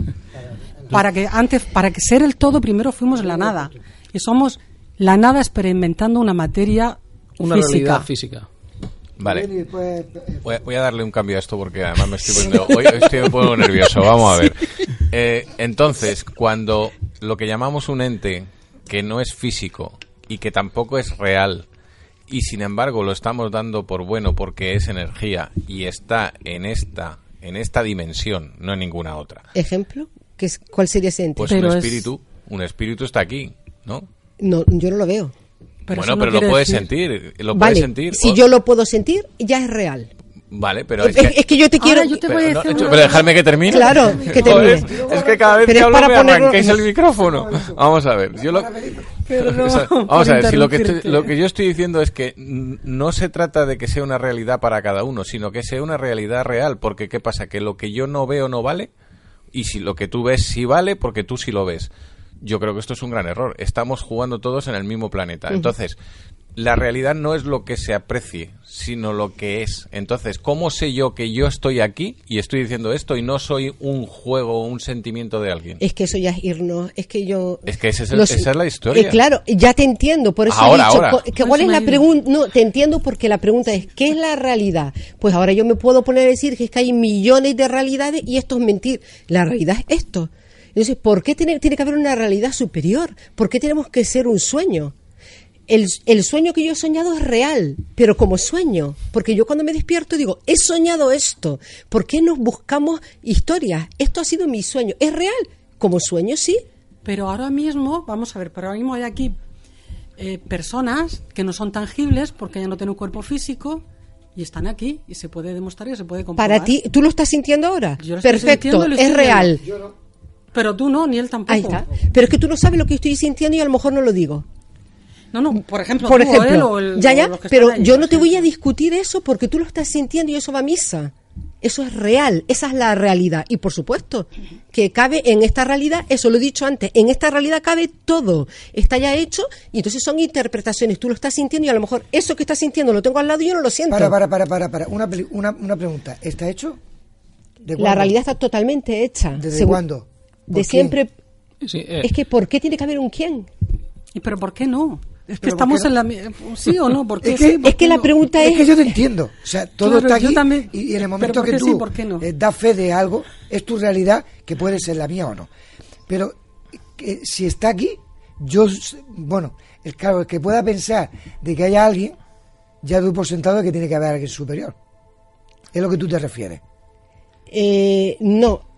Para que antes, para que ser el todo, primero fuimos la nada. Y somos la nada experimentando una materia una física. realidad física. Vale. Voy a, voy a darle un cambio a esto porque además me estoy poniendo, hoy estoy un poco nervioso. Vamos a ver. Eh, entonces, cuando lo que llamamos un ente que no es físico y que tampoco es real, y sin embargo lo estamos dando por bueno porque es energía y está en esta en esta dimensión, no en ninguna otra. ¿Ejemplo? ¿Qué es, ¿Cuál sería ese ente? Pues pero un espíritu, es... un espíritu está aquí, ¿no? No, yo no lo veo. Pero bueno, no pero lo puedes decir... sentir, lo vale, puedes sentir. Si o... yo lo puedo sentir, ya es real. Vale, pero es, es, que, es que yo te quiero... Yo te voy pero, a decir no, pero dejarme que termine. Claro, que termine. Joder, es que cada vez pero que hablo para me ponerlo... arranquéis el micrófono. Vamos a ver, yo lo... Pero no, o sea, vamos a ver, si lo que, estoy, lo que yo estoy diciendo es que no se trata de que sea una realidad para cada uno, sino que sea una realidad real, porque ¿qué pasa? Que lo que yo no veo no vale, y si lo que tú ves sí vale, porque tú sí lo ves. Yo creo que esto es un gran error. Estamos jugando todos en el mismo planeta. Entonces, la realidad no es lo que se aprecie, sino lo que es. Entonces, ¿cómo sé yo que yo estoy aquí y estoy diciendo esto y no soy un juego o un sentimiento de alguien? Es que eso ya es irnos, es que yo... Es que ese es el, los, esa es la historia. Eh, claro, ya te entiendo, por eso ahora, he dicho, ahora. Que, ¿cuál es la pregunta? No, te entiendo porque la pregunta es, ¿qué es la realidad? Pues ahora yo me puedo poner a decir que es que hay millones de realidades y esto es mentir. La realidad es esto. Entonces, ¿por qué tiene, tiene que haber una realidad superior? ¿Por qué tenemos que ser un sueño? El, el sueño que yo he soñado es real, pero como sueño, porque yo cuando me despierto digo, he soñado esto. ¿Por qué nos buscamos historias? Esto ha sido mi sueño. ¿Es real? Como sueño, sí. Pero ahora mismo, vamos a ver, pero ahora mismo hay aquí eh, personas que no son tangibles porque ya no tienen un cuerpo físico y están aquí y se puede demostrar y se puede comprobar. Para ti, ¿tú lo estás sintiendo ahora? Yo lo Perfecto, lo es real. Yo no. Pero tú no, ni él tampoco. Ahí está. Pero es que tú no sabes lo que estoy sintiendo y a lo mejor no lo digo. No, no, por ejemplo, por tú ejemplo, o él, o el, ya, ya, o pero ahí, yo no te voy a discutir eso porque tú lo estás sintiendo y eso va a misa. Eso es real, esa es la realidad. Y por supuesto que cabe en esta realidad, eso lo he dicho antes, en esta realidad cabe todo. Está ya hecho y entonces son interpretaciones. Tú lo estás sintiendo y a lo mejor eso que estás sintiendo lo tengo al lado y yo no lo siento. Para, para, para, para, para. Una, una, una pregunta. ¿Está hecho? ¿De la realidad está totalmente hecha. ¿Desde Según, cuándo? De siempre. Sí, eh. Es que ¿por qué tiene que haber un quién? ¿Y pero por qué no? Es que estamos en la... ¿Sí o no? ¿Por qué es que, sí, ¿por es que no? la pregunta es... Es que yo te entiendo. O sea, todo claro, está aquí también, y en el momento que sí, tú no? eh, das fe de algo, es tu realidad, que puede ser la mía o no. Pero eh, si está aquí, yo... Bueno, el, claro, el que pueda pensar de que haya alguien, ya doy por sentado de que tiene que haber alguien superior. Es lo que tú te refieres. Eh, no,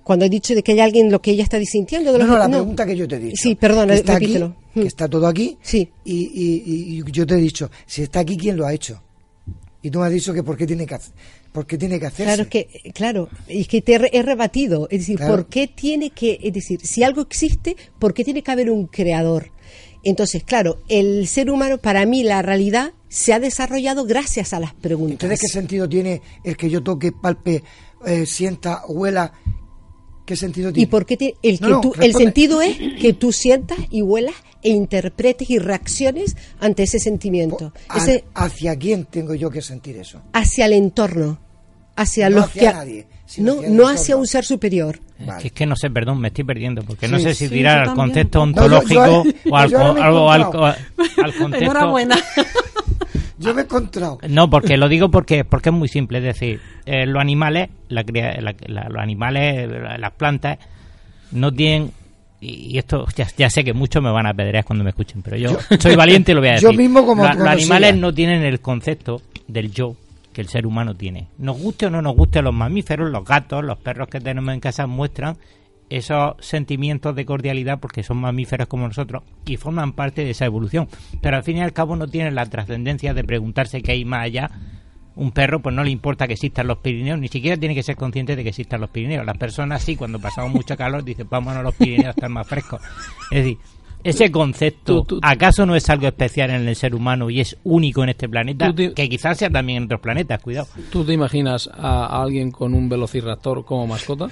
Cuando he dicho de que hay alguien lo que ella está disintiendo. De no, los, no, la no. pregunta que yo te he dicho. Sí, perdona, que está repítelo. Aquí, que está todo aquí. Sí. Y, y, y yo te he dicho, si está aquí, ¿quién lo ha hecho? Y tú me has dicho que por qué tiene que, por qué tiene que hacerse. Claro, que, claro, es que te he rebatido. Es decir, claro. ¿por qué tiene que, es decir, si algo existe, ¿por qué tiene que haber un creador? Entonces, claro, el ser humano, para mí, la realidad se ha desarrollado gracias a las preguntas. Entonces, ¿qué sentido tiene el que yo toque, palpe, eh, sienta, huela? ¿Qué sentido tiene? ¿Y por qué te, el, no, que no, tú, el sentido es que tú sientas y huelas e interpretes y reacciones ante ese sentimiento. A, ese, ¿Hacia quién tengo yo que sentir eso? Hacia el entorno. Hacia no los hacia que nadie, no, hacia no hacia un ser superior. Vale. Es, que, es que no sé, perdón, me estoy perdiendo, porque sí, no sé si sí, tirar al concepto ontológico no, yo, yo, o al, yo al, al, al, al contexto. Enhorabuena. Yo me he encontrado. No, porque lo digo porque porque es muy simple, es decir, eh, los animales, la, la, la, los animales, las plantas, no tienen, y esto ya, ya sé que muchos me van a apedrear cuando me escuchen, pero yo, yo soy valiente y lo voy a decir. Yo mismo como la, los animales no tienen el concepto del yo que el ser humano tiene. Nos guste o no nos guste, los mamíferos, los gatos, los perros que tenemos en casa muestran esos sentimientos de cordialidad porque son mamíferos como nosotros y forman parte de esa evolución, pero al fin y al cabo no tienen la trascendencia de preguntarse qué hay más allá. Un perro pues no le importa que existan los Pirineos, ni siquiera tiene que ser consciente de que existan los Pirineos. Las personas sí, cuando pasamos mucho calor dicen vámonos a los Pirineos a estar más frescos. Es decir, ese concepto, tú, tú, ¿acaso no es algo especial en el ser humano y es único en este planeta? Te, que quizás sea también en otros planetas, cuidado. ¿Tú te imaginas a, a alguien con un velociraptor como mascota?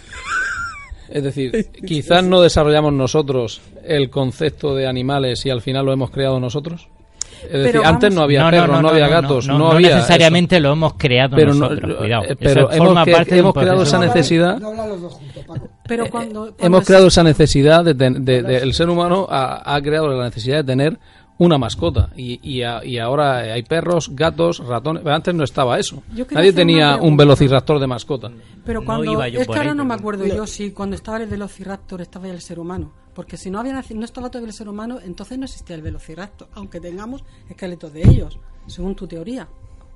Es decir, quizás no desarrollamos nosotros el concepto de animales y al final lo hemos creado nosotros. Es decir, pero antes vamos, no había no, perros, no, no, no había no, gatos, no, no, no, había no necesariamente eso. lo hemos creado pero nosotros, no, cuidado. Eh, pero eso hemos, forma que, parte hemos de creado esa necesidad. No hablan los dos juntos, Paco. Pero cuando, cuando hemos creado esa necesidad de, de, de, de el ser humano ha, ha creado la necesidad de tener una mascota y, y, a, y ahora hay perros, gatos, ratones. Antes no estaba eso. Nadie tenía un velociraptor de mascota. Pero cuando no es que ahora ahí, no me acuerdo no. yo si cuando estaba el velociraptor estaba ya el ser humano, porque si no había no estaba todavía el ser humano, entonces no existía el velociraptor, aunque tengamos esqueletos de ellos, según tu teoría.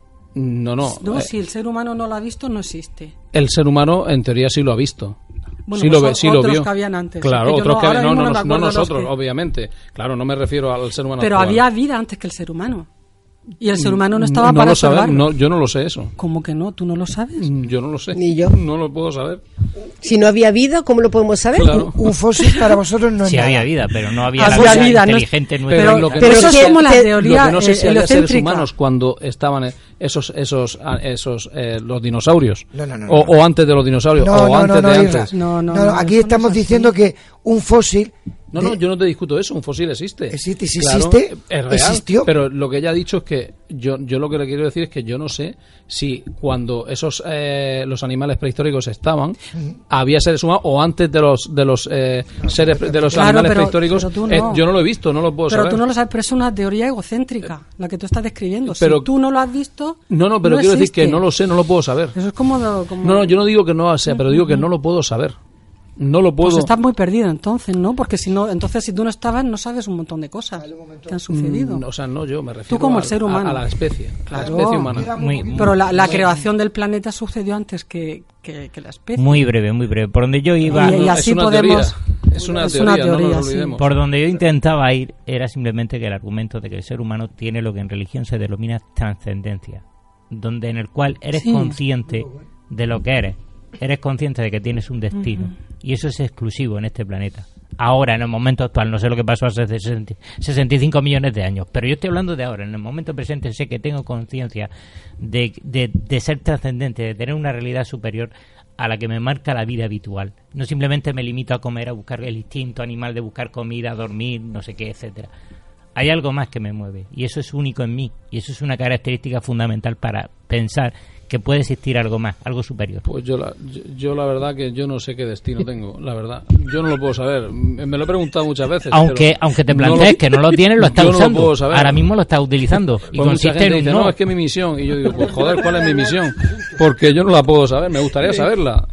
No, no. No, eh, si el ser humano no lo ha visto, no existe. El ser humano en teoría sí lo ha visto. Bueno, sí pues lo, ve, sí otros lo vio. que habían antes. Claro, que otros no, que habían. No, no, no, no nosotros, que... obviamente. Claro, no me refiero al ser humano. Pero actual. había vida antes que el ser humano. Y el ser humano no estaba no para lo saber, salvarlo. no, yo no lo sé eso. ¿Cómo que no? ¿Tú no lo sabes? Yo no lo sé. Ni yo. No lo puedo saber. Si no había vida, ¿cómo lo podemos saber? Claro. Un, un fósil para vosotros no es sí nada. había vida, pero no había, había la vida inteligente no, nuestra. pero, lo que pero no eso sé, es como la lo teoría que no sé si había seres heliocéntrica. humanos cuando estaban esos esos esos eh, los dinosaurios no, no, no, o, no. o antes de los dinosaurios no, o no, antes no, de no, antes. No, no, no, no, aquí estamos diciendo que un fósil No, de... no, yo no te discuto eso, un fósil existe. Existe, si claro, existe, es real, existió. Pero lo que ella ha dicho es que yo, yo lo que le quiero decir es que yo no sé si cuando esos eh, los animales prehistóricos estaban, uh-huh. había seres humanos o antes de los de los eh, seres de los claro, animales pero, prehistóricos. pero no. eh, yo no lo he visto, no lo puedo pero saber. Pero tú no lo sabes, pero es una teoría egocéntrica, la que tú estás describiendo. Pero, si tú no lo has visto, no, no, pero no quiero existe. decir que no lo sé, no lo puedo saber. Eso es como, como... No, no, yo no digo que no sea, pero digo que no lo puedo saber. No lo puedo. Pues estás muy perdido entonces, ¿no? Porque si no, entonces si tú no estabas, no sabes un montón de cosas que han sucedido. Mm, o sea, no, yo me refiero tú como a, el ser humano. A, a la especie, claro. la especie humana. Muy, muy, pero la, la muy, creación del planeta sucedió antes que, que, que la especie. Muy breve, muy breve. Por donde yo iba... Y, y así es una podemos... Teoría. Es una es teoría, una teoría, no nos sí. olvidemos. Por donde yo intentaba ir era simplemente que el argumento de que el ser humano tiene lo que en religión se denomina trascendencia, donde en el cual eres sí. consciente de lo que eres. Eres consciente de que tienes un destino uh-huh. y eso es exclusivo en este planeta. Ahora, en el momento actual, no sé lo que pasó hace sesenta y cinco millones de años, pero yo estoy hablando de ahora. En el momento presente sé que tengo conciencia de, de, de ser trascendente, de tener una realidad superior a la que me marca la vida habitual. No simplemente me limito a comer, a buscar el instinto animal de buscar comida, dormir, no sé qué, etcétera. Hay algo más que me mueve y eso es único en mí y eso es una característica fundamental para pensar que puede existir algo más, algo superior. Pues yo la, yo, yo la verdad que yo no sé qué destino tengo, la verdad. Yo no lo puedo saber. Me lo he preguntado muchas veces. Aunque pero aunque te plantees no lo, que no lo tienes, lo estás yo usando. No lo puedo saber. Ahora mismo lo estás utilizando. Y pues consiste mucha gente en un dice, no. no, es que mi misión. Y yo digo, pues joder, ¿cuál es mi misión? Porque yo no la puedo saber, me gustaría saberla.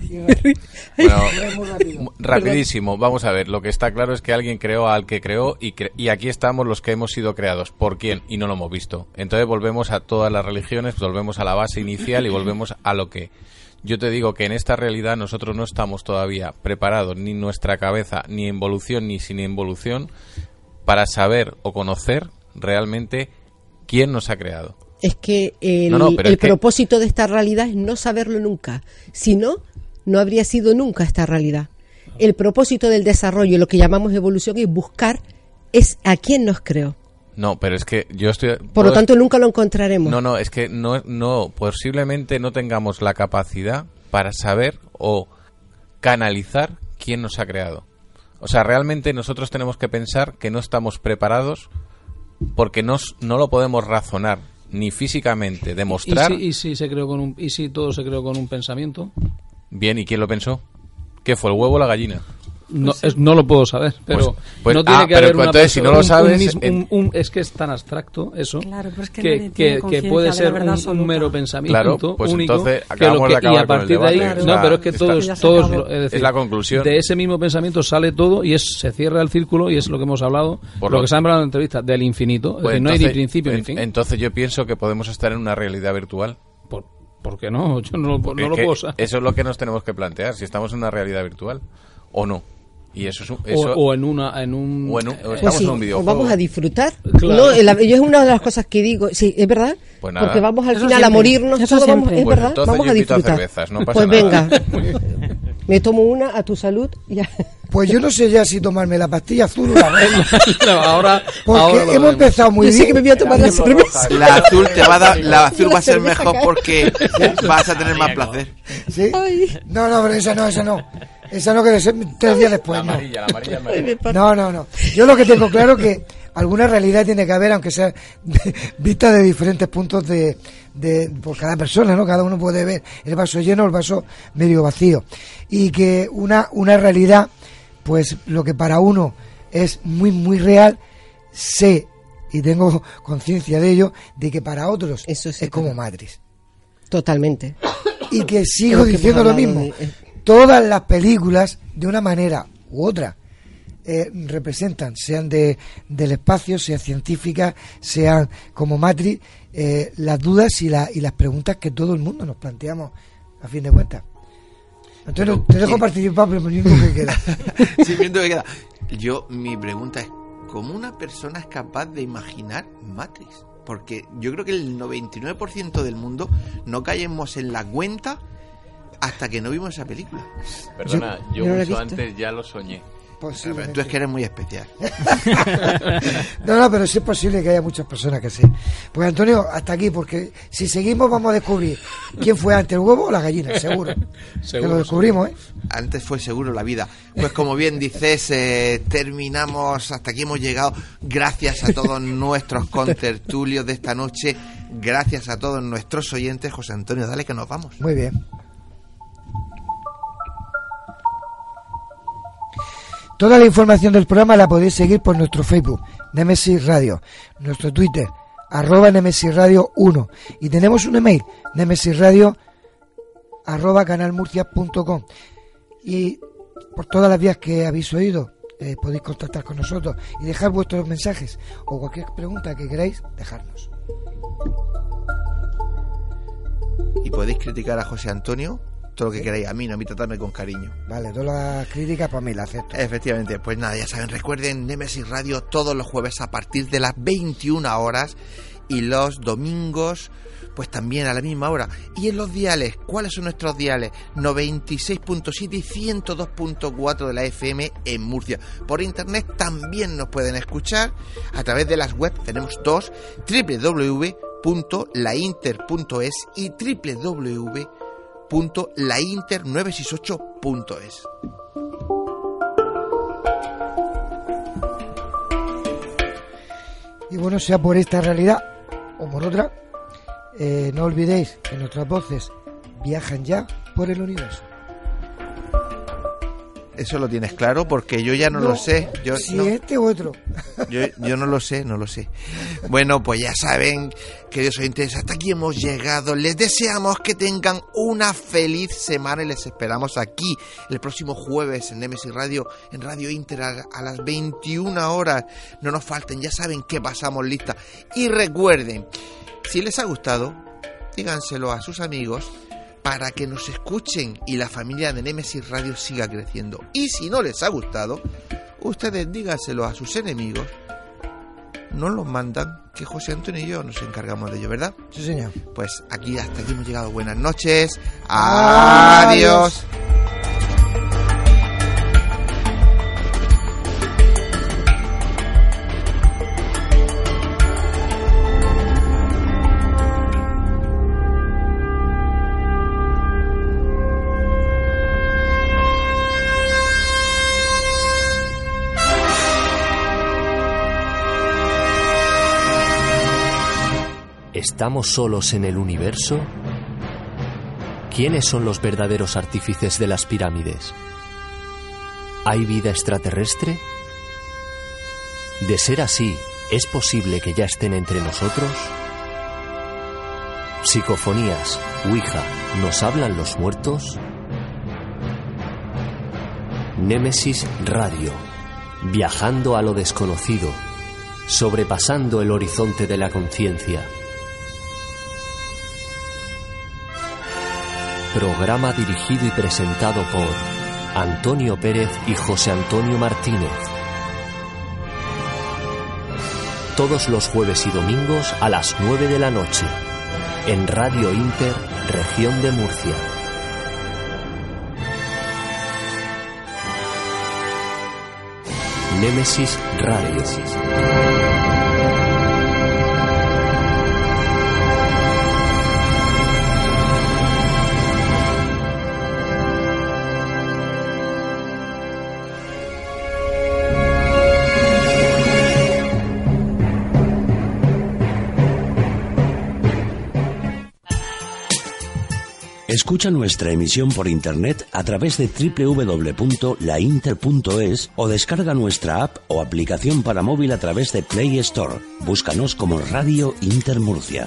Bueno, rapidísimo, vamos a ver. Lo que está claro es que alguien creó al que creó y, cre- y aquí estamos los que hemos sido creados. ¿Por quién? Y no lo hemos visto. Entonces volvemos a todas las religiones, volvemos a la base inicial y volvemos a lo que yo te digo que en esta realidad nosotros no estamos todavía preparados, ni nuestra cabeza, ni involución, ni sin involución, para saber o conocer realmente quién nos ha creado. Es que el, no, no, el es que... propósito de esta realidad es no saberlo nunca. Si no, no habría sido nunca esta realidad. El propósito del desarrollo, lo que llamamos evolución, es buscar es a quién nos creó. No, pero es que yo estoy... Por lo tanto, nunca lo encontraremos. No, no, es que no, no, posiblemente no tengamos la capacidad para saber o canalizar quién nos ha creado. O sea, realmente nosotros tenemos que pensar que no estamos preparados porque no, no lo podemos razonar ni físicamente, demostrar... ¿Y si, y si se creó con un, y si todo se creó con un pensamiento? Bien, ¿y quién lo pensó? ¿Qué fue, el huevo o la gallina? No, es, no lo puedo saber, pero pues, pues, no tiene ah, que pero haber pues una entonces, persona, si no lo un, sabes, un, en... un, un, es que es tan abstracto eso, claro, pero es que, que, que, que puede ser un, un mero pensamiento claro, pues único, entonces que lo que, de acabar y a partir de ahí, claro, no, pero es que todos, está, todos es, decir, es la conclusión. De ese mismo pensamiento sale todo y es se cierra el círculo y es lo que hemos hablado, Por lo, lo que se ha hablado en la entrevista, del infinito, pues es decir, entonces, no hay ni principio ni fin. Entonces yo pienso que podemos estar en una realidad virtual. Por, ¿Por qué no? Yo no, no lo puedo saber. Eso es lo que nos tenemos que plantear, si estamos en una realidad virtual o no. Y eso es un, eso, o, o en una en un, o en un pues estamos sí, en un videojuego. Vamos a disfrutar. Claro. No, la, yo es una de las cosas que digo, sí, es verdad, pues porque vamos al eso final siempre. a morirnos, Eso todo vamos, es pues verdad, vamos yo a invito disfrutar. A cervezas, no pasa pues nada. venga, me tomo una a tu salud. Ya. Pues yo no sé ya si tomarme la pastilla azul o la roja. no, ahora, porque ahora hemos empezado muy yo bien. sé que me voy a tomar la cerveza. La azul te va a dar, la azul va a ser cerveza mejor cae. porque vas a tener más placer. ¿Sí? Ay. No, no, pero esa no, esa no. Esa no, que debe ser tres días después. La amarilla, la amarilla es mejor. No, no, no. Yo lo que tengo claro que alguna realidad tiene que haber, aunque sea vista de diferentes puntos de, de por cada persona, ¿no? Cada uno puede ver el vaso lleno o el vaso medio vacío. Y que una, una realidad, pues lo que para uno es muy, muy real, sé y tengo conciencia de ello, de que para otros Eso sí, es como claro. Matrix. Totalmente. Y que sigo Creo que diciendo hemos lo mismo. hablado de- Todas las películas, de una manera u otra, eh, representan, sean de del espacio, sean científicas, sean como Matrix, eh, las dudas y, la, y las preguntas que todo el mundo nos planteamos a fin de cuentas. Entonces, te dejo participar, pero el único que queda. Sí, viendo que queda. Yo, mi pregunta es, ¿cómo una persona es capaz de imaginar Matrix? Porque yo creo que el noventa y nueve por ciento del mundo no caemos en la cuenta hasta que no vimos esa película. Perdona, yo, yo no la he mucho visto. antes ya lo soñé. Pero tú es que eres muy especial. No, no, pero sí es posible que haya muchas personas que sí. Pues Antonio, hasta aquí, porque si seguimos vamos a descubrir quién fue antes, el huevo o la gallina, seguro. Seguro, que lo descubrimos, ¿eh? Antes fue seguro la vida. Pues como bien dices, eh, terminamos, hasta aquí hemos llegado. Gracias a todos nuestros contertulios de esta noche. Gracias a todos nuestros oyentes. José Antonio, dale que nos vamos. Muy bien. Toda la información del programa la podéis seguir por nuestro Facebook, Nemesis Radio, nuestro Twitter, arroba Nemesis Radio uno, y tenemos un email, nemesisradio arroba canalmurcia punto com, y por todas las vías que habéis oído eh, podéis contactar con nosotros y dejar vuestros mensajes o cualquier pregunta que queráis dejarnos. Y podéis criticar a José Antonio todo lo que queráis, a mí no, a mí tratadme con cariño. Vale, todas las críticas para mí las acepto. Efectivamente, pues nada, ya saben, recuerden Nemesis Radio todos los jueves a partir de las veintiuna horas y los domingos pues también a la misma hora. Y en los diales, ¿cuáles son nuestros diales? noventa y seis punto siete y ciento dos punto cuatro de la F M en Murcia. Por internet también nos pueden escuchar a través de las webs, tenemos dos, doble u doble u doble u punto la inter punto es y doble u doble u doble u punto la inter nueve seis ocho punto es. Y bueno, sea por esta realidad o por otra, eh, no olvidéis que nuestras voces viajan ya por el universo. Eso lo tienes claro, porque yo ya no, no lo sé. Yo, si no, este u otro. Yo, yo no lo sé, no lo sé. Bueno, pues ya saben, queridos oyentes, hasta aquí hemos llegado. Les deseamos que tengan una feliz semana y les esperamos aquí el próximo jueves en Nemesis Radio, en Radio Inter a, a las veintiuna horas. No nos falten, ya saben que pasamos lista. Y recuerden, si les ha gustado, díganselo a sus amigos. para que nos escuchen y la familia de Némesis Radio siga creciendo. Y si no les ha gustado, ustedes díganselo a sus enemigos. Nos los mandan, que José Antonio y yo nos encargamos de ello, ¿verdad? Sí, señor. Pues aquí hasta aquí hemos llegado. Buenas noches. Adiós. ¿Estamos solos en el universo? ¿Quiénes son los verdaderos artífices de las pirámides? ¿Hay vida extraterrestre? De ser así, ¿es posible que ya estén entre nosotros? Psicofonías, Ouija, ¿nos hablan los muertos? Némesis Radio, viajando a lo desconocido, sobrepasando el horizonte de la conciencia. Programa dirigido y presentado por Antonio Pérez y José Antonio Martínez. Todos los jueves y domingos a las nueve de la noche, en Radio Inter, Región de Murcia. Némesis Radio. Escucha nuestra emisión por internet a través de doble u doble u doble u punto la inter punto es o descarga nuestra app o aplicación para móvil a través de Play Store. Búscanos como Radio Inter Murcia.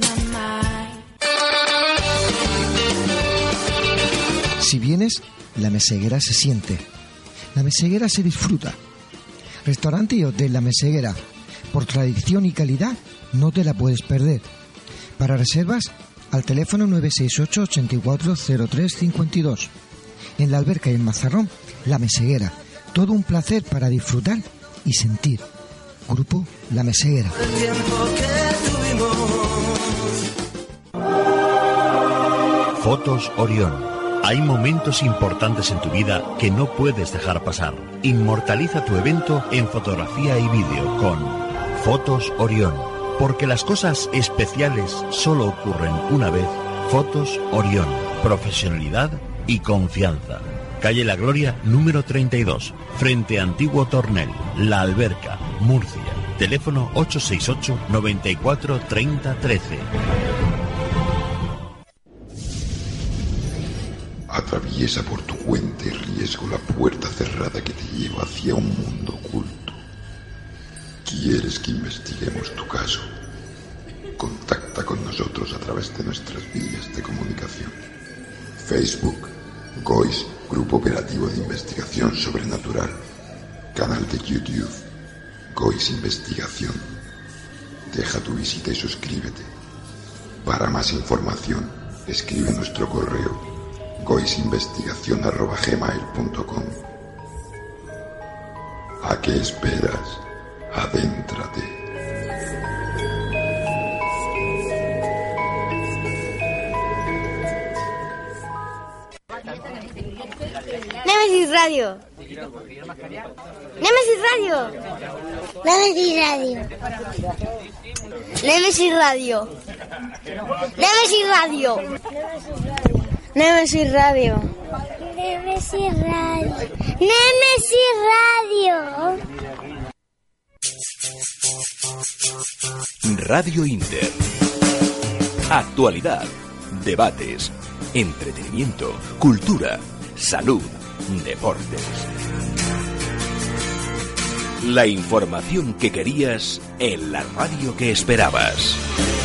Si vienes, la Meseguera se siente. La Meseguera se disfruta. Restaurante y Hotel La Meseguera. Por tradición y calidad, no te la puedes perder. Para reservas, al teléfono nueve seis ocho, ocho cuatro cero tres cinco dos. En la Alberca y el Mazarrón, La Meseguera. Todo un placer para disfrutar y sentir. Grupo La Meseguera. Fotos Orión. Hay momentos importantes en tu vida que no puedes dejar pasar. Inmortaliza tu evento en fotografía y vídeo con Fotos Orión. Porque las cosas especiales solo ocurren una vez. Fotos Orión. Profesionalidad y confianza. Calle La Gloria, número treinta y dos. Frente a Antiguo Tornel, La Alberca, Murcia. Teléfono ocho seis ocho, noventa y cuatro, treinta, trece. Atraviesa por tu cuenta y riesgo la puerta cerrada que te lleva hacia un mundo oculto. ¿Quieres que investiguemos tu caso? Contacta con nosotros a través de nuestras vías de comunicación. Facebook, G O I S, Grupo Operativo de Investigación Sobrenatural. Canal de YouTube, G O I S Investigación. Deja tu visita y suscríbete. Para más información, escribe nuestro correo goisinvestigación arroba gmail punto com. ¿A qué esperas? Adéntrate. Némesis Radio. Némesis Radio. Némesis Radio. Némesis Radio. Némesis Radio. Némesis Radio. Némesis Radio. Némesis Radio. Radio Inter. Actualidad, debates, entretenimiento, cultura, salud, deportes. La información que querías en la radio que esperabas.